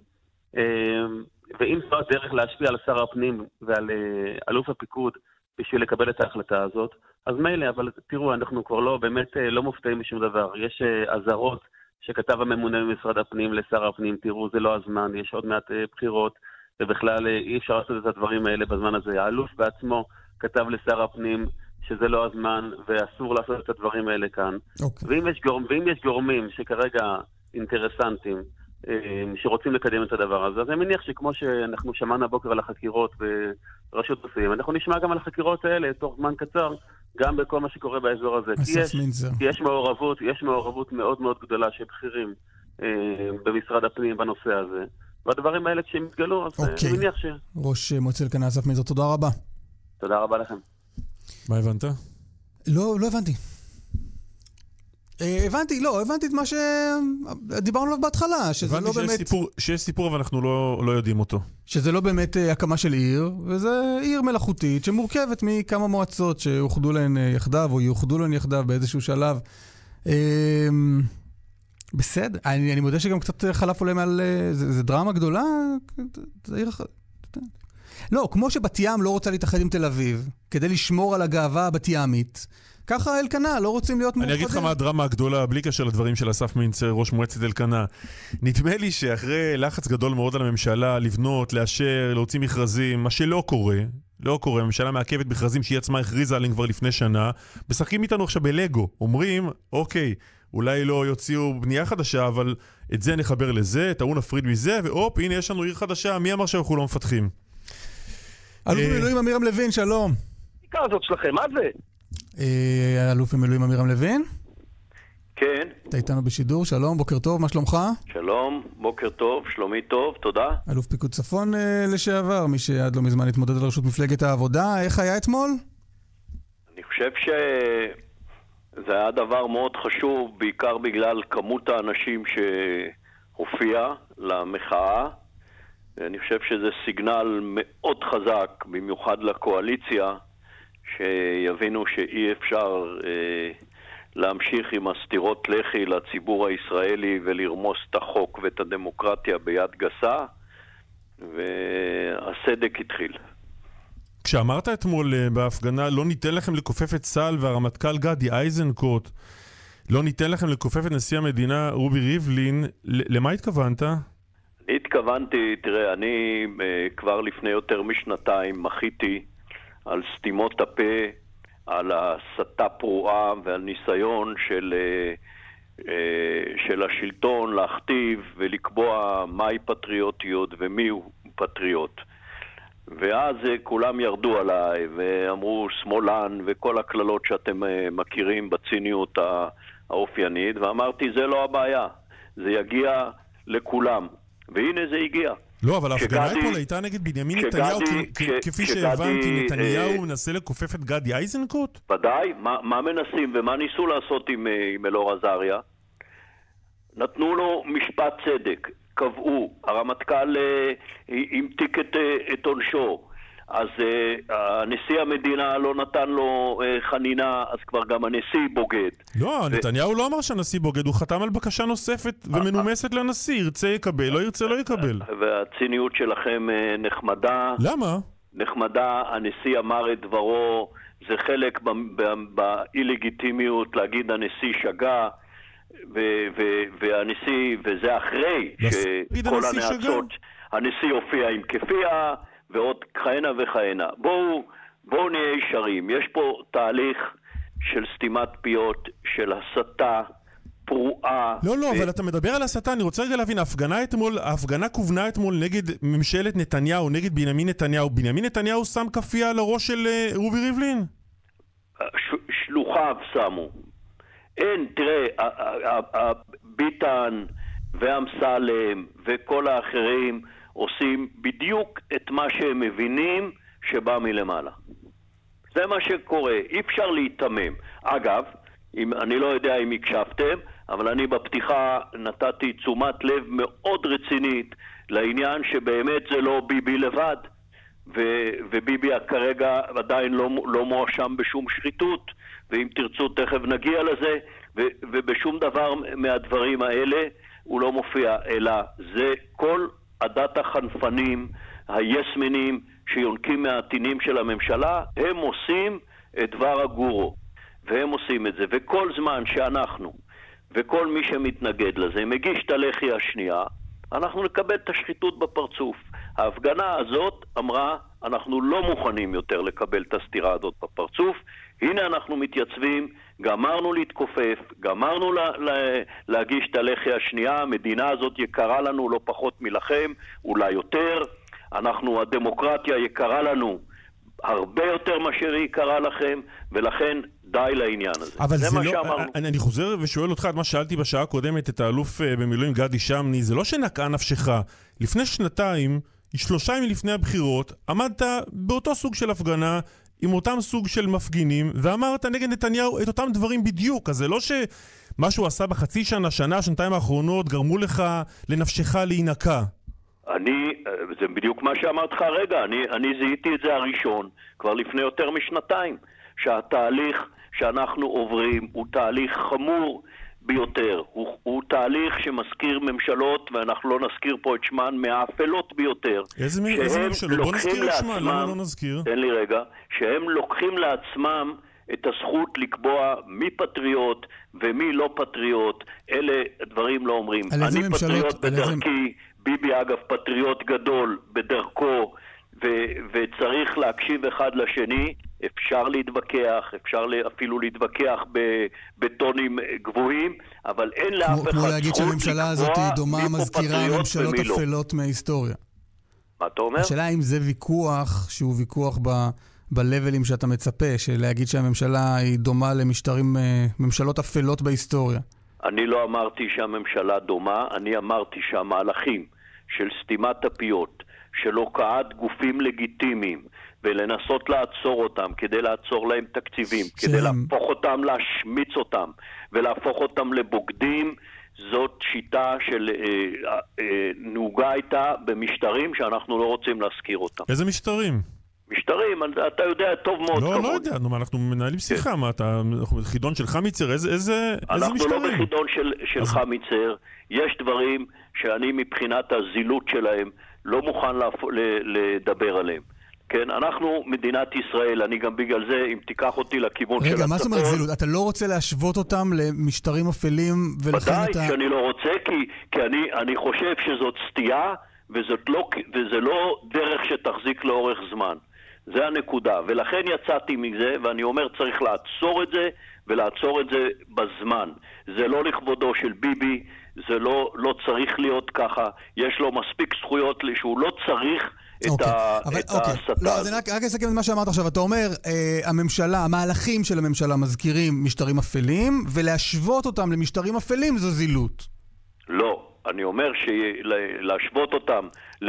ואם זו הדרך להשפיע על שר הפנים ועל אלוף הפיקוד בשביל לקבל את ההחלטה הזאת, אז מילא, אבל תראו, אנחנו כבר לא, באמת לא מופתעים משום דבר. יש עזרות שכתב הממונה במשרד הפנים לשר הפנים, תראו, זה לא הזמן, יש עוד מעט בחירות, ובכלל אי אפשר לעשות את הדברים האלה בזמן הזה. האלוף בעצמו כתב לשר הפנים שזה לא הזמן, ואסור לעשות את הדברים האלה כאן. Okay. ואם יש גורם, ואם יש גורמים שכרגע אינטרסנטים, שרוצים לקדם את הדבר הזה. אז אני מניח שכמו שאנחנו שמענו הבוקר על החקירות ברשות מסוימת, אנחנו נשמע גם על החקירות האלה תוך זמן קצר, גם בכל מה שקורה באזור הזה. כי יש, כי יש מעורבות, יש מעורבות מאוד מאוד גדולה של בכירים אה, במשרד הפנים בנושא הזה. והדברים האלה כשהם יתגלו, אז אוקיי. אני מניח ש... ראש מועצת אלקנה אסף מנזר, תודה רבה. תודה רבה לכם. מה הבנת? לא, לא הבנתי. הבנתי, לא, הבנתי את מה שדיברנו עליו בהתחלה, שזה לא באמת... סיפור, שיש סיפור אבל אנחנו לא, לא יודעים אותו. שזה לא באמת הקמה של עיר, וזה עיר מלאכותית שמורכבת מכמה מועצות שאוחדו להן יחדיו, או יאוחדו להן יחדיו באיזשהו שלב. בסדר, אני, אני מודה שגם קצת חלף עולה מעל... זה, זה דרמה גדולה? זה עיר אחת. לא, כמו שבת ים לא רוצה להתאחד עם תל אביב, כדי לשמור על הגאווה הבת-ימית, ככה אלקנה, לא רוצים להיות מאוחדים. אני אגיד לך מה הדרמה הגדולה, בלי קשר לדברים של אסף מנצר, ראש מועצת אלקנה. נדמה לי שאחרי לחץ גדול מאוד על הממשלה, לבנות, לאשר, להוציא מכרזים, מה שלא קורה, לא קורה, הממשלה מעכבת מכרזים שהיא עצמה הכריזה עליהם כבר לפני שנה, משחקים איתנו עכשיו בלגו, אומרים, אוקיי, אולי לא יוציאו בנייה חדשה, אבל את זה נחבר לזה, את ההוא נפריד מזה, ואופ, הנה יש לנו עיר חדשה, מי אמר שאנחנו לא מפתחים? אלוף במילואים אמירם לוין, שלום. העיקר הזאת שלכם, מה זה? אלוף במילואים אמירם לוין? כן. אתה איתנו בשידור, שלום, בוקר טוב, מה שלומך? שלום, בוקר טוב, שלומי טוב, תודה. אלוף פיקוד צפון לשעבר, מי שעד לא מזמן התמודד על ראשות מפלגת העבודה, איך היה אתמול? אני חושב שזה היה דבר מאוד חשוב, בעיקר בגלל כמות האנשים שהופיע למחאה, אני חושב שזה סיגנל מאוד חזק, במיוחד לקואליציה, שיבינו שאי אפשר אה, להמשיך עם הסתירות לחי לציבור הישראלי ולרמוס את החוק ואת הדמוקרטיה ביד גסה, והסדק התחיל. כשאמרת אתמול בהפגנה, לא ניתן לכם לכופף את צה"ל והרמטכ"ל גדי איזנקוט, לא ניתן לכם לכופף את נשיא המדינה רובי ריבלין, למה התכוונת? אני התכוונתי, תראה, אני כבר לפני יותר משנתיים מחיתי על סתימות הפה, על הסתה פרועה ועל ניסיון של, של השלטון להכתיב ולקבוע מהי פטריוטיות ומי הוא פטריוט. ואז כולם ירדו עליי ואמרו שמאלן וכל הכללות שאתם מכירים בציניות האופיינית, ואמרתי זה לא הבעיה, זה יגיע לכולם, והנה זה הגיע. לא, אבל ההפגנה אתמול הייתה נגד בנימין נתניהו, כפי שהבנתי, נתניהו מנסה לכופף את גדי איזנקוט? ודאי, מה מנסים ומה ניסו לעשות עם אלאור עזריה? נתנו לו משפט צדק, קבעו, הרמטכ"ל המתיק את, את עונשו, אז uh, הנשיא המדינה לא נתן לו uh, חנינה, אז כבר גם הנשיא בוגד. לא, ו... נתניהו לא אמר שהנשיא בוגד, הוא חתם על בקשה נוספת ומנומסת לנשיא, ירצה יקבל, לא ירצה לא יקבל. והציניות שלכם uh, נחמדה. למה? נחמדה, הנשיא אמר את דברו, זה חלק באי-לגיטימיות להגיד הנשיא שגה, ו- ו- והנשיא, וזה אחרי שכל הנעצות, הנשיא הופיע עם כפייה ועוד כהנה וכהנה. בואו, בואו נהיה ישרים. יש פה תהליך של סתימת פיות, של הסתה פרועה. לא, לא, ו... אבל אתה מדבר על הסתה, אני רוצה רגע להבין, ההפגנה אתמול, ההפגנה כוונה אתמול נגד ממשלת נתניהו, נגד בנימין נתניהו. בנימין נתניהו שם כפייה על הראש של uh, רובי ריבלין? ש- שלוחיו שמו. אין, תראה, ביטן ואמסלם וכל האחרים עושים בדיוק את מה שהם מבינים שבא מלמעלה. זה מה שקורה, אי אפשר להתאמם. אגב, אם, אני לא יודע אם הקשבתם, אבל אני בפתיחה נתתי תשומת לב מאוד רצינית לעניין שבאמת זה לא ביבי לבד, ו- וביבי כרגע עדיין לא, לא מואשם בשום שחיתות, ואם תרצו תכף נגיע לזה, ו- ובשום דבר מהדברים האלה הוא לא מופיע, אלא זה כל עדת החנפנים, היסמנים שיונקים מהעטינים של הממשלה, הם עושים את דבר הגורו, והם עושים את זה, וכל זמן שאנחנו וכל מי שמתנגד לזה מגיש את הלחי השנייה, אנחנו נקבל את השחיתות בפרצוף. ההפגנה הזאת אמרה, אנחנו לא מוכנים יותר לקבל את הסתירה הזאת בפרצוף, הנה אנחנו מתייצבים, גמרנו להתכופף, גמרנו לה, לה, להגיש את הלחי השנייה, המדינה הזאת יקרה לנו לא פחות מלכם, אולי יותר, אנחנו, הדמוקרטיה יקרה לנו הרבה יותר מאשר היא יקרה לכם, ולכן די לעניין הזה. אבל זה, זה לא, אני, אני חוזר ושואל אותך את מה שאלתי בשעה הקודמת, את האלוף במילואים גדי שמני, זה לא שנקעה נפשך, לפני שנתיים, שלושה ימים לפני הבחירות, עמדת באותו סוג של הפגנה, עם אותם סוג של מפגינים, ואמרת נגד נתניהו את אותם דברים בדיוק, אז זה לא שמה שהוא עשה בחצי שנה, שנה, שנתיים האחרונות, גרמו לך לנפשך להינקה. אני, זה בדיוק מה שאמרת לך רגע, אני, אני זיהיתי את זה הראשון, כבר לפני יותר משנתיים, שהתהליך שאנחנו עוברים הוא תהליך חמור ביותר, הוא, הוא תהליך שמזכיר ממשלות, ואנחנו לא נזכיר פה את שמן, מהאפלות ביותר. איזה, מי, איזה ממשלות? בוא נזכיר את שמן, למה לא נזכיר? תן לי רגע, שהם לוקחים לעצמם את הזכות לקבוע מי פטריוט ומי לא פטריוט, אלה דברים לא אומרים. אני פטריוט בדרכי, ביבי אגב פטריוט גדול בדרכו, ו- וצריך להקשיב אחד לשני, אפשר להתווכח, אפשר אפילו להתווכח בטונים גבוהים, אבל אין לאף אחד זכות כמו להגיד שהממשלה הזאת היא דומה מזכירה ממשלות אפלות מההיסטוריה. מה אתה אומר? השאלה אם זה ויכוח שהוא ויכוח ב... בלבלים שאתה מצפה, שלהגיד שהממשלה היא דומה למשטרים, ממשלות אפלות בהיסטוריה. אני לא אמרתי שהממשלה דומה, אני אמרתי שהמהלכים של סתימת הפיות, של הוקעת גופים לגיטימיים, ולנסות לעצור אותם, כדי לעצור להם תקציבים, שהם... כדי להפוך אותם, להשמיץ אותם, ולהפוך אותם לבוגדים, זאת שיטה של אה, אה, נהוגה איתה במשטרים שאנחנו לא רוצים להזכיר אותם. איזה משטרים? משטרים, אתה יודע טוב מאוד. לא, כמוד. לא יודע, נו, מה, אנחנו מנהלים שיחה, מה, אתה, אנחנו בחידון של חמיצר, איזה, איזה, איזה משטרים? אנחנו לא בחידון של, של אז... חמיצר, יש דברים שאני מבחינת הזילות שלהם לא מוכן להפ... לדבר עליהם. כן, אנחנו מדינת ישראל, אני גם בגלל זה, אם תיקח אותי לכיוון רגע, של הצפון... רגע, מה זאת אומרת זילות? אתה לא רוצה להשוות אותם למשטרים אפלים ולכן ודאי אתה... ודאי שאני לא רוצה, כי, כי אני, אני חושב שזאת סטייה, וזאת לא, וזה לא דרך שתחזיק לאורך זמן. זה הנקודה, ולכן יצאתי מזה, ואני אומר צריך לעצור את זה, ולעצור את זה בזמן. זה לא לכבודו של ביבי, זה לא, לא צריך להיות ככה, יש לו מספיק זכויות שהוא לא צריך את ההסתה. לא, אז אני רק אסכם את מה שאמרת עכשיו. אתה אומר, הממשלה, המהלכים של הממשלה מזכירים משטרים אפלים, ולהשוות אותם למשטרים אפלים זו זילות. לא, אני אומר שלהשוות אותם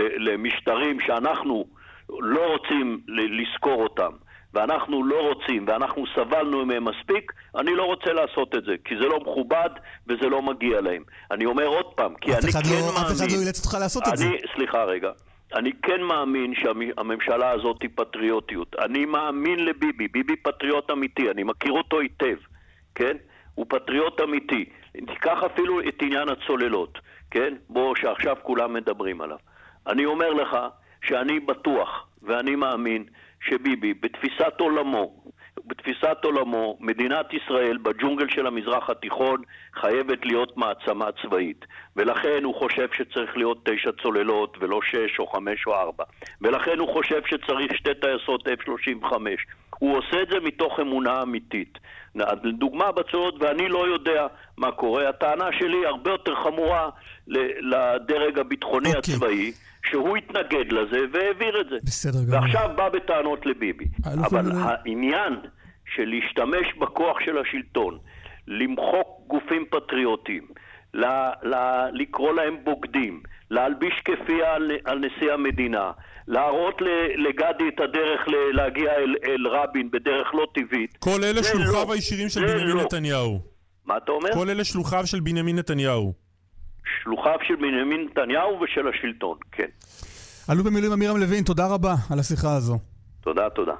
למשטרים שאנחנו לא רוצים לזכור אותם, ואנחנו לא רוצים, ואנחנו סבלנו מהם מספיק, אני לא רוצה לעשות את זה, כי זה לא מכובד וזה לא מגיע להם. אני אומר עוד פעם, כי אני כן מאמין... אף אחד לא ילץ אותך לעשות את זה. סליחה רגע. אני כן מאמין שהממשלה הזאת היא פטריוטיות. אני מאמין לביבי, ביבי פטריוט אמיתי, אני מכיר אותו היטב, כן? הוא פטריוט אמיתי. תיקח אפילו את עניין הצוללות, כן? בוא, שעכשיו כולם מדברים עליו. אני אומר לך שאני בטוח ואני מאמין שביבי בתפיסת עולמו, בתפיסת עולמו, מדינת ישראל בג'ונגל של המזרח התיכון חייבת להיות מעצמה צבאית, ולכן הוא חושב שצריך להיות תשע צוללות ולא שש או חמש או ארבע, ולכן הוא חושב שצריך שתי טייסות אף שלושים וחמש. הוא עושה את זה מתוך אמונה אמיתית. לדוגמה בצורות, ואני לא יודע מה קורה, הטענה שלי הרבה יותר חמורה לדרג הביטחוני okay. הצבאי, שהוא התנגד לזה והעביר את זה. בסדר גמור. ועכשיו בא בטענות לביבי. אבל מלא. העניין של להשתמש בכוח של השלטון, למחוק גופים פטריוטיים, ל- ל- לקרוא להם בוגדים, להלביש כפיה על, על נשיא המדינה, להראות לגדי את הדרך ל- להגיע אל, אל רבין בדרך לא טבעית. כל אלה שלוחיו לא, הישירים של בנימין לא. נתניהו. מה אתה אומר? כל אלה שלוחיו של בנימין נתניהו. שלוחיו של בנימין נתניהו ושל השלטון, כן. אלוף במילואים אמירם לוין, תודה רבה על השיחה הזו. תודה, תודה.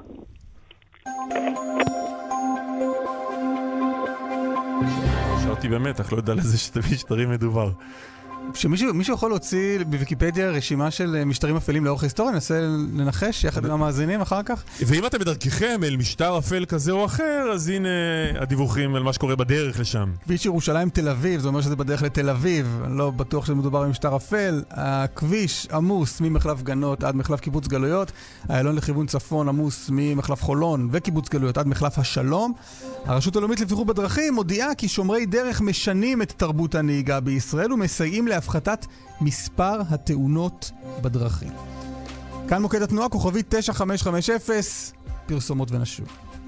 שרתי באמת, אך לא יודע לזה שמשטרים מדובר. שמישהו יכול להוציא בוויקיפדיה רשימה של משטרים אפלים לאורך ההיסטוריה, ננסה לנחש יחד עם המאזינים אחר כך. ואם אתם בדרככם אל משטר אפל כזה או אחר, אז הנה הדיווחים על מה שקורה בדרך לשם. כביש ירושלים תל אביב, זה אומר שזה בדרך לתל אביב, אני לא בטוח שמדובר במשטר אפל. הכביש עמוס ממחלף גנות עד מחלף קיבוץ גלויות, איילון לכיוון צפון עמוס ממחלף חולון וקיבוץ גלויות עד מחלף השלום. הרשות הלאומית לבטיחות בדרכים מודיעה כי שומרי דרך משנים את תרבות הנהיגה בישראל ומסייעים להפחתת מספר התאונות בדרכים. כאן מוקד התנועה, כוכבי תשע חמש חמש אפס, פרסומות ונשוב.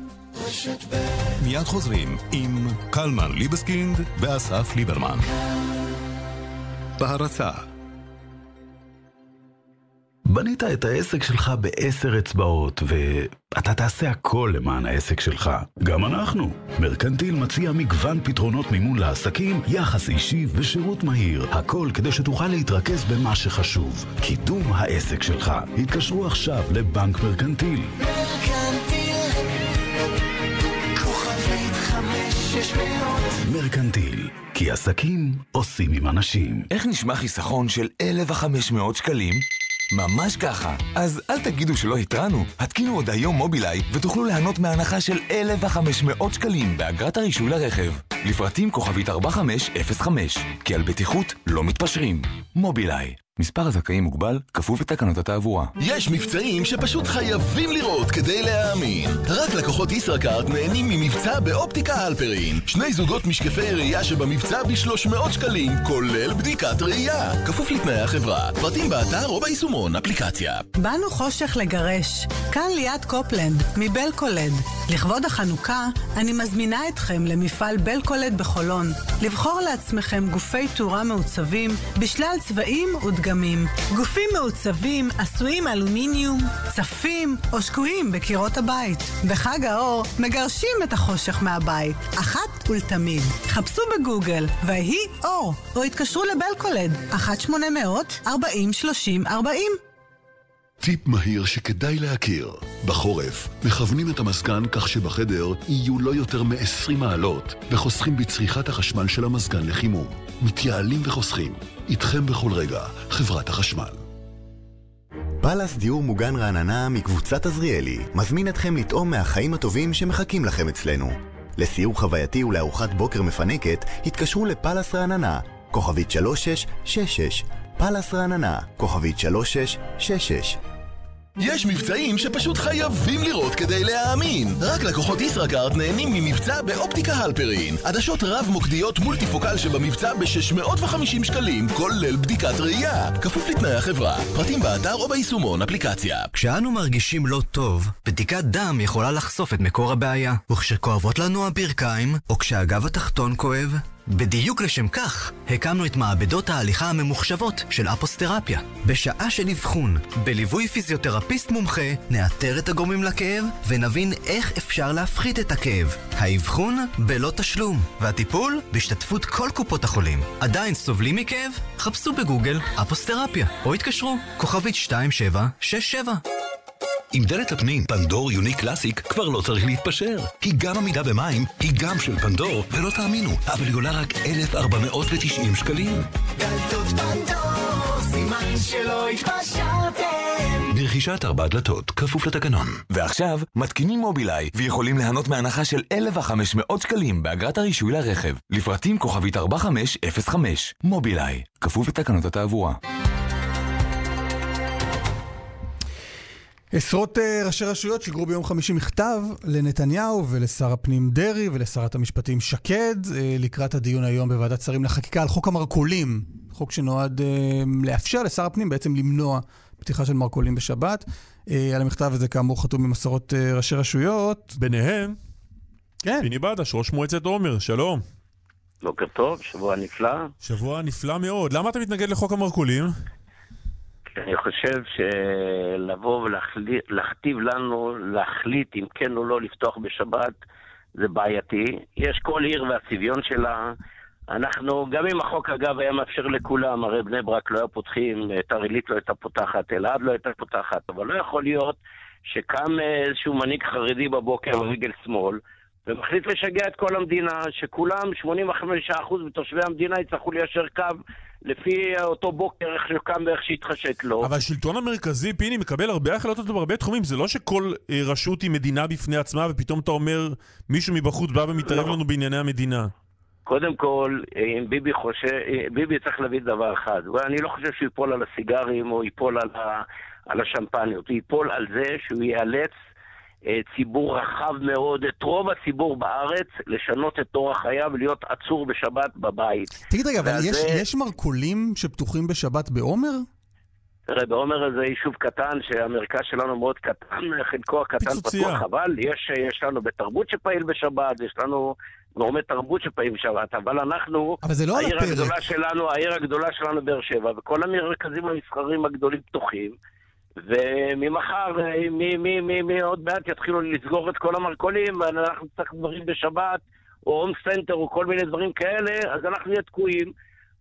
מיד חוזרים עם קלמן ליבסקינד ואסף ליברמן. בהרצה. בנית את העסק שלך בעשר אצבעות, ואתה תעשה הכל למען העסק שלך. גם אנחנו. מרקנטיל מציע מגוון פתרונות מימון לעסקים, יחס אישי ושירות מהיר. הכל כדי שתוכל להתרכז במה שחשוב. קידום העסק שלך. התקשרו עכשיו לבנק מרקנטיל. מרקנטיל, כוכבית חמש שש מאות. מרקנטיל, כי עסקים עושים עם אנשים. איך נשמע חיסכון של אלף וחמש מאות שקלים? ממש ככה. אז אל תגידו שלא התרענו. התקינו עוד היום מובילאיי ותוכלו ליהנות מהנחה של אלף וחמש מאות שקלים באגרת הרישוי לרכב. לפרטים כוכבית ארבע חמש אפס חמש, כי על בטיחות לא מתפשרים. מובילאיי. מספר הזכאים מוגבל, כפוף לתקנות התעבורה. יש מבצעים שפשוט חייבים לראות כדי להאמין. רק לקוחות ישראכרט נהנים ממבצע באופטיקה הלפרין. שני זוגות משקפי ראייה שבמבצע ב-שלוש מאות שקלים, כולל בדיקת ראייה. כפוף לתנאי החברה. פרטים באתר או ביישומון אפליקציה. באנו חושך לגרש. כאן ליד קופלנד, מבלקולד. לכבוד החנוכה, אני מזמינה אתכם למפעל בלקולד בחולון. לבחור לעצמכם גופי תאורה מעוצבים בשלל צבעים ודגמים. דגמים. גופים מעוצבים, עשויים אלומיניום, צפים או שקועים בקירות הבית. בחג האור מגרשים את החושך מהבית, אחת ולתמיד. חפשו בגוגל, והיא אור, או התקשרו לבלקולד, אחת שמונה מאות ארבעים שלושים ארבעים. טיפ מהיר שכדאי להכיר. בחורף, מכוונים את המזגן כך שבחדר יהיו לא יותר מ-עשרים מעלות, וחוסכים בצריכת החשמל של המזגן לחימום. מתייעלים וחוסכים. איתכם בכל רגע, חברת החשמל. פלס דיור מוגן רעננה מקבוצת עזריאלי מזמין אתכם לטעום מהחיים הטובים שמחכים לכם אצלנו. לסיור חווייתי ולארוחת בוקר מפנקת, התקשרו לפלס רעננה, כוכבית שלוש שש שש שש. פלס רעננה, כוכבית שלוש שש שש שש. יש מבצעים שפשוט חייבים לראות כדי להאמין. רק לקוחות ישראכרט נהנים ממבצע באופטיקה הלפרין. עדשות רב מוקדיות מולטיפוקל שבמבצע ב-שש מאות וחמישים שקלים, כולל בדיקת ראייה. כפוף לתנאי החברה. פרטים באתר או ביישומון אפליקציה. כשאנו מרגישים לא טוב, בדיקת דם יכולה לחשוף את מקור הבעיה. וכשכואבות לנו הברכיים, או כשהגב התחתון כואב, בדיוק לשם כך, הקמנו את מעבדות ההליכה הממוחשבות של אפוסטרפיה. בשעה של אבחון, בליווי פיזיותרפיסט מומחה, נאתר את הגורמים לכאב ונבין איך אפשר להפחית את הכאב. האבחון בלא תשלום, והטיפול בהשתתפות כל קופות החולים. עדיין סובלים מכאב? חפשו בגוגל אפוסטרפיה, או התקשרו, כוכבית שתיים שבע שש שבע. עם דלת הפנים פנדור יוניק קלאסיק כבר לא צריך להתפשר. היא גם עמידה במים, היא גם של פנדור, ולא תאמינו, אבל היא עולה רק אלף ארבע מאות ותשעים שקלים. דלתות פנדור, סימן שלא התפשרתם. ברכישת ארבע דלתות, כפוף לתקנון. ועכשיו, מתקינים מובילאיי ויכולים ליהנות מהנחה של אלף וחמש מאות שקלים באגרת הרישוי לרכב. לפרטים כוכבית ארבע חמש אפס חמש. מובילאיי, כפוף לתקנות התעבורה. עשרות uh, ראשי רשויות שיגרו ביום חמישי מכתב לנתניהו ולשר הפנים דרי ולשרת המשפטים שקד uh, לקראת הדיון היום בוועדת שרים לחקיקה על חוק המרקולים, חוק שנועד uh, לאפשר לשר הפנים בעצם למנוע פתיחה של מרקולים בשבת. Uh, על המכתב הזה כאמור חתום עם עשרות uh, ראשי רשויות. ביניהם, כן. פיני בדש, ראש מועצת עומר, שלום. בוקר טוב, שבוע נפלא. שבוע נפלא מאוד. למה אתה מתנגד לחוק המרקולים? אני חושב שלבוא ולהכתיב לנו, להחליט אם כן או לא לפתוח בשבת, זה בעייתי. יש כל עיר והצביון שלה. אנחנו, גם אם החוק אגב היה מאפשר לכולם, הרי בני ברק לא היה פותחים, תרילית לא הייתה פותחת, אלעד לא הייתה פותחת, אבל לא יכול להיות שקם איזשהו מנהיג חרדי בבוקר ברגל שמאל, ומחליט לשגע את כל המדינה, שכולם, שמונים וחמישה אחוז מתושבי המדינה יצטרכו ליישר קו לפי אותו בוקר, איך שקם ואיך שהתחשק לו. אבל השלטון המרכזי, פיני, מקבל הרבה החלטות בהרבה תחומים. זה לא שכל רשות היא מדינה בפני עצמה, ופתאום אתה אומר, מישהו מבחוץ בא ומתערב לנו בענייני המדינה. קודם כל, אם ביבי חושב, ביבי צריך להביא דבר אחד. אני לא חושב שהוא ייפול על הסיגרים או ייפול על, ה, על השמפניות. הוא ייפול על זה שהוא ייאלץ ציבור רחב מאוד, את רוב הציבור בארץ, לשנות את אורח חייו ולהיות עצור בשבת בבית. תגיד רגע, אבל יש, יש מרקולים שפתוחים בשבת בעומר? תראה, בעומר זה יישוב קטן, שהמרכז שלנו מאוד קטן, חלקו הקטן פתוח, אבל יש, יש לנו בתרבות שפעיל בשבת, יש לנו גורמי תרבות שפעיל בשבת, אבל אנחנו, אבל זה לא העיר הגדולה שלנו, העיר הגדולה שלנו באר שבע, וכל המרכזים המסחריים הגדולים פתוחים, וממחר, מי, מי, מי, מי עוד מעט יתחילו לסגור את כל המרקולים, ואנחנו צריך דברים בשבת, או הום סנטר, או כל מיני דברים כאלה, אז אנחנו נהיה תקועים.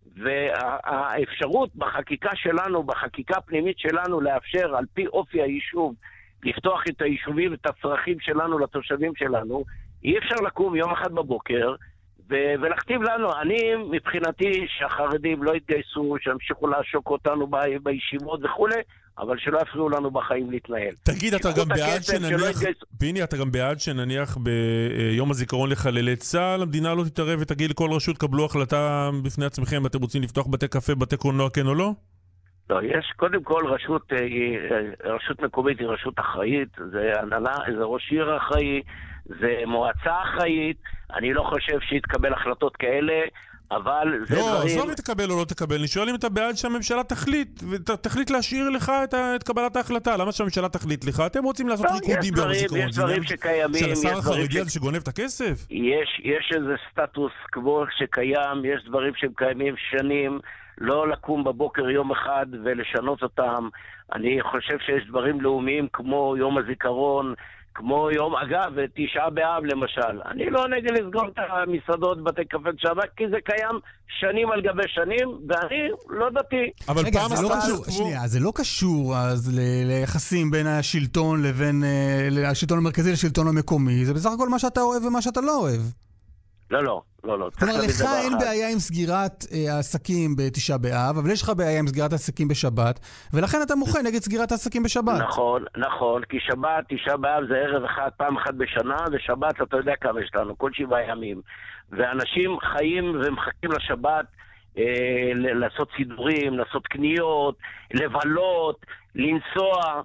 והאפשרות בחקיקה שלנו, בחקיקה הפנימית שלנו, לאפשר על פי אופי היישוב, לפתוח את היישובים ואת הצרכים שלנו לתושבים שלנו, אי אפשר לקום יום אחד בבוקר, ו- ולכתיב לנו, אני מבחינתי שהחרדים לא יתגייסו, שהמשיכו לעשוק אותנו ב- בישיבות וכו', אבל שלא יפריעו לנו בחיים להתנהל. תגיד, אתה גם בעד שנניח, פיני, אתה גם בעד שנניח ביום הזיכרון לחללי צה"ל, המדינה לא תתערב ותגיד לכל רשות, קבלו החלטה בפני עצמכם, אתם רוצים לפתוח בתי קפה, בתי קולנוע, כן או לא? לא, יש קודם כל רשות, רשות מקומית היא רשות אחראית, זה הנהלה, זה ראש עיר אחראי, זה מועצה אחראית, אני לא חושב שיתקבל החלטות כאלה, אבל זה לא, דברים... לא, עזוב תקבל או לא תקבל, אני שואל אם אתה בעד שהממשלה תחליט, ותחליט להשאיר לך את, את קבלת ההחלטה, למה שהממשלה תחליט לך? אתם רוצים לעשות לא, ריקודים ביום הזיכרון, יש דברים שקיימים, של השר החרדי ש... הזה שגונב את הכסף? יש, יש איזה סטטוס קבוע שקיים, יש דברים שהם קיימים שנים, לא לקום בבוקר יום אחד ולשנות אותם. אני חושב שיש דברים לאומיים כמו יום הזיכרון, כמו יום, אגב, תשעה באב למשל. אני לא נגד לסגור את המסעדות, בתי קפה שבת, כי זה קיים שנים על גבי שנים, ואני לא דתי. אבל רגע, פעם זה לא קשור, שנייה, זה לא קשור אז ל- ליחסים בין השלטון לבין uh, השלטון המרכזי לשלטון המקומי. זה בסך הכל מה שאתה אוהב ומה שאתה לא אוהב. לא, לא, לא, לא. כלומר, לך אין בעיה עם סגירת אה, העסקים בתשעה באב, אבל יש לך בעיה עם סגירת העסקים בשבת, ולכן אתה מוכן נגד סגירת העסקים בשבת. נכון, נכון, כי שבת, תשעה באב זה ערב אחד, פעם אחת בשנה, ושבת, אתה יודע כמה יש לנו, כל שבעה ימים. ואנשים חיים ומחכים לשבת, אה, לעשות סידורים, לעשות קניות, לבלות, לנסוע,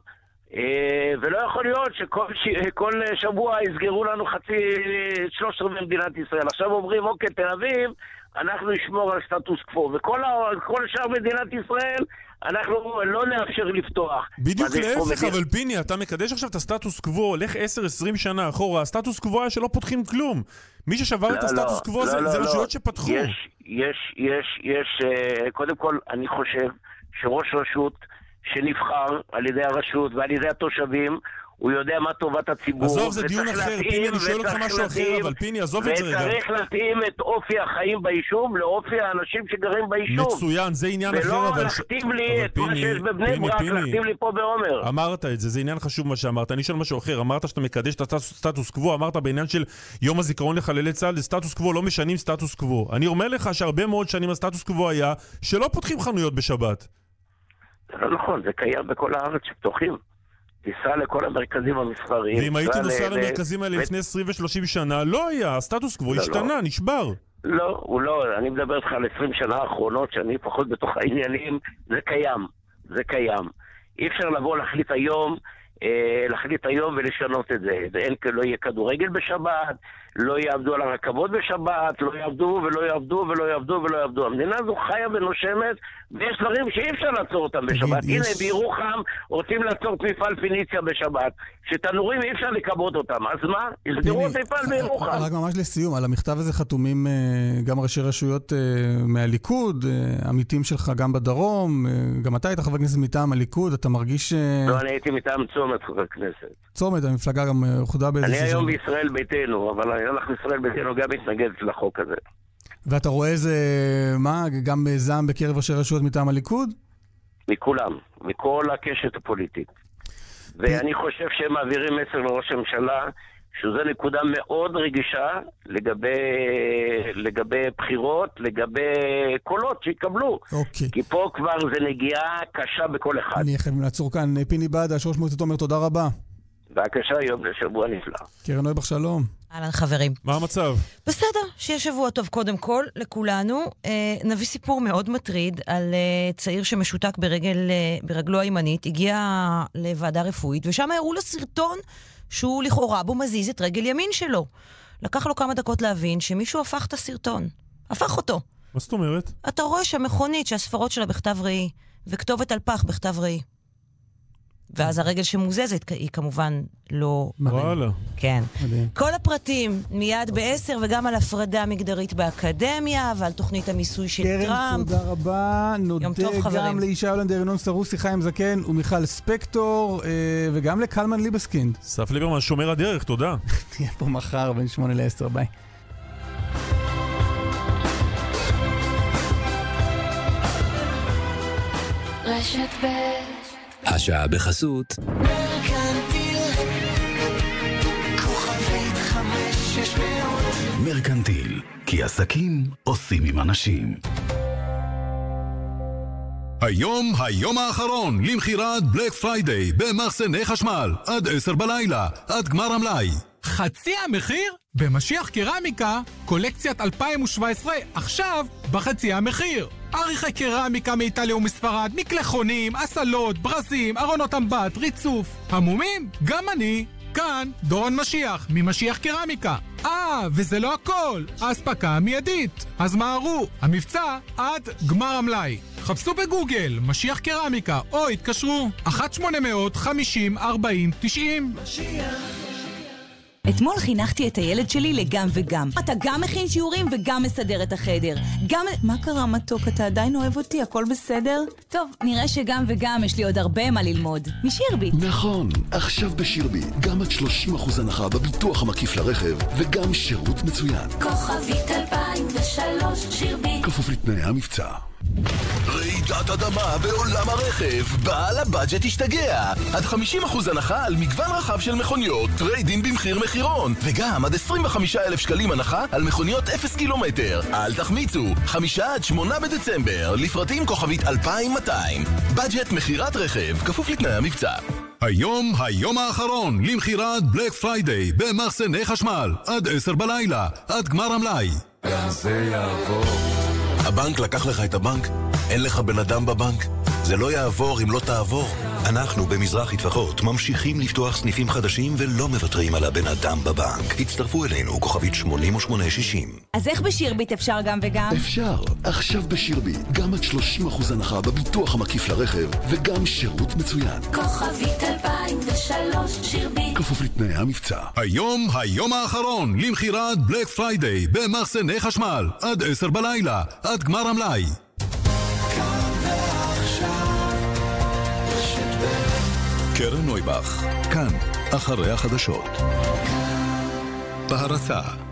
ולא יכול להיות שכל כל שבוע יסגרו לנו חצי שלוש רבעי מדינת ישראל. עכשיו אומרים, אוקיי, תל אביב, אנחנו נשמור על סטטוס קוו, וכל כל שאר מדינת ישראל אנחנו לא נאפשר לפתוח. בדיוק להפך, אבל פיני, אתה מקדש עכשיו את הסטטוס קוו, הולך עשר עשרים שנה אחורה, הסטטוס קוו היה שלא פותחים כלום. מי ששבר את הסטטוס קוו זה רשויות שפתחו. יש, יש, יש, יש, קודם כל, אני חושב שראש רשות שנבחר על ידי הרשות ועל ידי התושבים, הוא יודע מה טובת הציבור. עזוב, זה דיון אחר, פיני, אני שואל אותך משהו אחר, אבל פיני, עזוב את זה רגע. וצריך להתאים את אופי החיים ביישוב לאופי האנשים שגרים ביישוב. מצוין, זה עניין אחר, אבל... ולא להכתיב לי את מה שיש בבני ברק, להכתיב לי פה בעומר. אמרת את זה, זה עניין חשוב מה שאמרת. אני שואל משהו אחר, אמרת שאתה מקדש את הסטטוס קוו, אמרת בעניין של יום הזיכרון לחללי צה"ל, זה סטטוס קוו, לא משנים סטטוס קוו. אני אומר לך שהרבה מאוד שנים הסטטוס קוו היה שלא פותחים חנויות בשבת. זה לא נכון, זה קיים בכל הארץ שפתוחים. תיסע לכל המרכזים המסחריים. ואם הייתי נוסע למרכזים האלה לפני עשרים ושלושים שנה, לא היה, הסטטוס קוו השתנה, נשבר. לא, הוא לא, אני מדבר איתך על עשרים שנה האחרונות, שאני פחות בתוך העניינים, זה קיים, זה קיים. אי אפשר לבוא להחליט היום, להחליט היום ולשנות את זה. ואין, לא יהיה כדורגל בשבת, לא יעבדו על הרכבות בשבת, לא יעבדו ולא יעבדו ולא יעבדו ולא יעבדו. המדינה הזו חיה ונושמת, ויש דברים שאי אפשר לעצור אותם בשבת. הנה, בירוחם רוצים לעצור את מפעל פיניציה בשבת, שתנורים אי אפשר לקבות אותם. אז מה? יסגרו את מפעל בירוחם. רק ממש לסיום, על המכתב הזה חתומים גם ראשי רשויות מהליכוד, עמיתים שלך גם בדרום, גם אתה היית חבר כנסת מטעם הליכוד, אתה מרגיש... לא, אני הייתי מטעם צומת חבר כנסת. צומת, המפלגה גם אוחדה באיזה... אני היום בישראל ביתנו, אבל אני הולך לישראל ביתנו גם מתנגד לחוק הזה. ואתה רואה איזה, מה, גם זעם בקרב ראשי רשויות מטעם הליכוד? מכולם, מכל הקשת הפוליטית. ואני חושב שהם מעבירים מסר לראש הממשלה, שזו נקודה מאוד רגישה לגבי, לגבי בחירות, לגבי קולות שיקבלו. אוקיי. כי פה כבר זה נגיעה קשה בכל אחד. אני חייב לעצור כאן. פיני בדש, ראש מועצת עומר, תודה רבה. בבקשה, יום לשבוע נפלא. קרן נויבך, שלום. אהלן חברים. מה המצב? בסדר, שיהיה שבוע טוב קודם כל לכולנו. אה, נביא סיפור מאוד מטריד על אה, צעיר שמשותק ברגל, אה, ברגלו הימנית, הגיע לוועדה רפואית, ושם הראו לו סרטון שהוא לכאורה בו מזיז את רגל ימין שלו. לקח לו כמה דקות להבין שמישהו הפך את הסרטון. הפך אותו. מה זאת אומרת? אתה רואה שהמכונית שהספרות שלה בכתב ראי, וכתובת על פח בכתב ראי. ואז הרגל שמוזזת היא כמובן לא... וואלה. כן. מדהים. כל הפרטים מיד בעשר, וגם על הפרדה מגדרית באקדמיה, ועל תוכנית המיסוי של קרן, טראמפ. תודה רבה. נודה טוב, גם לאישה הולנדר, ינון סרוסי, חיים זקן ומיכל ספקטור, וגם לקלמן ליבסקינד. סף ליברמן, שומר הדרך, תודה. תהיה פה מחר בין שמונה לעשר, ביי. רשת ב' השעה בחסות מרקנטיל כוכבית חמש שש מאות מרקנטיל, כי עסקים עושים עם אנשים. היום, היום האחרון למחירת בלק פריידיי במחסני חשמל עד עשר בלילה, עד גמר המלאי. חצי המחיר? במשיח קרמיקה, קולקציית אלפיים שבע עשרה, עכשיו בחצי המחיר. עריכי קרמיקה מאיטליה ומספרד, מקלחונים, אסלות, ברזים, ארונות אמבט, ריצוף. המומים? גם אני. כאן דורון משיח, ממשיח קרמיקה. אה, וזה לא הכל. האספקה מיידית. אז מהרו, המבצע עד גמר המלאי. חפשו בגוגל, משיח קרמיקה, או התקשרו. אחת שמונה מאות חמישים ארבעים תשעים. משיח אתמול חינכתי את הילד שלי לגם וגם. אתה גם מכין שיעורים וגם מסדר את החדר. גם... מה קרה מתוק? אתה עדיין אוהב אותי? הכל בסדר? טוב, נראה שגם וגם יש לי עוד הרבה מה ללמוד. משירביט. נכון, עכשיו בשירביט. גם עד שלושים אחוז הנחה בביטוח המקיף לרכב וגם שירות מצוין. כוכבית אלפיים ושלוש שירביט. כפוף לתנאי המבצע. רעידת אדמה בעולם הרכב, בעל הבאג'ט השתגע. עד חמישים אחוז הנחה על מגוון רחב של מכוניות, טריידין במחיר מחירון, וגם עד עשרים וחמישה אלף שקלים הנחה על מכוניות אפס קילומטר. אל תחמיצו, חמישה עד שמונה בדצמבר, לפרטים כוכבית אלפיים ומאתיים. באג'ט מחירת רכב, כפוף לתנאי המבצע. היום, היום האחרון למחירת בלק פריידיי במחסני חשמל, עד עשר בלילה, עד גמר המלאי. גם זה יעבור. הבנק לקח לך את הבנק? אין לך בן אדם בבנק? זה לא יעבור אם לא תעבור. אנחנו במזרחי טפחות ממשיכים לפתוח סניפים חדשים ולא מוותרים על הבן אדם בבנק. הצטרפו אלינו, כוכבית שמונים ושמונה שישים. אז איך בשירביט אפשר גם וגם? אפשר. עכשיו בשירביט. גם עד שלושים אחוז הנחה בביטוח המקיף לרכב וגם שירות מצוין. כוכבית אלפיים ושלוש שירביט. כפוף לתנאי המבצע. היום, היום האחרון למחירת בלק פריידיי במחסני חשמל, עד עשר בלילה, עד גמר המלאי. קרן נויבך, כאן, אחרי החדשות. בהרצה